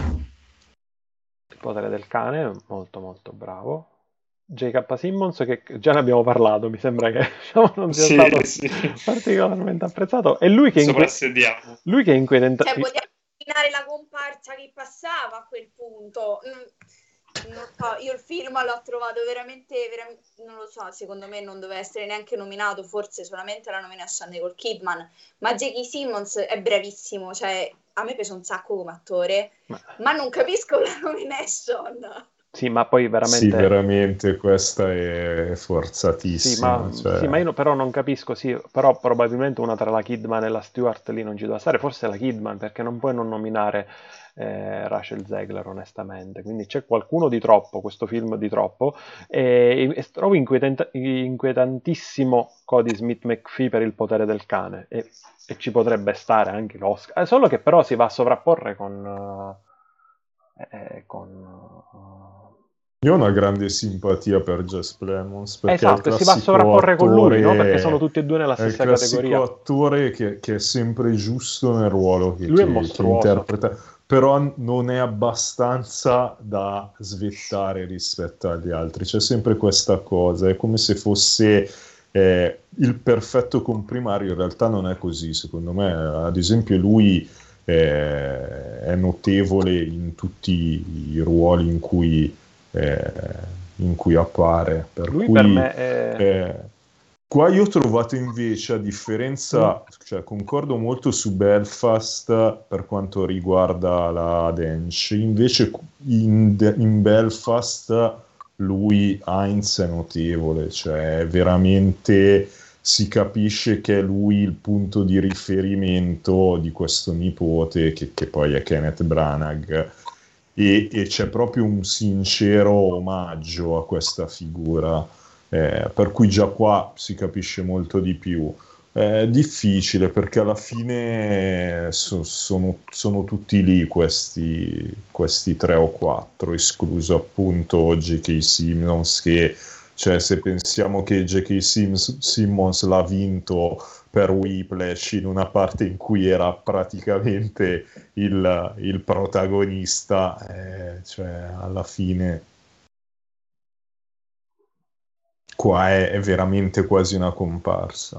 il potere del cane, molto molto bravo. J K. Simmons, che già ne abbiamo parlato, mi sembra che diciamo, non sia Sì, stato sì. particolarmente apprezzato. E lui che, inque- Soprassediamo. lui che inquietenta- Cioè, poteva nominare la comparsa che passava a quel punto. Mm, non so, io il film l'ho trovato veramente, veramente, non lo so, secondo me non doveva essere neanche nominato, forse solamente la nomination Nicole Kidman, ma J K. Simmons è bravissimo, cioè a me piace un sacco come attore, ma, ma non capisco la nomination. sì, ma poi Sì, veramente... veramente questa è Sì, forzatissima. ma, Cioè, sì, ma io no- però non capisco, sì, però probabilmente una tra la Kidman e la Stewart lì non ci doveva stare, forse la Kidman, perché non puoi non nominare eh, Rachel Zegler, onestamente, quindi c'è qualcuno di troppo, questo film di troppo, e, e trovo inquietant- inquietantissimo Cody Smith McPhee per il potere del cane, e, e ci potrebbe stare anche l'Oscar, Eh, solo che però si va a sovrapporre con... eh, eh, con... Io ho una grande simpatia per Jess Plemons, perché Esatto, è e il si va a classico sovrapporre con lui, no? Perché attore, sono tutti e due nella è il stessa classico categoria. attore che, che è sempre giusto nel ruolo che, Lui è che- che mostruoso. interpreta, però non è abbastanza da svettare rispetto agli altri. C'è sempre questa cosa, è come se fosse eh, il perfetto comprimario, in realtà non è così, secondo me. Ad esempio lui eh, è notevole in tutti i ruoli in cui eh, in cui appare, per Lui per cui me è... eh, qua io ho trovato invece, a Mm. differenza, cioè concordo molto su Belfast per quanto riguarda la Dench, invece in, in Belfast lui, Heinz, è notevole, cioè veramente si capisce che è lui il punto di riferimento di questo nipote, che, che poi è Kenneth Branagh, e, e c'è proprio un sincero omaggio a questa figura, eh, per cui già qua si capisce molto di più. È difficile perché alla fine so- sono, sono tutti lì questi, questi tre o quattro, escluso appunto J K. Simmons, che cioè se pensiamo che J K. Sims- Simmons l'ha vinto per Whiplash in una parte in cui era praticamente il, il protagonista, eh, cioè alla fine qua è, è veramente quasi una comparsa.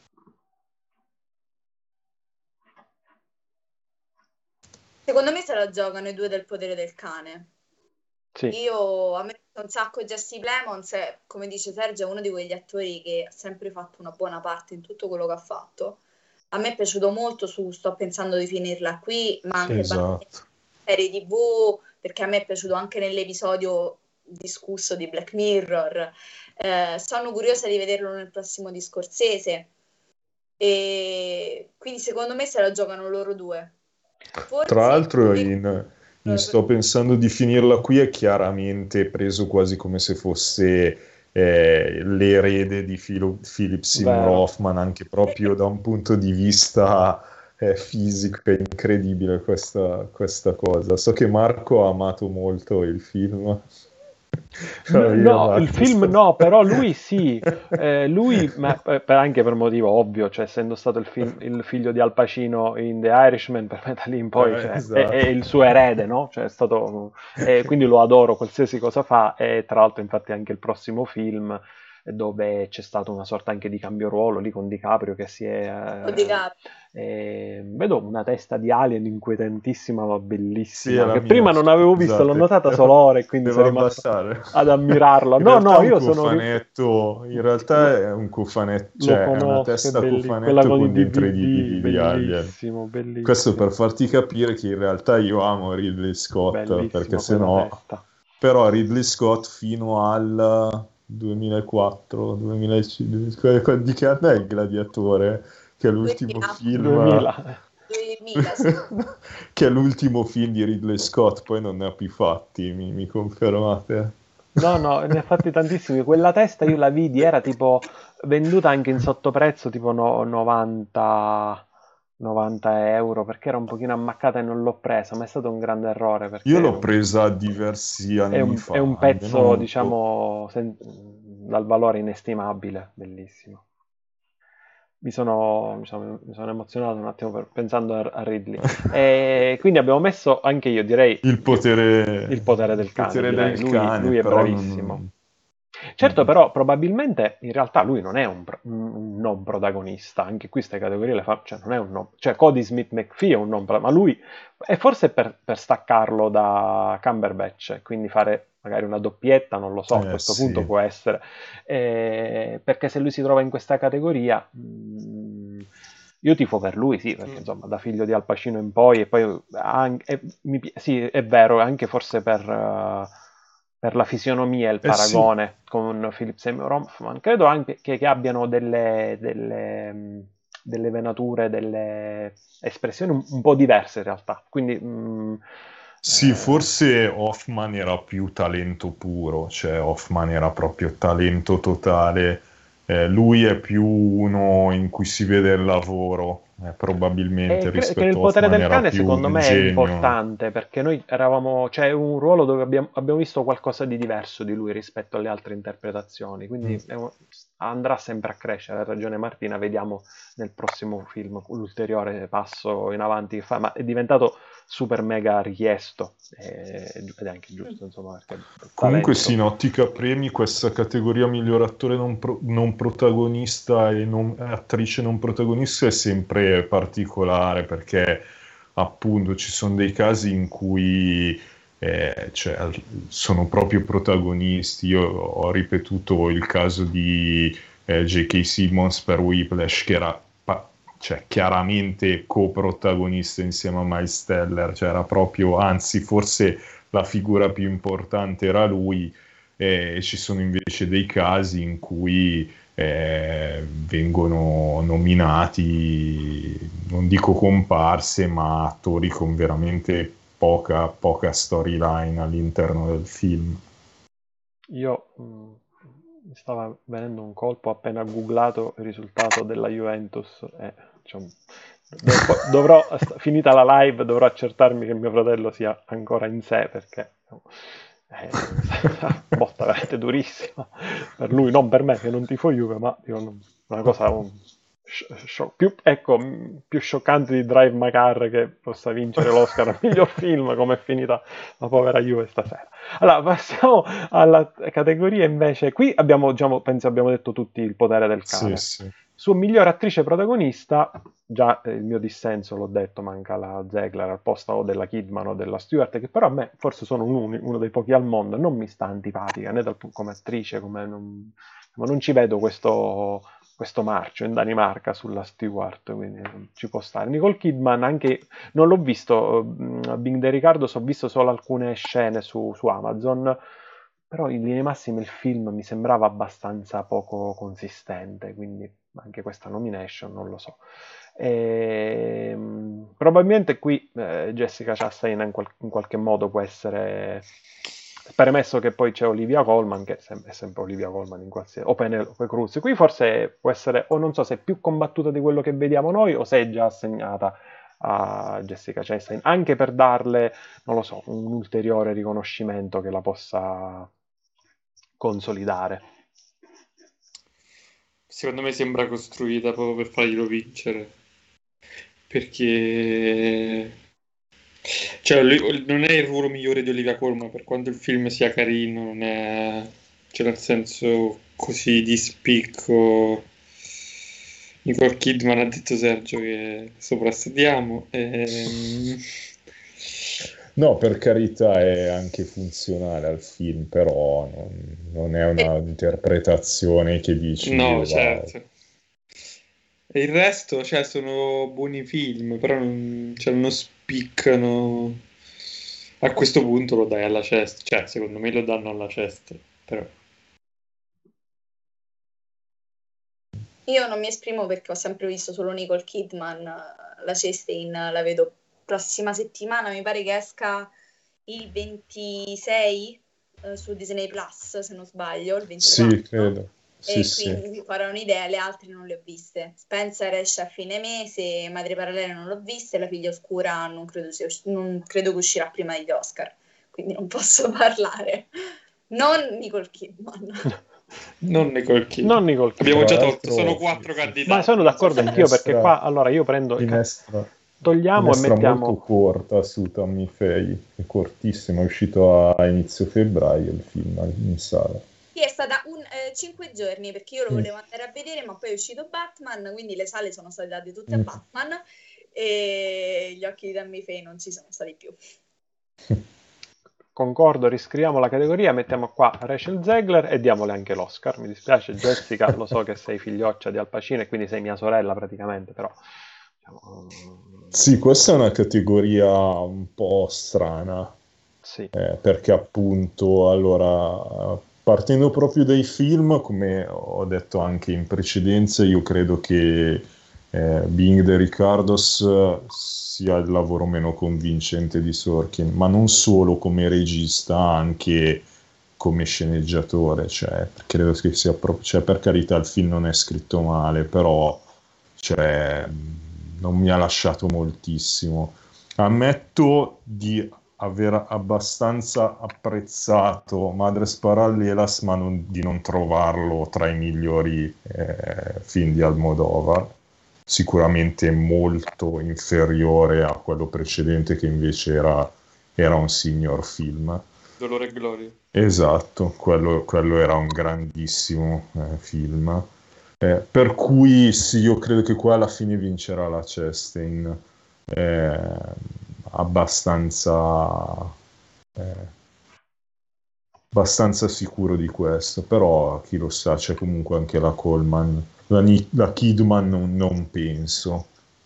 Secondo me se la giocano i due del Potere del Cane. Sì. Io, a me piace un sacco Jesse Plemons, e, come dice Sergio, è uno di quegli attori che ha sempre fatto una buona parte in tutto quello che ha fatto. A me è piaciuto molto su Sto pensando di finirla qui, ma anche Esatto. serie tivù, perché a me è piaciuto anche nell'episodio discusso di Black Mirror. Eh, sono curiosa di vederlo nel prossimo di Scorsese. E quindi secondo me se la giocano loro due. Forse Tra l'altro in, in Sto pensando di finirla qui è chiaramente preso quasi come se fosse eh, l'erede di Philo- Philip Seymour Vero. Hoffman, anche proprio da un punto di vista eh, fisico. È incredibile questa, questa cosa. So che Marco ha amato molto il film. N- No, Marco, il film no, però lui sì, eh, lui, ma per- per- anche per motivo ovvio, cioè essendo stato il, film- il figlio di Al Pacino in The Irishman, per me da lì in poi Eh, cioè, è, esatto. è il suo erede, no? Cioè, è stato, e quindi lo adoro qualsiasi cosa fa, e tra l'altro infatti anche il prossimo film dove c'è stato una sorta anche di cambio ruolo lì con DiCaprio che si è... eh, eh, vedo una testa di alien inquietantissima ma Sì, è bellissima, la che mia, prima non avevo visto, l'ho scusate. notata solo ora e quindi Devo sono rimasto abbassare. ad ammirarlo. In No, realtà no, è un io sono... ri- cofanetto, in realtà Lo, è un cofanetto, lo cioè è una conosco, è testa bellissimo. Quella cofanetto con i con dentro i D V D, D V D di Alien. bellissimo, Questo bellissimo. per farti capire che in realtà io amo Ridley Scott, perché Bellissima se quella no... testa. Però Ridley Scott fino al duemilaquattro, duemilacinque, di che anno è Il Gladiatore? Che è l'ultimo duemila. film... duemila. duemila, sì. che è l'ultimo film di Ridley Scott, poi non ne ha più fatti, mi, mi confermate? No, no, ne ha fatti tantissimi. Quella testa io la vidi, era tipo venduta anche in sottoprezzo, tipo no- novanta, novanta euro, perché era un pochino ammaccata e non l'ho presa, ma è stato un grande errore Io perché l'ho presa diversi è anni un, è un fa, pezzo, almeno... diciamo, sen- dal valore inestimabile, bellissimo. Mi sono, mi sono- mi sono emozionato un attimo per- pensando a, a Ridley. E quindi abbiamo messo anche io, direi, Il potere, il potere del il cane. potere Direi. del Lui, cane, lui è però bravissimo. non... Certo, Mm. però, probabilmente in realtà lui non è un, pro- un non protagonista. Anche qui queste categorie le fa, cioè, non è un non. Cioè, Cody Smith McPhee è un non protagonista, ma lui è forse per, per staccarlo da Cumberbatch, e quindi fare magari una doppietta, non lo so, a Eh questo sì, punto può essere. Eh, perché se lui si trova in questa categoria, mh, io tifo per lui, sì, perché insomma da figlio di Al Pacino in poi, e poi anche, e mi pi- sì, è vero, anche forse per, eh, per la fisionomia e il eh sì, paragone con Philip Seymour Hoffman, credo anche che, che abbiano delle, delle, mh, delle venature, delle espressioni un, un po' diverse in realtà, quindi... mh, sì, eh, forse Hoffman era più talento puro, cioè Hoffman era proprio talento totale. Eh, lui è più uno in cui si vede il lavoro, Eh, probabilmente E cre- che rispetto il a potere Hoffman del era cane più secondo un me è genio. importante perché noi eravamo, c'è un ruolo dove abbiamo, abbiamo visto qualcosa di diverso di lui rispetto alle altre interpretazioni, quindi Mm. è un- andrà sempre a crescere, ha ragione Martina, vediamo nel prossimo film l'ulteriore passo in avanti che fa, ma è diventato super mega richiesto eh, ed è anche giusto, insomma, perché il Comunque sì, talento. in ottica premi questa categoria miglior attore non, pro- non protagonista e non- attrice non protagonista è sempre particolare perché appunto ci sono dei casi in cui eh, cioè, al- sono proprio protagonisti. Io ho ripetuto il caso di eh, J K. Simmons per Whiplash, che era pa- cioè, chiaramente coprotagonista insieme a Miles Teller, cioè era proprio, anzi forse la figura più importante era lui, e ci sono invece dei casi in cui eh, vengono nominati, non dico comparse, ma attori con veramente poca, poca storyline all'interno del film. Io mh, mi stava venendo un colpo appena googlato il risultato della Juventus e cioè, dov- poi dovrò, st- finita la live, dovrò accertarmi che mio fratello sia ancora in sé perché è una botta veramente durissima per lui, non per me che non tifo Juve, ma dico, non- una cosa un- sci- scio- più, ecco, mh, più scioccante di Drive My Car che possa vincere l'Oscar al miglior film come è finita la povera Juve stasera. Allora, passiamo alla categoria invece. Qui abbiamo, diciamo, penso abbiamo detto tutti il potere del Sì, cane. sì. Su miglior attrice protagonista, già eh, il mio dissenso l'ho detto, manca la Zegler al posto o della Kidman o della Stewart, che però a me forse sono un, uno dei pochi al mondo, non mi sta antipatica né dal, come attrice, come non, ma non ci vedo questo, questo marcio in Danimarca sulla Stewart, quindi non ci può stare. Nicole Kidman anche non l'ho visto, uh, Bing de Ricardo, ho visto solo alcune scene su, su Amazon, però in linea di massima il film mi sembrava abbastanza poco consistente, quindi anche questa nomination non lo so. E, mh, probabilmente qui eh, Jessica Chastain in, qual- in qualche modo può essere, premesso che poi c'è Olivia Colman, che è sem- è sempre Olivia Colman in qualsiasi, o Penelope Cruz, qui forse può essere, o non so se è più combattuta di quello che vediamo noi, o se è già assegnata a Jessica Chastain, anche per darle, non lo so, un ulteriore riconoscimento che la possa consolidare. Secondo me sembra costruita proprio per farglielo vincere. Perché cioè, lui- non è il ruolo migliore di Olivia Colman, per quanto il film sia carino, non è, cioè, nel senso così di spicco. Nicole Kidman ha detto Sergio che soprassediamo. Ehm... No, per carità è anche funzionale al film, però non, non è una interpretazione che dici, No, wow. certo. E il resto, cioè, sono buoni film, però non, cioè, non spiccano. A questo punto lo dai alla Chester, cioè, secondo me lo danno alla Chester, però. Io non mi esprimo perché ho sempre visto solo Nicole Kidman, la Chastain la vedo prossima settimana, mi pare che esca il ventisei eh, su Disney Plus, se non sbaglio, il ventiquattro. Sì, credo. Sì, E sì. quindi vi farò un'idea, le altre non le ho viste. Spencer esce a fine mese, Madre Parallele non l'ho vista e La Figlia Oscura non credo, sia, non credo che uscirà prima degli Oscar, quindi non posso parlare. Non Nicole Kidman. Non Nicole Kidman. Non Nicole Kidman. Abbiamo Tra già tolto, l'altro, sono sì, quattro sì, candidati. Ma sono non so d'accordo se- anch'io perché Finestra- qua, allora io prendo, Finestra, togliamo e finestra mettiamo... molto corta su Tammy Faye, è cortissima, è uscito a inizio febbraio il film in sala. Sì, è stata un, eh, cinque giorni perché io lo Mm. volevo andare a vedere, ma poi è uscito Batman, quindi le sale sono state date tutte Mm. a Batman e gli occhi di Tammy Faye non ci sono stati più. Concordo, riscriviamo la categoria, mettiamo qua Rachel Zegler e diamole anche l'Oscar. Mi dispiace Jessica, lo so che sei figlioccia di Al Pacino e quindi sei mia sorella praticamente, però... diciamo, Sì, questa è una categoria un po' strana, sì. eh, perché appunto, allora, partendo proprio dai film, come ho detto anche in precedenza, io credo che eh, Being the Ricardos sia il lavoro meno convincente di Sorkin, ma non solo come regista, anche come sceneggiatore, cioè, credo che sia proprio, cioè, per carità il film non è scritto male, però cioè, non mi ha lasciato moltissimo. Ammetto di aver abbastanza apprezzato Madres Paralelas, ma non, di non trovarlo tra i migliori eh, film di Almodovar. Sicuramente molto inferiore a quello precedente, che invece era, era un signor film. Dolore e Gloria. Esatto, quello, quello era un grandissimo eh, film. Eh, per cui sì, io credo che qua alla fine vincerà la Chastain. Eh, abbastanza eh, abbastanza sicuro di questo, però chi lo sa, c'è comunque anche la Coleman, la, Ni- la Kidman non, non penso,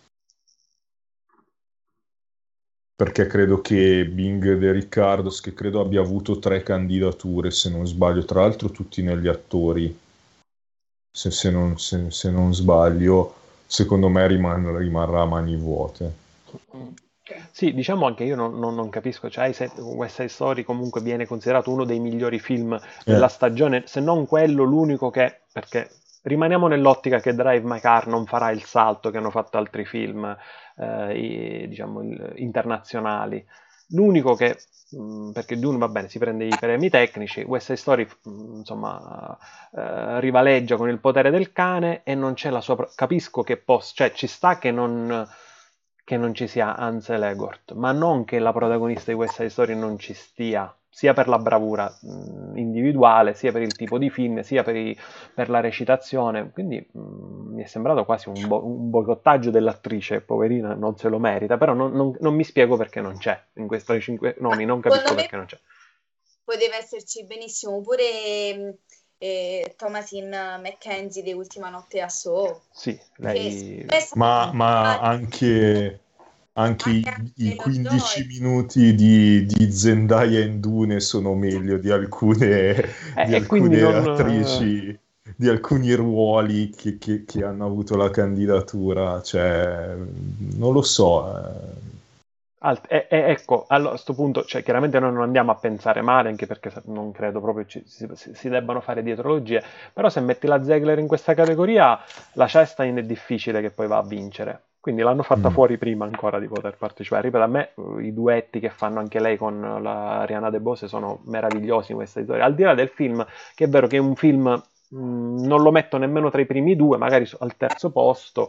perché credo che Bing De Ricardos, che credo abbia avuto tre candidature se non sbaglio, tra l'altro tutti negli attori, se, se non, se- se non sbaglio, secondo me riman- rimarrà a mani vuote. Sì, diciamo anche io non, non- non capisco, cioè se West Side Story comunque viene considerato uno dei migliori film della Eh, stagione, se non quello, l'unico che, perché rimaniamo nell'ottica che Drive My Car non farà il salto che hanno fatto altri film, eh, i- diciamo, il- internazionali. L'unico che, mh, perché Dune va bene, si prende i premi tecnici, West Side Story, mh, insomma, eh, rivaleggia con Il potere del cane e non c'è la sua... pro- Capisco che possa, cioè ci sta che non che non ci sia Ansel Elgort, ma non che la protagonista di West Side Story non ci stia, sia per la bravura mh, individuale, sia per il tipo di film, sia per, i- per la recitazione. Quindi mh, mi è sembrato quasi un, bo- un boicottaggio dell'attrice, poverina, non se lo merita, però non, non- non mi spiego perché non c'è in questi cinque Ma nomi, non secondo capisco me perché non c'è. poteva esserci benissimo pure eh, Thomasin McKenzie di Ultima Notte a Soho, Sì, che lei... secondo me è ma, ma stato anche, anche anche i, i Taylor Joy. quindici minuti di, di Zendaya in Dune sono meglio di alcune, Eh, di e quindi alcune non... attrici, di alcuni ruoli che, che- che hanno avuto la candidatura. Cioè, non lo so. eh. Alt- e, e ecco, allora, a questo punto, cioè, chiaramente noi non andiamo a pensare male, anche perché se- non credo proprio ci- si, si- si debbano fare dietrologie, però se metti la Ziegler in questa categoria, la Chastain è difficile che poi va a vincere. Quindi l'hanno fatta Mm. fuori prima ancora di poter partecipare. Ripeto, a me eh, i duetti che fanno anche lei con la Rihanna De Bose sono meravigliosi in questa storia. Al di là del film, che è vero che è un film, mh, non lo metto nemmeno tra i primi due, magari su- al terzo posto,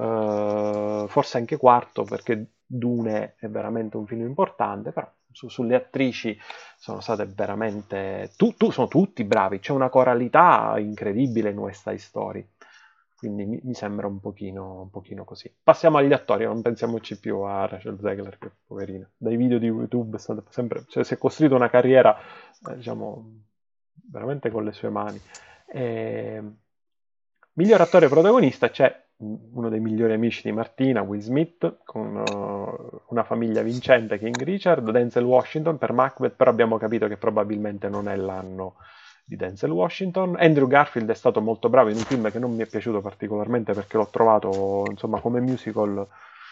eh, forse anche quarto, perché Dune è veramente un film importante, però su- sulle attrici sono state veramente... Tu, tu- sono tutti bravi, c'è una coralità incredibile in West Side Story, quindi mi, mi sembra un pochino, un pochino così. Passiamo agli attori, non pensiamoci più a Rachel Zegler, che poverina. Dai video di YouTube è stata sempre, cioè, si è costruita una carriera, eh, diciamo, veramente con le sue mani. E... Miglior attore protagonista c'è uno dei migliori amici di Martina, Will Smith, con uh, Una famiglia vincente, King Richard, Denzel Washington per Macbeth, però abbiamo capito che probabilmente non è l'anno di Denzel Washington. Andrew Garfield è stato molto bravo in un film che non mi è piaciuto particolarmente perché l'ho trovato, insomma, come musical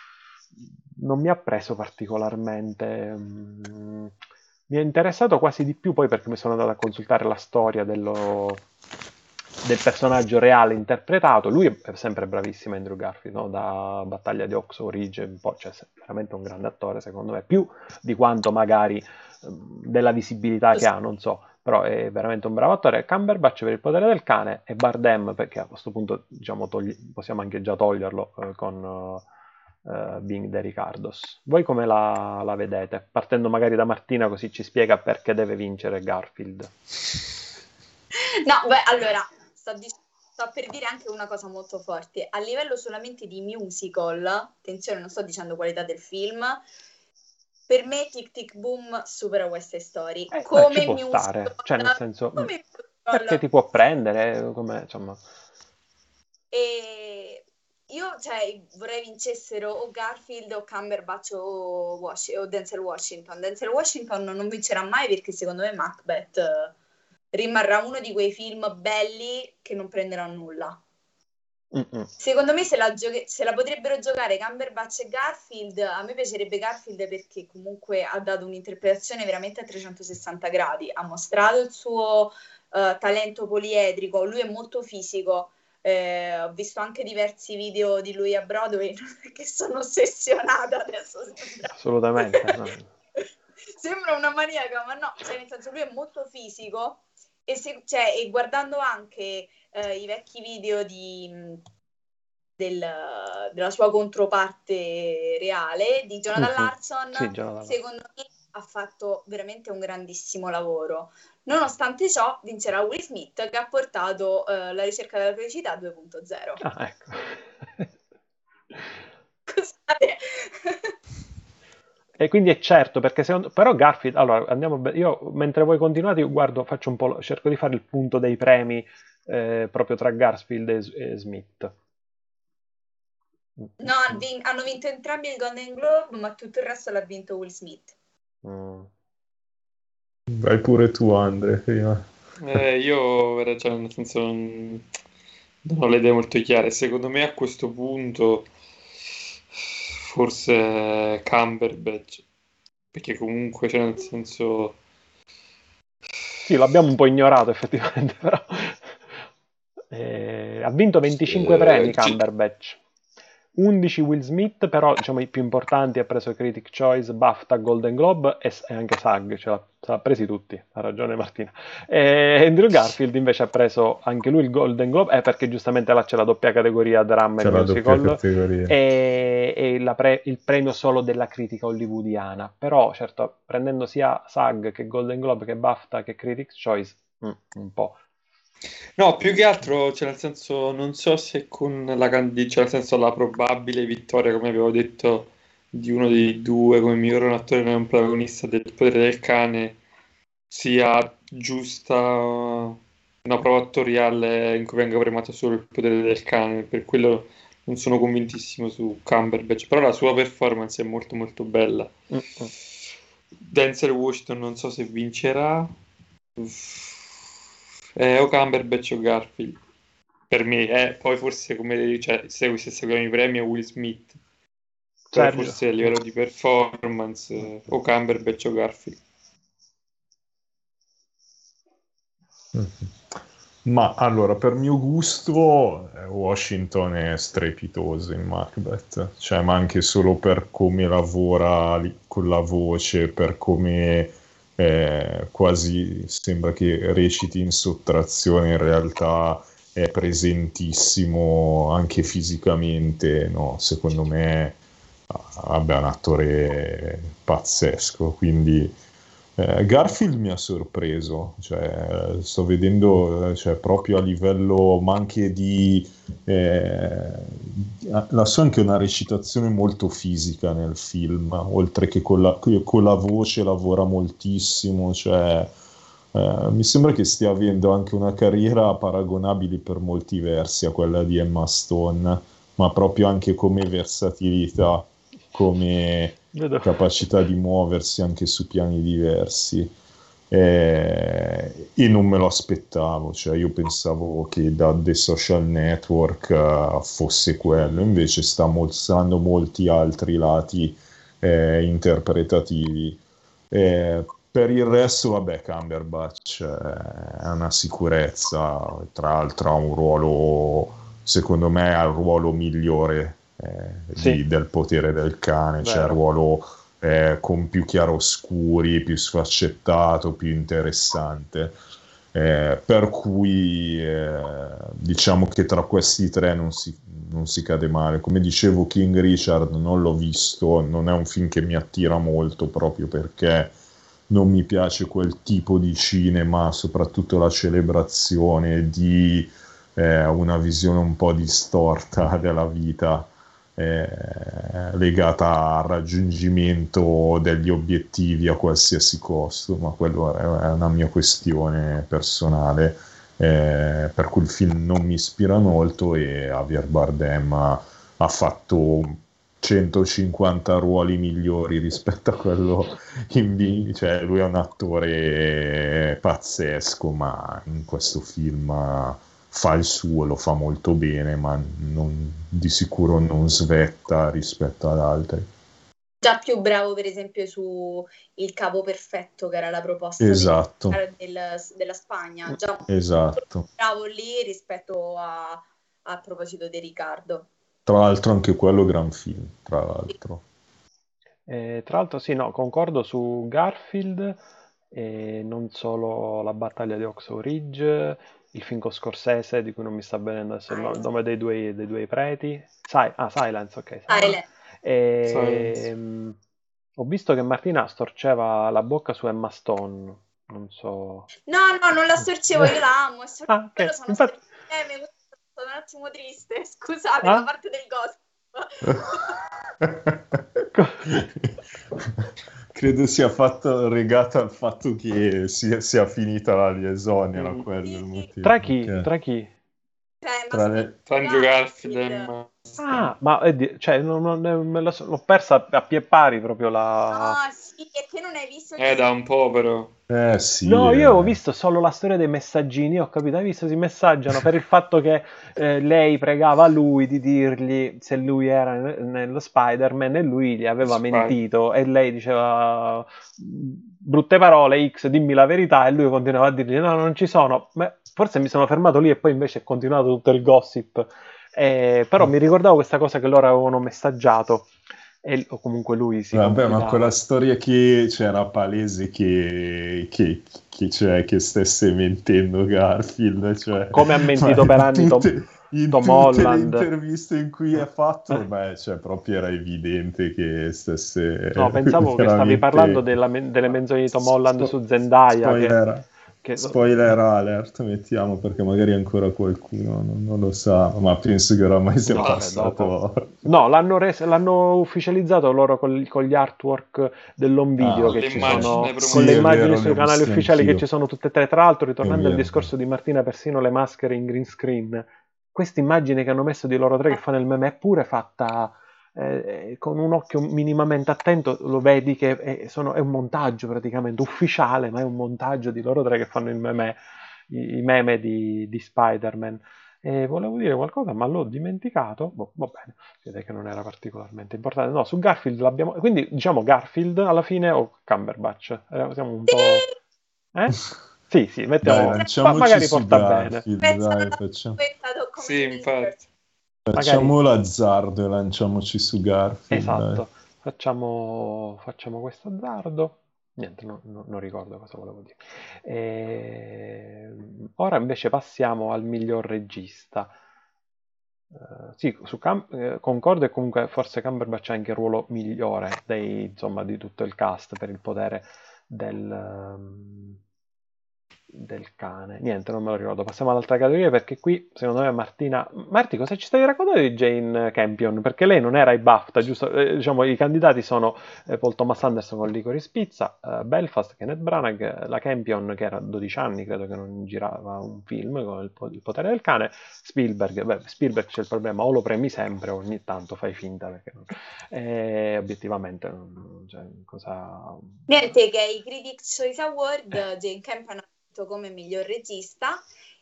non mi ha preso particolarmente. mm, Mi è interessato quasi di più poi perché mi sono andato a consultare la storia dello, del personaggio reale interpretato. Lui è sempre bravissimo, Andrew Garfield, no? Da Battaglia di Oxford Ridge, un po', cioè, è veramente un grande attore, secondo me, più di quanto magari ehm, della visibilità che ha, non so, però è veramente un bravo attore. Cumberbatch per Il potere del cane e Bardem, perché a questo punto diciamo, togli- possiamo anche già toglierlo eh, con eh, Bing De Ricardos. Voi come la, la vedete? Partendo magari da Martina, così ci spiega perché deve vincere Garfield. No, beh, allora, sto, di- sto per dire anche una cosa molto forte. A livello solamente di musical, attenzione, non sto dicendo qualità del film, per me Tic Tic Boom supera West Side Story. Eh, beh, ci Come può musical, stare, cioè nel senso, mh, come perché musical. ti può prendere, come, insomma... E io, cioè, vorrei vincessero o Garfield o Cumberbatch o, Wash- o Denzel Washington. Denzel Washington non vincerà mai perché secondo me Macbeth eh, rimarrà uno di quei film belli che non prenderà nulla. Mm-mm. Secondo me se la, gioche- se la potrebbero giocare Cumberbatch e Garfield, a me piacerebbe Garfield perché comunque ha dato un'interpretazione veramente a trecentosessanta gradi, ha mostrato il suo eh, talento poliedrico, lui è molto fisico, Eh, ho visto anche diversi video di lui a Broadway che sono ossessionata adesso. Sembra, Assolutamente. No. sembra una maniaca, ma no, cioè, nel senso lui è molto fisico e, se, cioè, e guardando anche eh, i vecchi video di, del, della sua controparte reale, di Jonathan Mhm. Larson, Sì, Jonathan. secondo me ha fatto veramente un grandissimo lavoro. Nonostante ciò, vincerà Will Smith, che ha portato uh, La ricerca della felicità due punto zero. Ah, ecco. Scusate. E quindi è certo, perché secondo... Però Garfield, allora, andiamo be- io mentre voi continuate, io guardo, faccio un po', cerco di fare il punto dei premi eh, proprio tra Garfield e, e Smith. No, hanno vinto entrambi il Golden Globe, ma tutto il resto l'ha vinto Will Smith. Mm. Vai pure tu, Andre. Prima. Eh, io cioè, nel senso non, non ho le idee molto chiare. Secondo me a questo punto forse Cumberbatch, perché comunque cioè, nel senso Sì, l'abbiamo un po' ignorato effettivamente, però eh, ha vinto venticinque eh, premi ci- Cumberbatch. undici Will Smith, però diciamo i più importanti ha preso Critic Choice, BAFTA, Golden Globe e, e anche SAG, ce l'ha, ce l'ha presi tutti, ha ragione Martina. E Andrew Garfield invece ha preso anche lui il Golden Globe, eh, perché giustamente là c'è la doppia categoria drama C'è e la doppia musical, categoria. e, e la pre- il premio solo della critica hollywoodiana, però certo prendendo sia SAG che Golden Globe che BAFTA che Critic Choice, mm, un po'. No, più che altro, cioè nel senso, non so se con la candi- cioè nel senso la probabile vittoria, come avevo detto, di uno dei due come miglior attore non protagonista del Potere del Cane sia giusta una prova attoriale in cui venga premiato solo il Potere del Cane, per quello non sono convintissimo su Cumberbatch, però la sua performance è molto molto bella. Mm-mm. Denzel Washington non so se vincerà. Eh, o Cumberbatch o Garfield per me, eh. Poi forse come cioè, se, se seguiamo i premi è Will Smith, però Sergio. forse a livello di performance eh, o Cumberbatch o Garfield. Ma allora, per mio gusto, eh, Washington è strepitoso in Macbeth, cioè, ma anche solo per come lavora li- con la voce, per come eh, quasi sembra che reciti in sottrazione, in realtà è presentissimo anche fisicamente, no? Secondo me, ah, vabbè, è un attore pazzesco, quindi... Eh, Garfield mi ha sorpreso, cioè, sto vedendo, eh, cioè, proprio a livello, ma anche di... Eh, la sua anche una recitazione molto fisica nel film, oltre che con la, con la voce lavora moltissimo, cioè, eh, mi sembra che stia avendo anche una carriera paragonabile per molti versi a quella di Emma Stone, ma proprio anche come versatilità, come Vedo. capacità di muoversi anche su piani diversi. Eh, e non me lo aspettavo, cioè io pensavo che da The Social Network uh, fosse quello, invece sta mostrando molti altri lati eh, interpretativi. Eh, per il resto, vabbè, Cumberbatch eh, è una sicurezza, tra l'altro ha un ruolo, secondo me, ha il ruolo migliore eh, Sì. di, del Potere del Cane, cioè il Vero. ruolo eh, con più chiaroscuri, più sfaccettato, più interessante. Eh, per cui eh, diciamo che tra questi tre non si, non si cade male. Come dicevo, King Richard non l'ho visto, non è un film che mi attira molto proprio perché non mi piace quel tipo di cinema, soprattutto la celebrazione di eh, una visione un po' distorta della vita, eh, legata al raggiungimento degli obiettivi a qualsiasi costo, ma quello è una mia questione personale, eh, per cui il film non mi ispira molto e Javier Bardem ha, ha fatto centocinquanta ruoli migliori rispetto a quello in B, cioè lui è un attore pazzesco, ma in questo film fa il suo, lo fa molto bene, ma non, di sicuro non svetta rispetto ad altri. Già più bravo per esempio su Il Capo Perfetto, che era la proposta Esatto. del, della Spagna, già esatto. bravo lì rispetto a a proposito di Riccardo. Tra l'altro anche quello gran film, tra l'altro. Eh, tra l'altro sì, no, concordo su Garfield, e non solo La battaglia di Oxo Ridge, il film con Scorsese, di cui non mi sta venendo adesso il no- il nome dei due, dei due preti. Sai, ah, Silence, ok. Silence. Silence. Silence. E, ho visto che Martina storceva la bocca su Emma Stone, non so. No, no, non la storcevo, io la amo, è solo Ah, ok, quello sono infatti. stata insieme, sono un attimo triste, scusate, Ah? la parte del gossip. Credo sia fatto legato al fatto che sia, sia finita la liaison, era Mm. quello Sì, il sì. motivo. Tra chi? ok. Tra chi? Cioè, ma Tra le- Tra Andrew Garfield e Garfield. Emma Ah, Stone. ma è di- cioè, non- non- me la so- l'ho persa a pie pari proprio la... No, sì, è che non hai visto il Eh, da un po' però. Eh sì, No, io ho eh. visto solo la storia dei messaggini, ho capito, hai visto, si messaggiano per il fatto che eh, lei pregava lui di dirgli se lui era ne- nello Spider-Man e lui gli aveva Spy. mentito e lei diceva brutte parole, X, dimmi la verità e lui continuava a dirgli no, non ci sono. Ma forse mi sono fermato lì e poi invece è continuato tutto il gossip. Eh, però mi ricordavo questa cosa che loro avevano messaggiato e, o comunque lui si Vabbè, ma confidava. quella storia che c'era palese che, che, che, cioè, che stesse mentendo Garfield, cioè, Come ha mentito ma per in anni Tom, tutte, in Tom tutte le Holland. interviste in cui è fatto, Eh? beh, cioè, proprio era evidente che stesse No, pensavo che stavi parlando veramente... della men- delle menzioni di Tom Holland Spo- su Zendaya. Che, spoiler, che- spoiler alert, mettiamo, perché magari ancora qualcuno non, non lo sa, ma penso che oramai sia No, vabbè, passato... No, l'hanno, res- l'hanno ufficializzato loro col- con gli artwork dell'home video Ah, che ok. ci L'immagine sono, promozione. con Sì, le è immagini vero, li sui ho canali visti ufficiali che anch'io. ci sono tutte e tre. Tra l'altro, È ritornando al vero. discorso di Martina, persino le maschere in green screen, questa immagine che hanno messo di loro tre che fanno il meme è pure fatta eh, con un occhio minimamente attento, lo vedi che è, sono- è un montaggio praticamente ufficiale, ma è un montaggio di loro tre che fanno il meme, i, i meme di, di Spider-Man. E volevo dire qualcosa, ma l'ho dimenticato. Boh, va bene, vede che non era particolarmente importante. No, su Garfield l'abbiamo. Quindi diciamo Garfield alla fine o Cumberbatch? Eh, siamo un po'. Eh? Sì, sì, Dai, mettiamo. Ma lanciamoci magari su porta bene. Garfield, Penso dai, alla facciamo, questa Sì, come infatti. Magari. facciamo l'azzardo e lanciamoci su Garfield, dai. Esatto. Facciamo, facciamo questo azzardo. Niente, no- no- non ricordo cosa volevo dire. E... Ora invece passiamo al miglior regista. Eh, sì, su Cam- eh, concordo e comunque forse Cumberbatch ha anche il ruolo migliore dei, insomma, di tutto il cast per il potere del, ehm, del cane. Niente, non me lo ricordo. Passiamo all'altra categoria perché qui, secondo me, Martina... Marti, cosa ci stavi raccontando di Jane Campion? Perché lei non era ai BAFTA, giusto? Eh, diciamo, i candidati sono eh, Paul Thomas Anderson con Licorice Pizza, eh, Belfast, Kenneth Branagh, eh, la Campion, che era dodici anni, credo che non girava un film con il, po- il potere del cane, Spielberg. Beh, Spielberg c'è il problema, o lo premi sempre, o ogni tanto fai finta, perché non... eh, obiettivamente, non- cioè, cosa... Niente, che i Critics' Choice Award Jane Campion ha vinto come miglior regista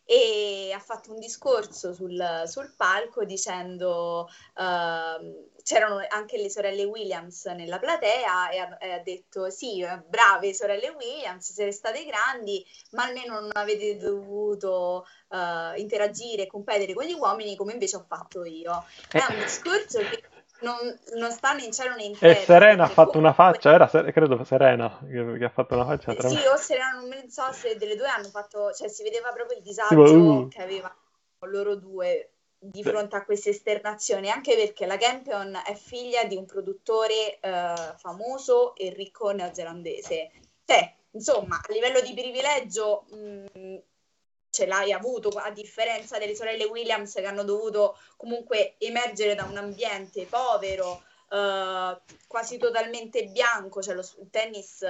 e ha fatto un discorso sul, sul palco dicendo uh, c'erano anche le sorelle Williams nella platea e ha, e ha detto sì, brave sorelle Williams, siete state grandi, ma almeno non avete dovuto uh, interagire e competere con gli uomini come invece ho fatto io. È un discorso che non, non sta né in cielo né in terra. E Serena ha fatto comunque... una faccia, era credo Serena che, che ha fatto una faccia Sì, tremenda. o Serena, non so se delle due hanno fatto, cioè si vedeva proprio il Tipo, disagio uh. che avevano loro due di fronte a queste esternazioni, anche perché la Campion è figlia di un produttore eh, famoso e ricco neozelandese. Cioè, insomma, a livello di privilegio mh, ce l'hai avuto, a differenza delle sorelle Williams che hanno dovuto comunque emergere da un ambiente povero, Uh, quasi totalmente bianco, cioè lo, il tennis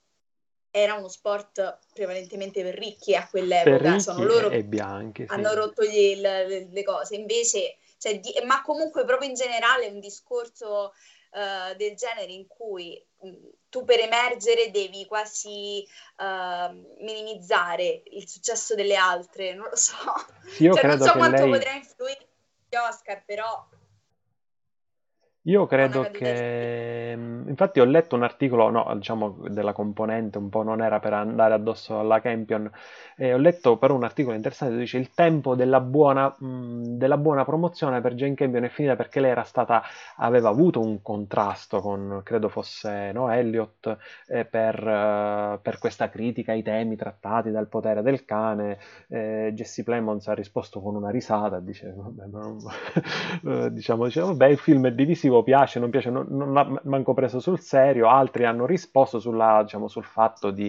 era uno sport prevalentemente per ricchi a quell'epoca, per ricchi sono loro e, e bianchi, sì. hanno rotto gli, le, le cose, invece, cioè, di, ma comunque proprio in generale un discorso uh, del genere in cui mh, tu per emergere devi quasi uh, minimizzare il successo delle altre, non lo so, sì, io cioè, credo non so che quanto lei... potrà influire gli Oscar, però... Io Ho una credo caduta di spirito. che, mh, infatti ho letto un articolo, no, diciamo della componente, un po' non era per andare addosso alla Campion, e ho letto però un articolo interessante che dice il tempo della buona, mh, della buona promozione per Jane Campion è finita perché lei era stata, aveva avuto un contrasto con, credo fosse, no, Elliot, eh, per, eh, per questa critica ai temi trattati dal potere del cane. eh, Jesse Plemons ha risposto con una risata, dice, vabbè, ma non- eh, diciamo, dice, vabbè, il film è divisivo, piace, non piace, non, non l'ha manco preso sul serio. Altri hanno risposto sulla, diciamo, sul fatto di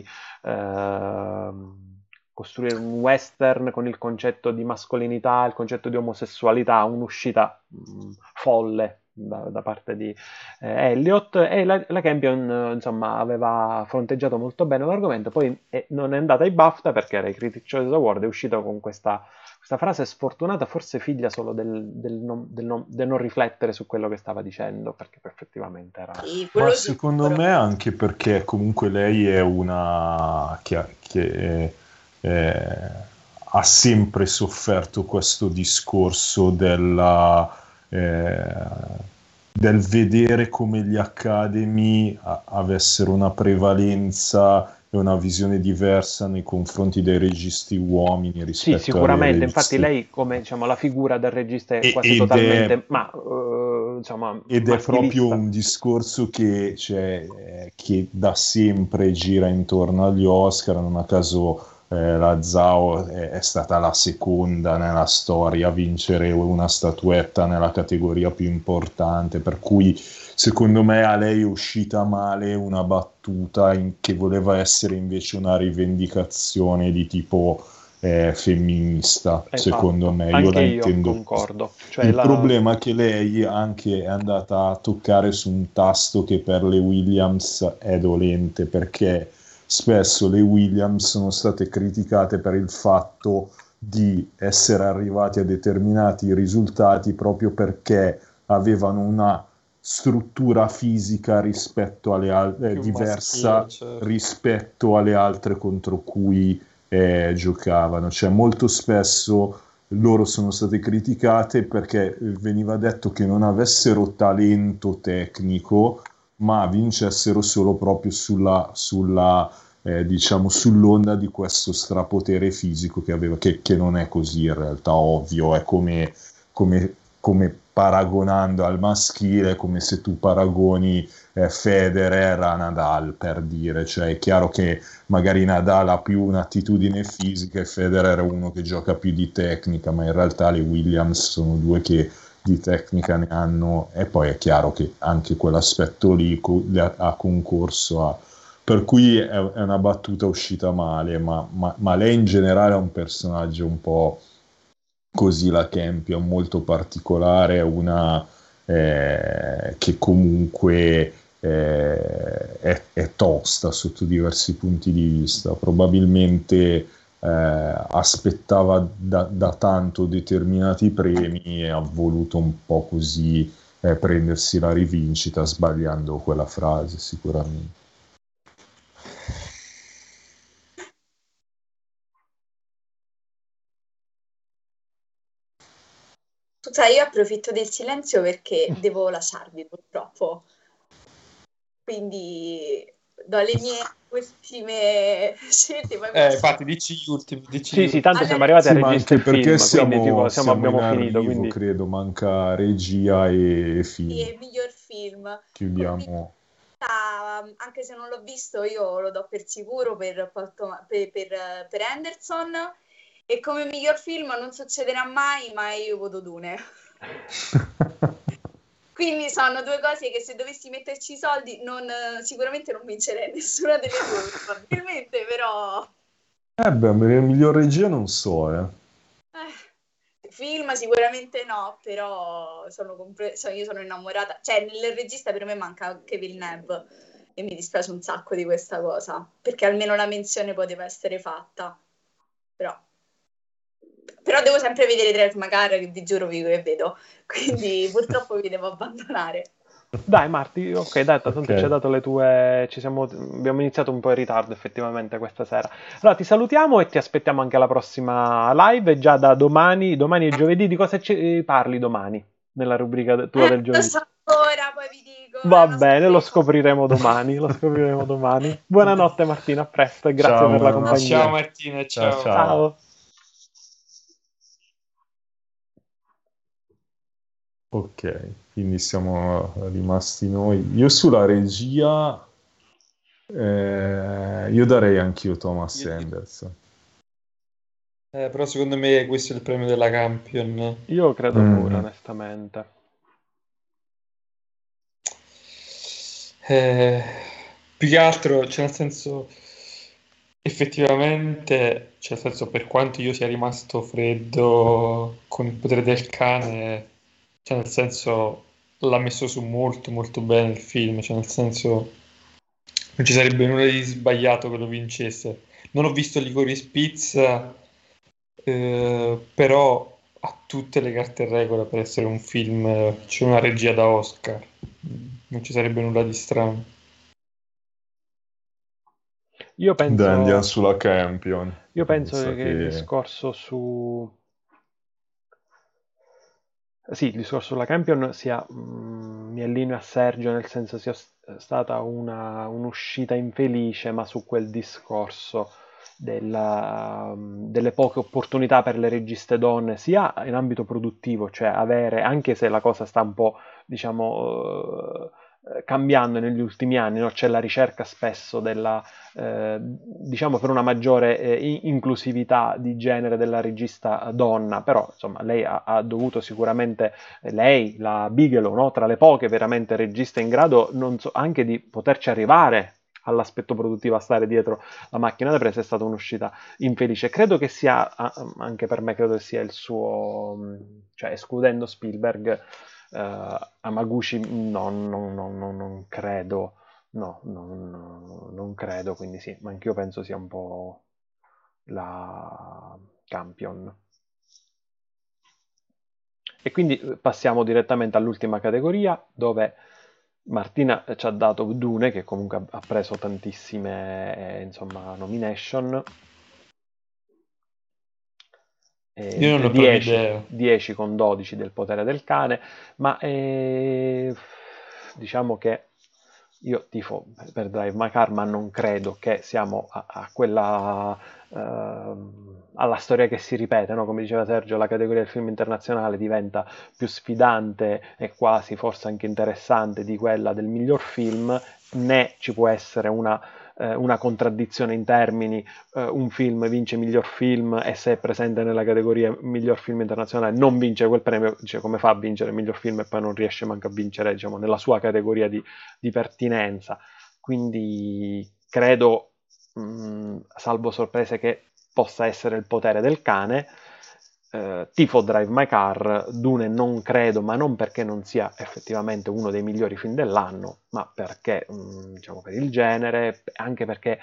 ehm, costruire un western con il concetto di mascolinità, il concetto di omosessualità, un'uscita mh, folle da, da parte di eh, Elliot, e la, la Campion eh, insomma aveva fronteggiato molto bene l'argomento, poi eh, non è andata ai BAFTA perché era ai Critics' Choice Award, è uscita con questa, questa frase sfortunata, forse figlia solo del, del non, del non- del non riflettere su quello che stava dicendo, perché poi effettivamente era... Sì, Ma quello secondo sicuro. me anche perché comunque lei è una che, che, eh, ha sempre sofferto questo discorso della, eh, del vedere come gli Academy a- avessero una prevalenza e una visione diversa nei confronti dei registi uomini Sì, rispetto alle sicuramente, infatti registi. lei come diciamo, la figura del regista è E- quasi ed è totalmente ma, eh, insomma, Ed è proprio maschilista. un discorso che, cioè, eh, che da sempre gira intorno agli Oscar. Non a caso eh, la Zhao è, è stata la seconda nella storia a vincere una statuetta nella categoria più importante, per cui secondo me a lei è uscita male una battuta in- che voleva essere invece una rivendicazione di tipo eh, femminista, secondo Esatto, me. Io anche la io intendo così. concordo. Cioè Il la... problema è che lei anche è andata a toccare su un tasto che per le Williams è dolente, perché spesso le Williams sono state criticate per il fatto di essere arrivati a determinati risultati proprio perché avevano una struttura fisica rispetto alle al- eh, Più maschile, diversa certo. rispetto alle altre contro cui eh, giocavano. Cioè molto spesso loro sono state criticate perché veniva detto che non avessero talento tecnico, ma vincessero solo proprio sulla, sulla eh, diciamo, sull'onda di questo strapotere fisico che aveva, che, che non è così in realtà, ovvio, è come, come, come paragonando al maschile, come se tu paragoni eh, Federer a Nadal, per dire. Cioè è chiaro che magari Nadal ha più un'attitudine fisica e Federer è uno che gioca più di tecnica, ma in realtà le Williams sono due che di tecnica ne hanno, e poi è chiaro che anche quell'aspetto lì co- le- ha concorso a... Per cui è, è una battuta uscita male, ma, ma- ma lei in generale è un personaggio un po' così, la Campion, molto particolare, una eh, che comunque eh, è, è tosta sotto diversi punti di vista. Probabilmente eh, aspettava da, da tanto determinati premi e ha voluto un po' così eh, prendersi la rivincita, sbagliando quella frase sicuramente. Scusa, io approfitto del silenzio perché devo lasciarvi purtroppo, quindi do le mie ultime scelte, poi mi Eh, lascio. infatti, dici gli ultimi, dici gli Sì, sì, ultimi. tanto siamo Allora, arrivati Sì, al ma regista e anche perché film, quindi siamo, tipo, siamo- siamo in abbiamo finito, arrivo, quindi... credo, manca regia e sì, film. è il miglior film. Come miglior Chiudiamo. film, anche se non l'ho visto, io lo do per sicuro per, Paul- per, per, per Anderson. E come miglior film non succederà mai, ma io voto Dune. Quindi sono due cose che se dovessi metterci i soldi non, sicuramente non vincerei nessuna delle due, probabilmente, però... Eh beh, il miglior regia non so, eh. Eh, film sicuramente no, però sono compre- so- io sono innamorata. Cioè, nel regista per me manca anche Villeneuve e mi dispiace un sacco di questa cosa, perché almeno la menzione poteva essere fatta. Però, però devo sempre vedere Drive My Car, che vi giuro vi che vedo, quindi purtroppo vi devo abbandonare. Dai Marti, ok, dai, tanto ci hai Ok. dato le tue... Ci siamo... Abbiamo iniziato un po' in ritardo effettivamente questa sera. Allora ti salutiamo e ti aspettiamo anche alla prossima live, e già da domani, domani è giovedì, di cosa ci parli domani? Nella rubrica tua Eh, del lo giovedì? so ancora, poi vi dico. Va è una bene, lo sorpresa. scopriremo domani, lo scopriremo domani. Buonanotte Martina, a presto e grazie Ciao, per la buonanotte. compagnia. Ciao Martina, Ciao, ciao. ciao. Ciao. Ok, quindi siamo rimasti noi. Io sulla regia, eh, io darei anch'io Thomas Io- Anderson. Eh, però secondo me questo è il premio della Campion. Io credo pure, Mm. onestamente. Eh, più che altro, cioè nel senso, effettivamente, cioè nel senso, per quanto io sia rimasto freddo con il potere del cane, cioè nel senso, l'ha messo su molto molto bene il film, cioè nel senso, non ci sarebbe nulla di sbagliato che lo vincesse. Non ho visto Licorice Pizza, eh, però ha tutte le carte in regola per essere un film, eh, c'è una regia da Oscar, non ci sarebbe nulla di strano. Io Dai, andiamo penso, sulla Campion. io Mi penso sa che il che... discorso su... Sì, il discorso sulla Campion sia, mm, mi allineo a Sergio, nel senso sia s- stata una- un'uscita infelice, ma su quel discorso della- mm, delle poche opportunità per le registe donne, sia in ambito produttivo, cioè avere, anche se la cosa sta un po', diciamo, eh, cambiando negli ultimi anni, no? C'è la ricerca spesso della, eh, diciamo, per una maggiore eh, i- inclusività di genere della regista donna, però insomma lei ha, ha dovuto sicuramente, eh, lei, la Bigelow, no? Tra le poche veramente registe in grado non so, anche di poterci arrivare all'aspetto produttivo, a stare dietro la macchina da presa, è stata un'uscita infelice. Credo che sia, anche per me, credo che sia il suo, cioè escludendo Spielberg, Uh, Hamaguchi no, no, no, no, non credo, no, no, no, non credo, quindi sì, ma anch'io penso sia un po' la Campion. E quindi passiamo direttamente all'ultima categoria, dove Martina ci ha dato Dune, che comunque ha preso tantissime, insomma, nomination. Io non ho proprio dieci, idea. dieci con dodici del Potere del Cane, ma eh, diciamo che io tifo per Drive My Car, ma non credo che siamo a, a quella eh, alla storia che si ripete, no? Come diceva Sergio, la categoria del film internazionale diventa più sfidante e quasi forse anche interessante di quella del miglior film, né ci può essere una eh, una contraddizione in termini, eh, un film vince miglior film e se è presente nella categoria miglior film internazionale non vince quel premio, cioè come fa a vincere miglior film e poi non riesce manco a vincere, diciamo, nella sua categoria di, di pertinenza. Quindi credo, mh, salvo sorprese, che possa essere Il Potere del Cane. Uh, tifo Drive My Car, Dune non credo, ma non perché non sia effettivamente uno dei migliori film dell'anno, ma perché, mh, diciamo, per il genere, anche perché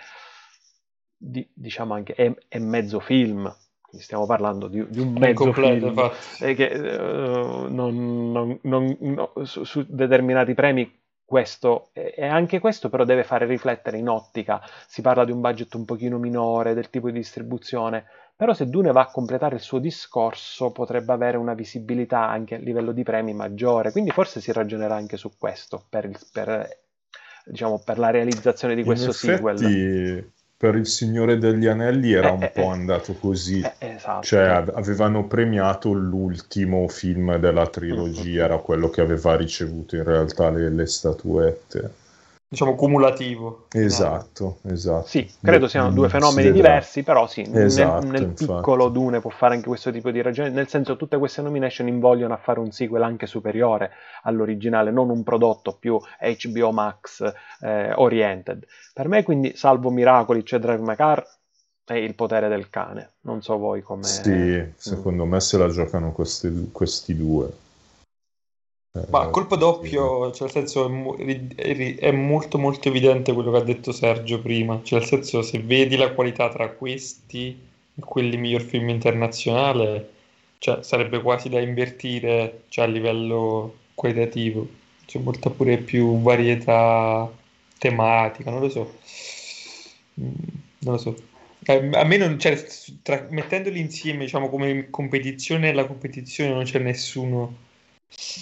di, diciamo anche è, è mezzo film, stiamo parlando di, di un È mezzo incompleto, film infatti. eh, che uh, non, non, non, no, su, su determinati premi questo, e anche questo però deve fare riflettere in ottica, si parla di un budget un pochino minore, del tipo di distribuzione, però se Dune va a completare il suo discorso potrebbe avere una visibilità anche a livello di premi maggiore, quindi forse si ragionerà anche su questo per, il, per, diciamo, per la realizzazione di In questo sequel. effetti, per Il Signore degli Anelli era Eh, un eh, po' eh. andato così. Eh, esatto. Cioè, av- avevano premiato l'ultimo film della trilogia, era quello che aveva ricevuto in realtà le, le statuette. Diciamo cumulativo. Esatto, esatto. Sì, credo Boh, siano due mm, si fenomeni vedrà. diversi, però sì, nel, Esatto, nel infatti. piccolo Dune può fare anche questo tipo di ragione, nel senso tutte queste nomination invogliano a fare un sequel anche superiore all'originale, non un prodotto più H B O Max eh, oriented. Per me quindi, salvo miracoli, c'è Drive My Car e Il Potere del Cane. Non so voi come... Sì, secondo mm. me se la giocano questi, questi due. Ma a Eh, colpo doppio, cioè nel senso è, mo- è- è molto molto evidente quello che ha detto Sergio prima, cioè nel senso se vedi la qualità tra questi e quelli miglior film internazionale, cioè sarebbe quasi da invertire, cioè, a livello qualitativo, c'è molta pure più varietà tematica, non lo so. Mm, non lo so. Eh, A me non c'è, tra- mettendoli insieme, diciamo come competizione, la competizione non c'è nessuno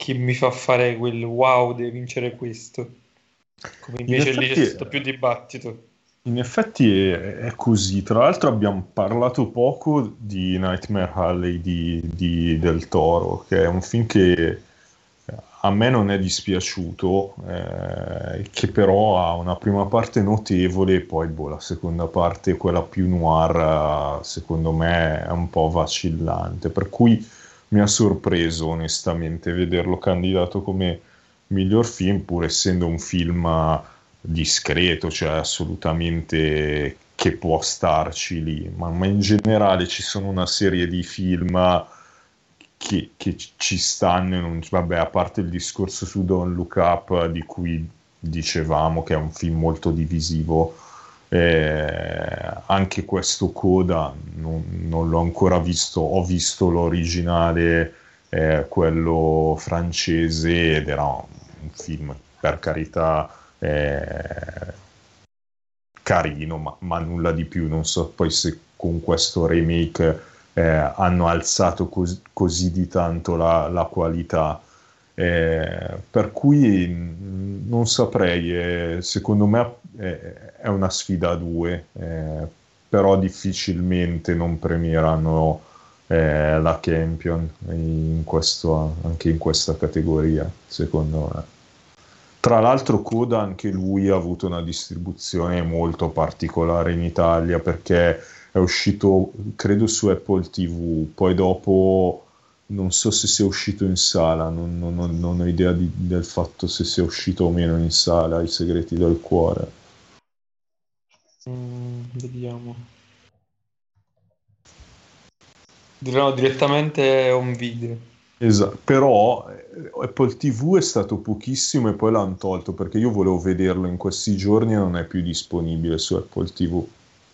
che mi fa fare quel wow, deve vincere questo. Come invece lì c'è stato più dibattito. In effetti è, è così. Tra l'altro abbiamo parlato poco di Nightmare Alley di, di Del Toro, che è un film che a me non è dispiaciuto, eh, che però ha una prima parte notevole e poi boh, la seconda parte, quella più noir, secondo me è un po' vacillante, per cui mi ha sorpreso onestamente vederlo candidato come miglior film, pur essendo un film discreto, cioè assolutamente che può starci lì, ma, ma in generale ci sono una serie di film che, che ci stanno, non, vabbè, a parte il discorso su Don't Look Up di cui dicevamo che è un film molto divisivo, eh, anche questo Coda non, non l'ho ancora visto, ho visto l'originale, eh, quello francese, ed era un film per carità eh, carino, ma, ma nulla di più. Non so poi se con questo remake eh, hanno alzato cos- così di tanto la, la qualità, eh, per cui mh, non saprei, eh, secondo me è, è una sfida a due, eh, però difficilmente non premieranno eh, la Campion in questo, anche in questa categoria, secondo me. Tra l'altro Coda anche lui ha avuto una distribuzione molto particolare in Italia, perché è uscito credo su Apple tivù, poi dopo non so se sia uscito in sala, non, non, non ho idea di, del fatto se sia uscito o meno in sala I Segreti del Cuore. Mm, vediamo. No, direttamente un video. Esatto, però eh, Apple tivù è stato pochissimo e poi l'hanno tolto, perché io volevo vederlo in questi giorni e non è più disponibile su Apple tivù.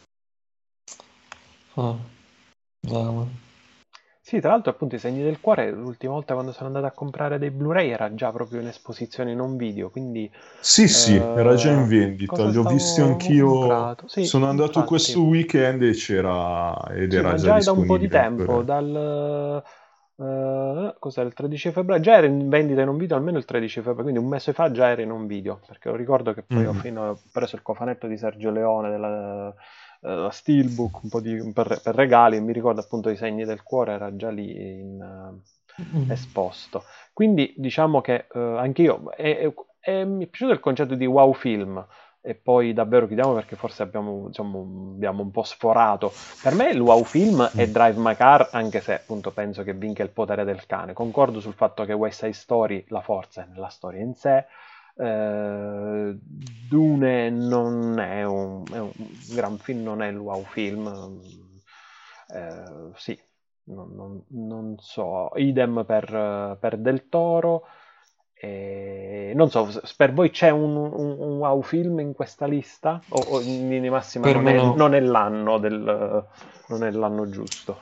Ah, no. Sì, tra l'altro appunto I Segni del Cuore, l'ultima volta quando sono andato a comprare dei Blu-ray era già proprio in esposizione in un video, quindi Sì, sì, era già in eh, vendita, cosa li ho stavo visti ho anch'io, comprato? Sì, sono andato infatti. questo weekend e c'era, ed Sì, era ma già già è da un po' di disponibile in tempo, Blu-ray. dal eh, cos'era, il tredici febbraio, già era in vendita in un video almeno il tredici febbraio, quindi un mese fa già era in un video, perché lo ricordo che poi ho, Mm. fino, ho preso il cofanetto di Sergio Leone della eh, la Steelbook un po' di, per, per regali, e mi ricordo appunto I Segni del Cuore era già lì in, eh, Mm. esposto. Quindi diciamo che eh, anche io, e- e- e mi è piaciuto il concetto di wow film, e poi davvero chiudiamo perché forse abbiamo, diciamo, abbiamo un po' sforato. Per me il wow film è Drive My Car, anche se appunto penso che vinca Il potere del cane. Concordo sul fatto che West Side Story, la forza è nella storia in sé. Eh, Dune non è un, è un gran film, non è il wow film. Eh, sì, non, non- non so. Idem per, per Del Toro. E non so, s- per voi c'è un, un- un wow film in questa lista? O, o in linea di massima Per non me è, no. non è l'anno del, non è l'anno giusto?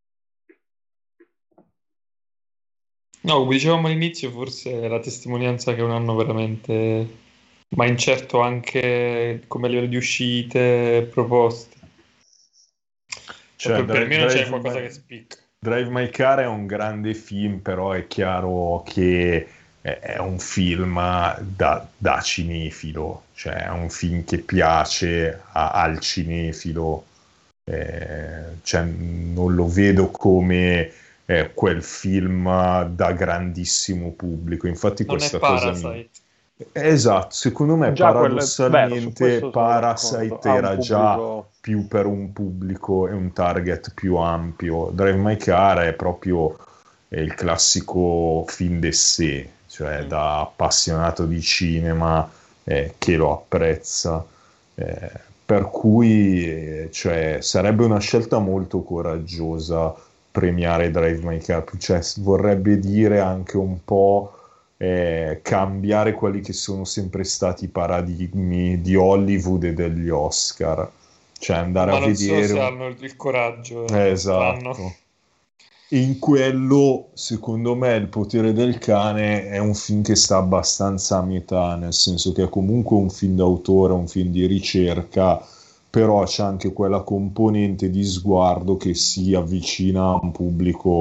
No, come dicevamo all'inizio, forse è la testimonianza che è un anno veramente, ma incerto anche come a livello di uscite, proposte. Cioè, Cioè, per, per Drive, me non c'è Drive qualcosa My, che spicca. Drive My Car è un grande film, però è chiaro che è, è un film da, da cinefilo, cioè è un film che piace a- al cinefilo, eh, cioè non lo vedo come eh, quel film da grandissimo pubblico. Infatti Non è questa cosa mi... Parasite. Esatto, secondo me Già quello è vero, su paradossalmente questo sono d'accordo. Parasite Ha un era già pubblico. più per un pubblico e un target più ampio. Drive My Car è proprio eh, il classico film d'essai, cioè Mm. da appassionato di cinema eh, che lo apprezza. Eh, per cui eh, cioè, sarebbe una scelta molto coraggiosa premiare Drive My Car, cioè vorrebbe dire anche un po' eh, cambiare quelli che sono sempre stati i paradigmi di Hollywood e degli Oscar, cioè andare Ma a non so vedere se un... hanno il il coraggio, Eh, eh, faranno. esatto. In quello, secondo me, Il potere del cane è un film che sta abbastanza a metà, nel senso che è comunque un film d'autore, un film di ricerca, però c'è anche quella componente di sguardo che si avvicina a un pubblico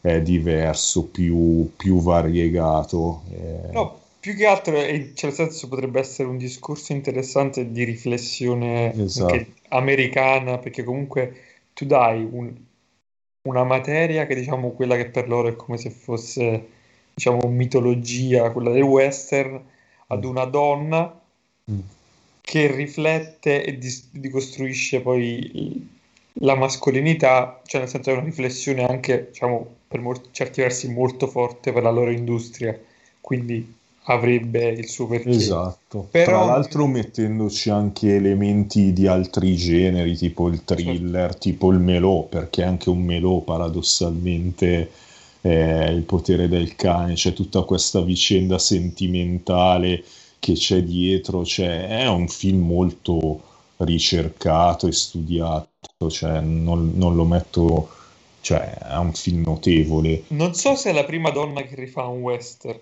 è diverso, più, più variegato. eh. No, più che altro, è- in certo senso, potrebbe essere un discorso interessante di riflessione Esatto. anche americana, perché comunque tu dai un- una materia che diciamo quella che per loro è come se fosse diciamo mitologia, quella del western, ad Mm. una donna Mm. che riflette e dis- ricostruisce poi il- la mascolinità, cioè nel senso è una riflessione anche, diciamo, per mol- certi versi molto forte per la loro industria, quindi avrebbe il suo perché. Esatto, tra Però, l'altro mh, mettendoci anche elementi di altri generi, tipo il certo, thriller, tipo il melò, perché anche un melò paradossalmente è il potere del cane, c'è tutta questa vicenda sentimentale che c'è dietro, cioè è un film molto ricercato e studiato, cioè non, non lo metto, cioè è un film notevole. non so se è la prima donna che rifà un western.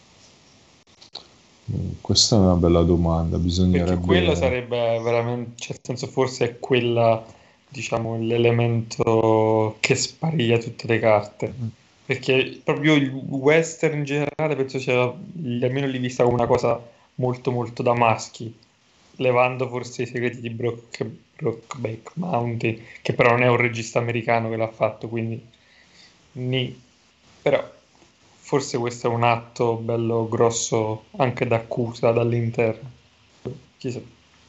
Mm, Questa è una bella domanda, Perché quella bisognerebbe... sarebbe veramente, cioè, nel senso, forse è quella, diciamo, l'elemento che spariglia tutte le carte. Perché proprio il western in generale penso sia, almeno lì vista come una cosa molto molto da maschi, levando forse i segreti di Brock, Brokeback Mountain, che però non è un regista americano che l'ha fatto, quindi ni. Però forse questo è un atto bello grosso anche d'accusa dall'interno. Chissà.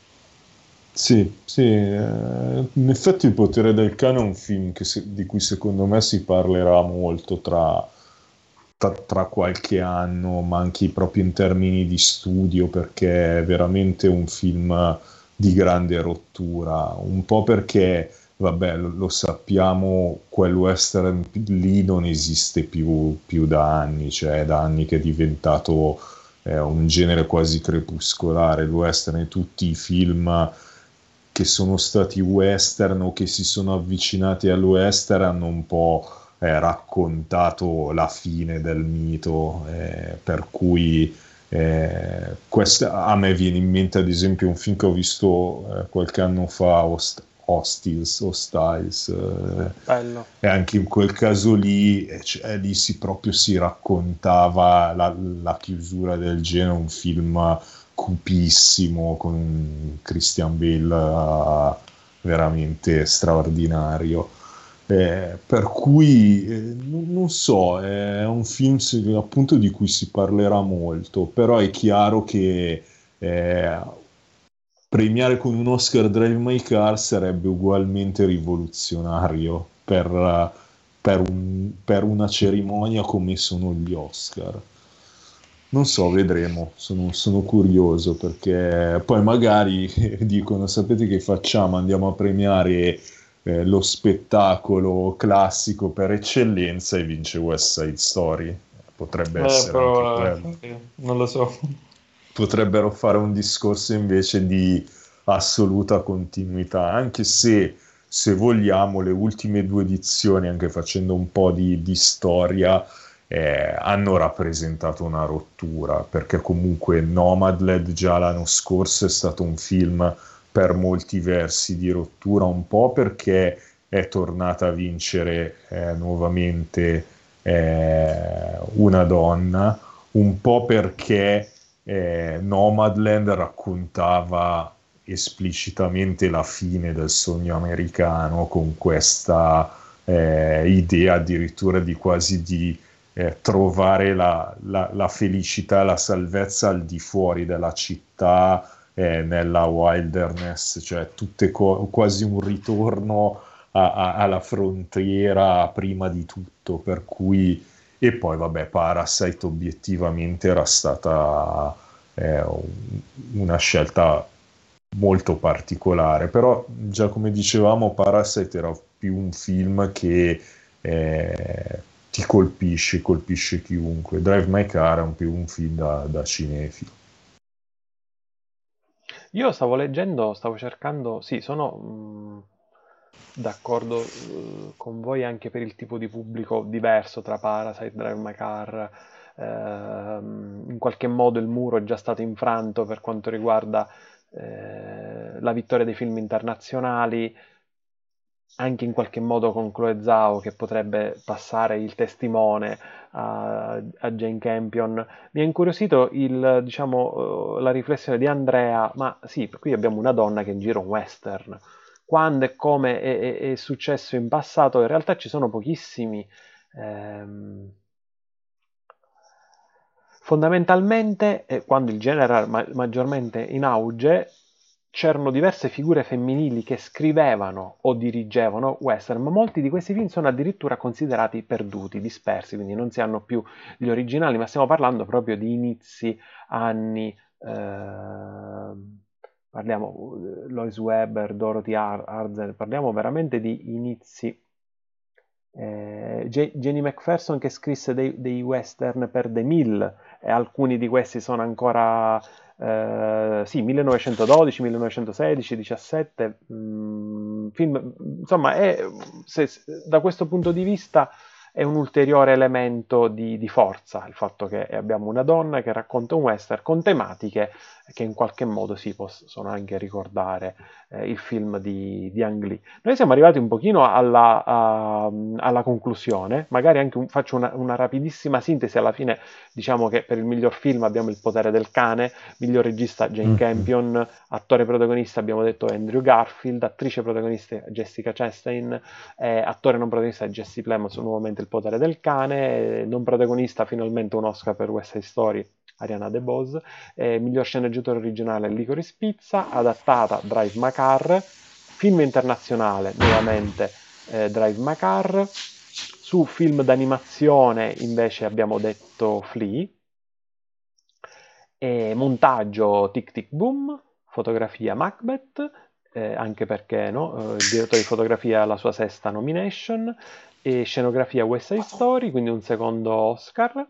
Sì, sì, eh, in effetti Il potere del cane è un film che se- di cui secondo me si parlerà molto tra, tra- tra qualche anno, ma anche proprio in termini di studio, perché è veramente un film di grande rottura, un po' perché, vabbè, lo, lo sappiamo, quel western lì non esiste più, più da anni, cioè è da anni che è diventato eh, un genere quasi crepuscolare, il western e tutti i film che sono stati western o che si sono avvicinati al western hanno un po' eh, raccontato la fine del mito, eh, per cui eh, questa, a me viene in mente ad esempio un film che ho visto eh, qualche anno fa, Host- Hostiles, Hostiles, eh, Bello. e anche in quel caso lì, eh, cioè, lì si proprio si raccontava la, la chiusura del genere, un film cupissimo con un Christian Bale eh, veramente straordinario. Eh, per cui eh, non, non so, è un film se- appunto di cui si parlerà molto, però è chiaro che eh, premiare con un Oscar Drive My Car sarebbe ugualmente rivoluzionario per, eh, per un- per una cerimonia come sono gli Oscar. Non so, vedremo, sono, sono curioso perché poi magari dicono, sapete che facciamo? Andiamo a premiare eh, lo spettacolo classico per eccellenza e vince West Side Story. Potrebbe Eh, essere anche però quello. eh, non lo so. Potrebbero fare un discorso invece di assoluta continuità, anche se, se vogliamo, le ultime due edizioni, anche facendo un po' di, di storia, eh, hanno rappresentato una rottura, perché comunque Nomadland già l'anno scorso è stato un film per molti versi di rottura, un po' perché è tornata a vincere eh, nuovamente eh, una donna, un po' perché eh, Nomadland raccontava esplicitamente la fine del sogno americano con questa eh, idea addirittura di quasi di eh, trovare la, la, la felicità e la salvezza al di fuori della città, eh, nella wilderness, cioè tutte co- quasi un ritorno a- a- alla frontiera prima di tutto, per cui e poi, vabbè, Parasite obiettivamente era stata eh, un- una scelta molto particolare, però già come dicevamo, Parasite era più un film che eh, ti colpisce, colpisce chiunque. Drive My Car è un più un film da, da cinefilo. Io stavo leggendo, stavo cercando, sì, sono mh, d'accordo eh, con voi anche per il tipo di pubblico diverso tra Parasite, Drive My Car. Ehm, in qualche modo il muro è già stato infranto per quanto riguarda eh, la vittoria dei film internazionali. anche in qualche modo con Chloe Zhao, che potrebbe passare il testimone a, a Jane Campion. Mi ha incuriosito il, diciamo, la riflessione di Andrea, ma sì, qui abbiamo una donna che gira un western. Quando e come è, è, è successo in passato, in realtà ci sono pochissimi. Ehm, fondamentalmente, eh, quando il genere era ma- maggiormente in auge, c'erano diverse figure femminili che scrivevano o dirigevano western, ma molti di questi film sono addirittura considerati perduti, dispersi, quindi non si hanno più gli originali, ma stiamo parlando proprio di inizi anni, eh, parliamo uh, Lois Weber, Dorothy Ar- Arzen, parliamo veramente di inizi. Eh, J- Jenny McPherson che scrisse dei, dei western per The Mill, e alcuni di questi sono ancora eh, sì, millenovecentododici, millenovecentosedici, diciassette, mh, film, insomma, è, se, se, da questo punto di vista è un ulteriore elemento di, di forza il fatto che abbiamo una donna che racconta un western con tematiche che in qualche modo si possono anche ricordare eh, il film di, di Ang Lee. Noi siamo arrivati un pochino alla, a, alla conclusione, magari anche un, faccio una, una rapidissima sintesi. Alla fine diciamo che per il miglior film abbiamo Il potere del cane, miglior regista Jane Campion, attore protagonista abbiamo detto Andrew Garfield, attrice protagonista Jessica Chastain, eh, attore non protagonista Jesse Plemons, nuovamente Il potere del cane, eh, non protagonista finalmente un Oscar per West Side Story, Ariana DeBose, eh, miglior sceneggiatore originale Licorice Pizza, adattata Drive My Car, film internazionale nuovamente eh, Drive My Car, su film d'animazione invece abbiamo detto Flea, e montaggio Tic Tic Boom, fotografia Macbeth, eh, anche perché no? eh, il direttore di fotografia ha la sua sesta nomination, e scenografia West Side Story, quindi un secondo Oscar.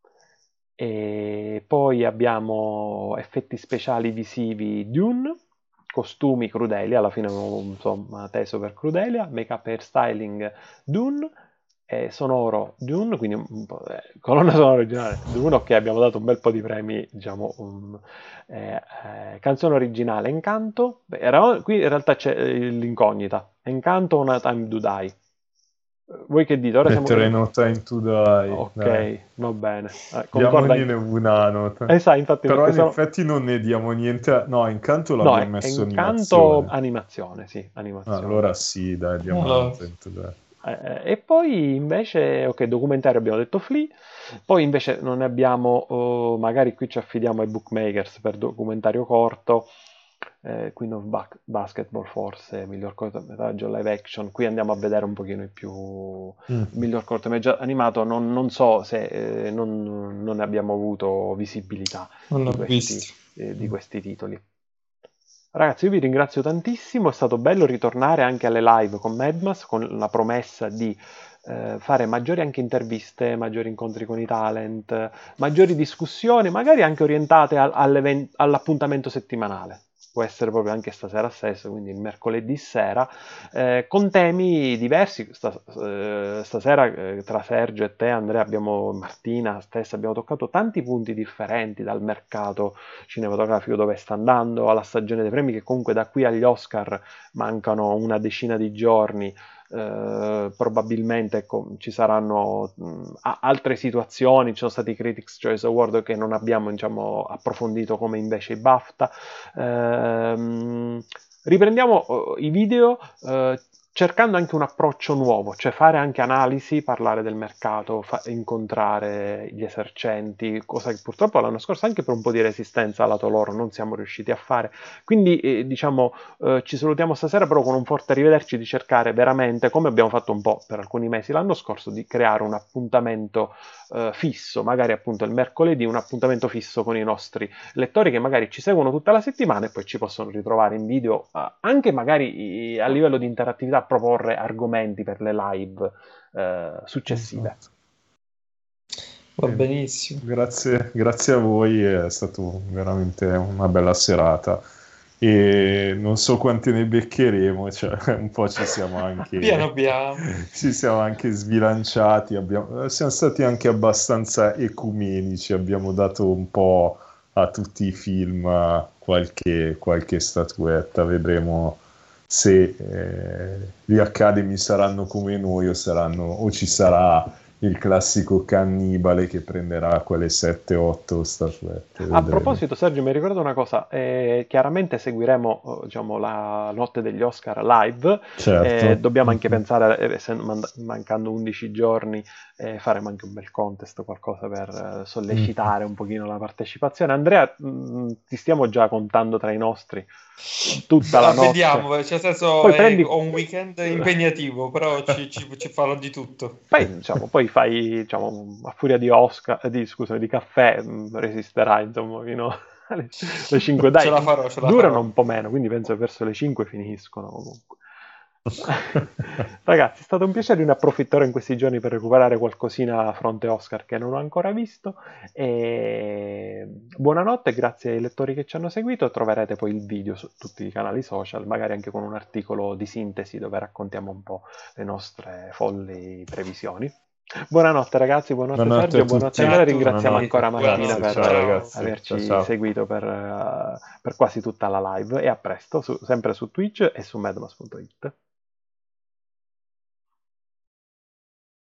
E poi abbiamo effetti speciali visivi Dune, costumi Crudelia, alla fine avevo insomma teso per Crudelia, make-up e hairstyling Dune, e sonoro Dune, quindi un po', eh, colonna sonora originale Dune, ok, abbiamo dato un bel po' di premi, diciamo, um, eh, eh, canzone originale Encanto. Beh, era, qui in realtà c'è eh, l'incognita, Encanto o Una Time to Die. Voi che dite? Ora siamo... Mettere No Time to Die. Ok, Dai. va bene. Eh, concorda Diamogliene anche... una nota. Eh, sai, infatti, Però perché in sono... effetti non ne diamo niente. No, Incanto No, l'abbiamo è, è messo Incanto animazione. animazione, sì, animazione. Allora sì, dai, diamo Allora. No Time to Die. Eh, e poi invece, ok, documentario abbiamo detto Flea, poi invece non ne abbiamo, oh, magari qui ci affidiamo ai bookmakers per documentario corto, eh, Queen of Ba- Basketball forse, miglior cortometraggio live action, qui andiamo a vedere un pochino il più, Mm. il miglior cortometraggio animato, non, non so se eh, non, non ne abbiamo avuto visibilità Non di l'ho questi, visto. eh, di questi titoli. Ragazzi, io vi ringrazio tantissimo, è stato bello ritornare anche alle live con Medmas, con la promessa di eh, fare maggiori anche interviste, maggiori incontri con i talent, maggiori discussioni, magari anche orientate al- all'even- all'appuntamento settimanale. Può essere proprio anche stasera stesso, quindi il mercoledì sera, eh, con temi diversi. Sta- eh, stasera eh, tra Sergio e te, Andrea, abbiamo, Martina stessa, abbiamo toccato tanti punti differenti, dal mercato cinematografico dove sta andando, alla stagione dei premi, che comunque da qui agli Oscar mancano una decina di giorni. Eh, probabilmente ecco, ci saranno mh, altre situazioni, ci sono stati i Critics' Choice Award che non abbiamo diciamo, approfondito, come invece i BAFTA. Ehm, riprendiamo uh, i video uh, cercando anche un approccio nuovo, cioè fare anche analisi, parlare del mercato, fa- incontrare gli esercenti, cosa che purtroppo l'anno scorso anche per un po' di resistenza lato loro non siamo riusciti a fare. Quindi eh, diciamo eh, ci salutiamo stasera però con un forte arrivederci, di cercare veramente, come abbiamo fatto un po' per alcuni mesi l'anno scorso, di creare un appuntamento eh, fisso, magari appunto il mercoledì, un appuntamento fisso con i nostri lettori che magari ci seguono tutta la settimana e poi ci possono ritrovare in video, eh, anche magari a livello di interattività, proporre argomenti per le live eh, successive. Esatto. Va Bene. benissimo. Grazie, grazie a voi, è stata veramente una bella serata. E non so quante ne beccheremo, cioè un po' ci siamo anche Piano piano. ci siamo anche sbilanciati, abbiamo, siamo stati anche abbastanza ecumenici, abbiamo dato un po' a tutti i film qualche, qualche statuetta, vedremo se eh, gli Academy saranno come noi o saranno o ci sarà il classico cannibale che prenderà quelle sette otto statuette. A vedremo. proposito, Sergio, mi ricordo una cosa, eh, chiaramente seguiremo eh, diciamo, la notte degli Oscar live, Certo. eh, dobbiamo anche pensare, eh, essendo mand- mancando undici giorni, eh, faremo anche un bel contest, qualcosa per eh, sollecitare un pochino la partecipazione. Andrea, mh, ti stiamo già contando tra i nostri tutta la Ah, notte. vediamo, cioè, nel senso, Poi eh, prendi- ho un weekend impegnativo, però ci, ci- ci farò di tutto. Poi, diciamo, poi fai, diciamo, a furia di Oscar, eh, di, scusami, di caffè, mh, resisterai, insomma, fino alle alle cinque. Dai, Ce la farò, ce la durano farò. un po' meno, quindi penso che verso le cinque finiscono comunque. Ragazzi, è stato un piacere, ne approfitterò in questi giorni per recuperare qualcosina a fronte Oscar che non ho ancora visto. E buonanotte, grazie ai lettori che ci hanno seguito. Troverete poi il video su tutti i canali social, magari anche con un articolo di sintesi dove raccontiamo un po' le nostre folli previsioni. Buonanotte ragazzi, buonanotte, Buonanotte Sergio, a buonanotte tutti. Ale, Ciao a ringraziamo tutti. ancora Martina Grazie, per ciao ragazzi. averci Ciao, ciao. seguito per, eh, per quasi tutta la live, e a presto, su- sempre su Twitch e su madmas punto it.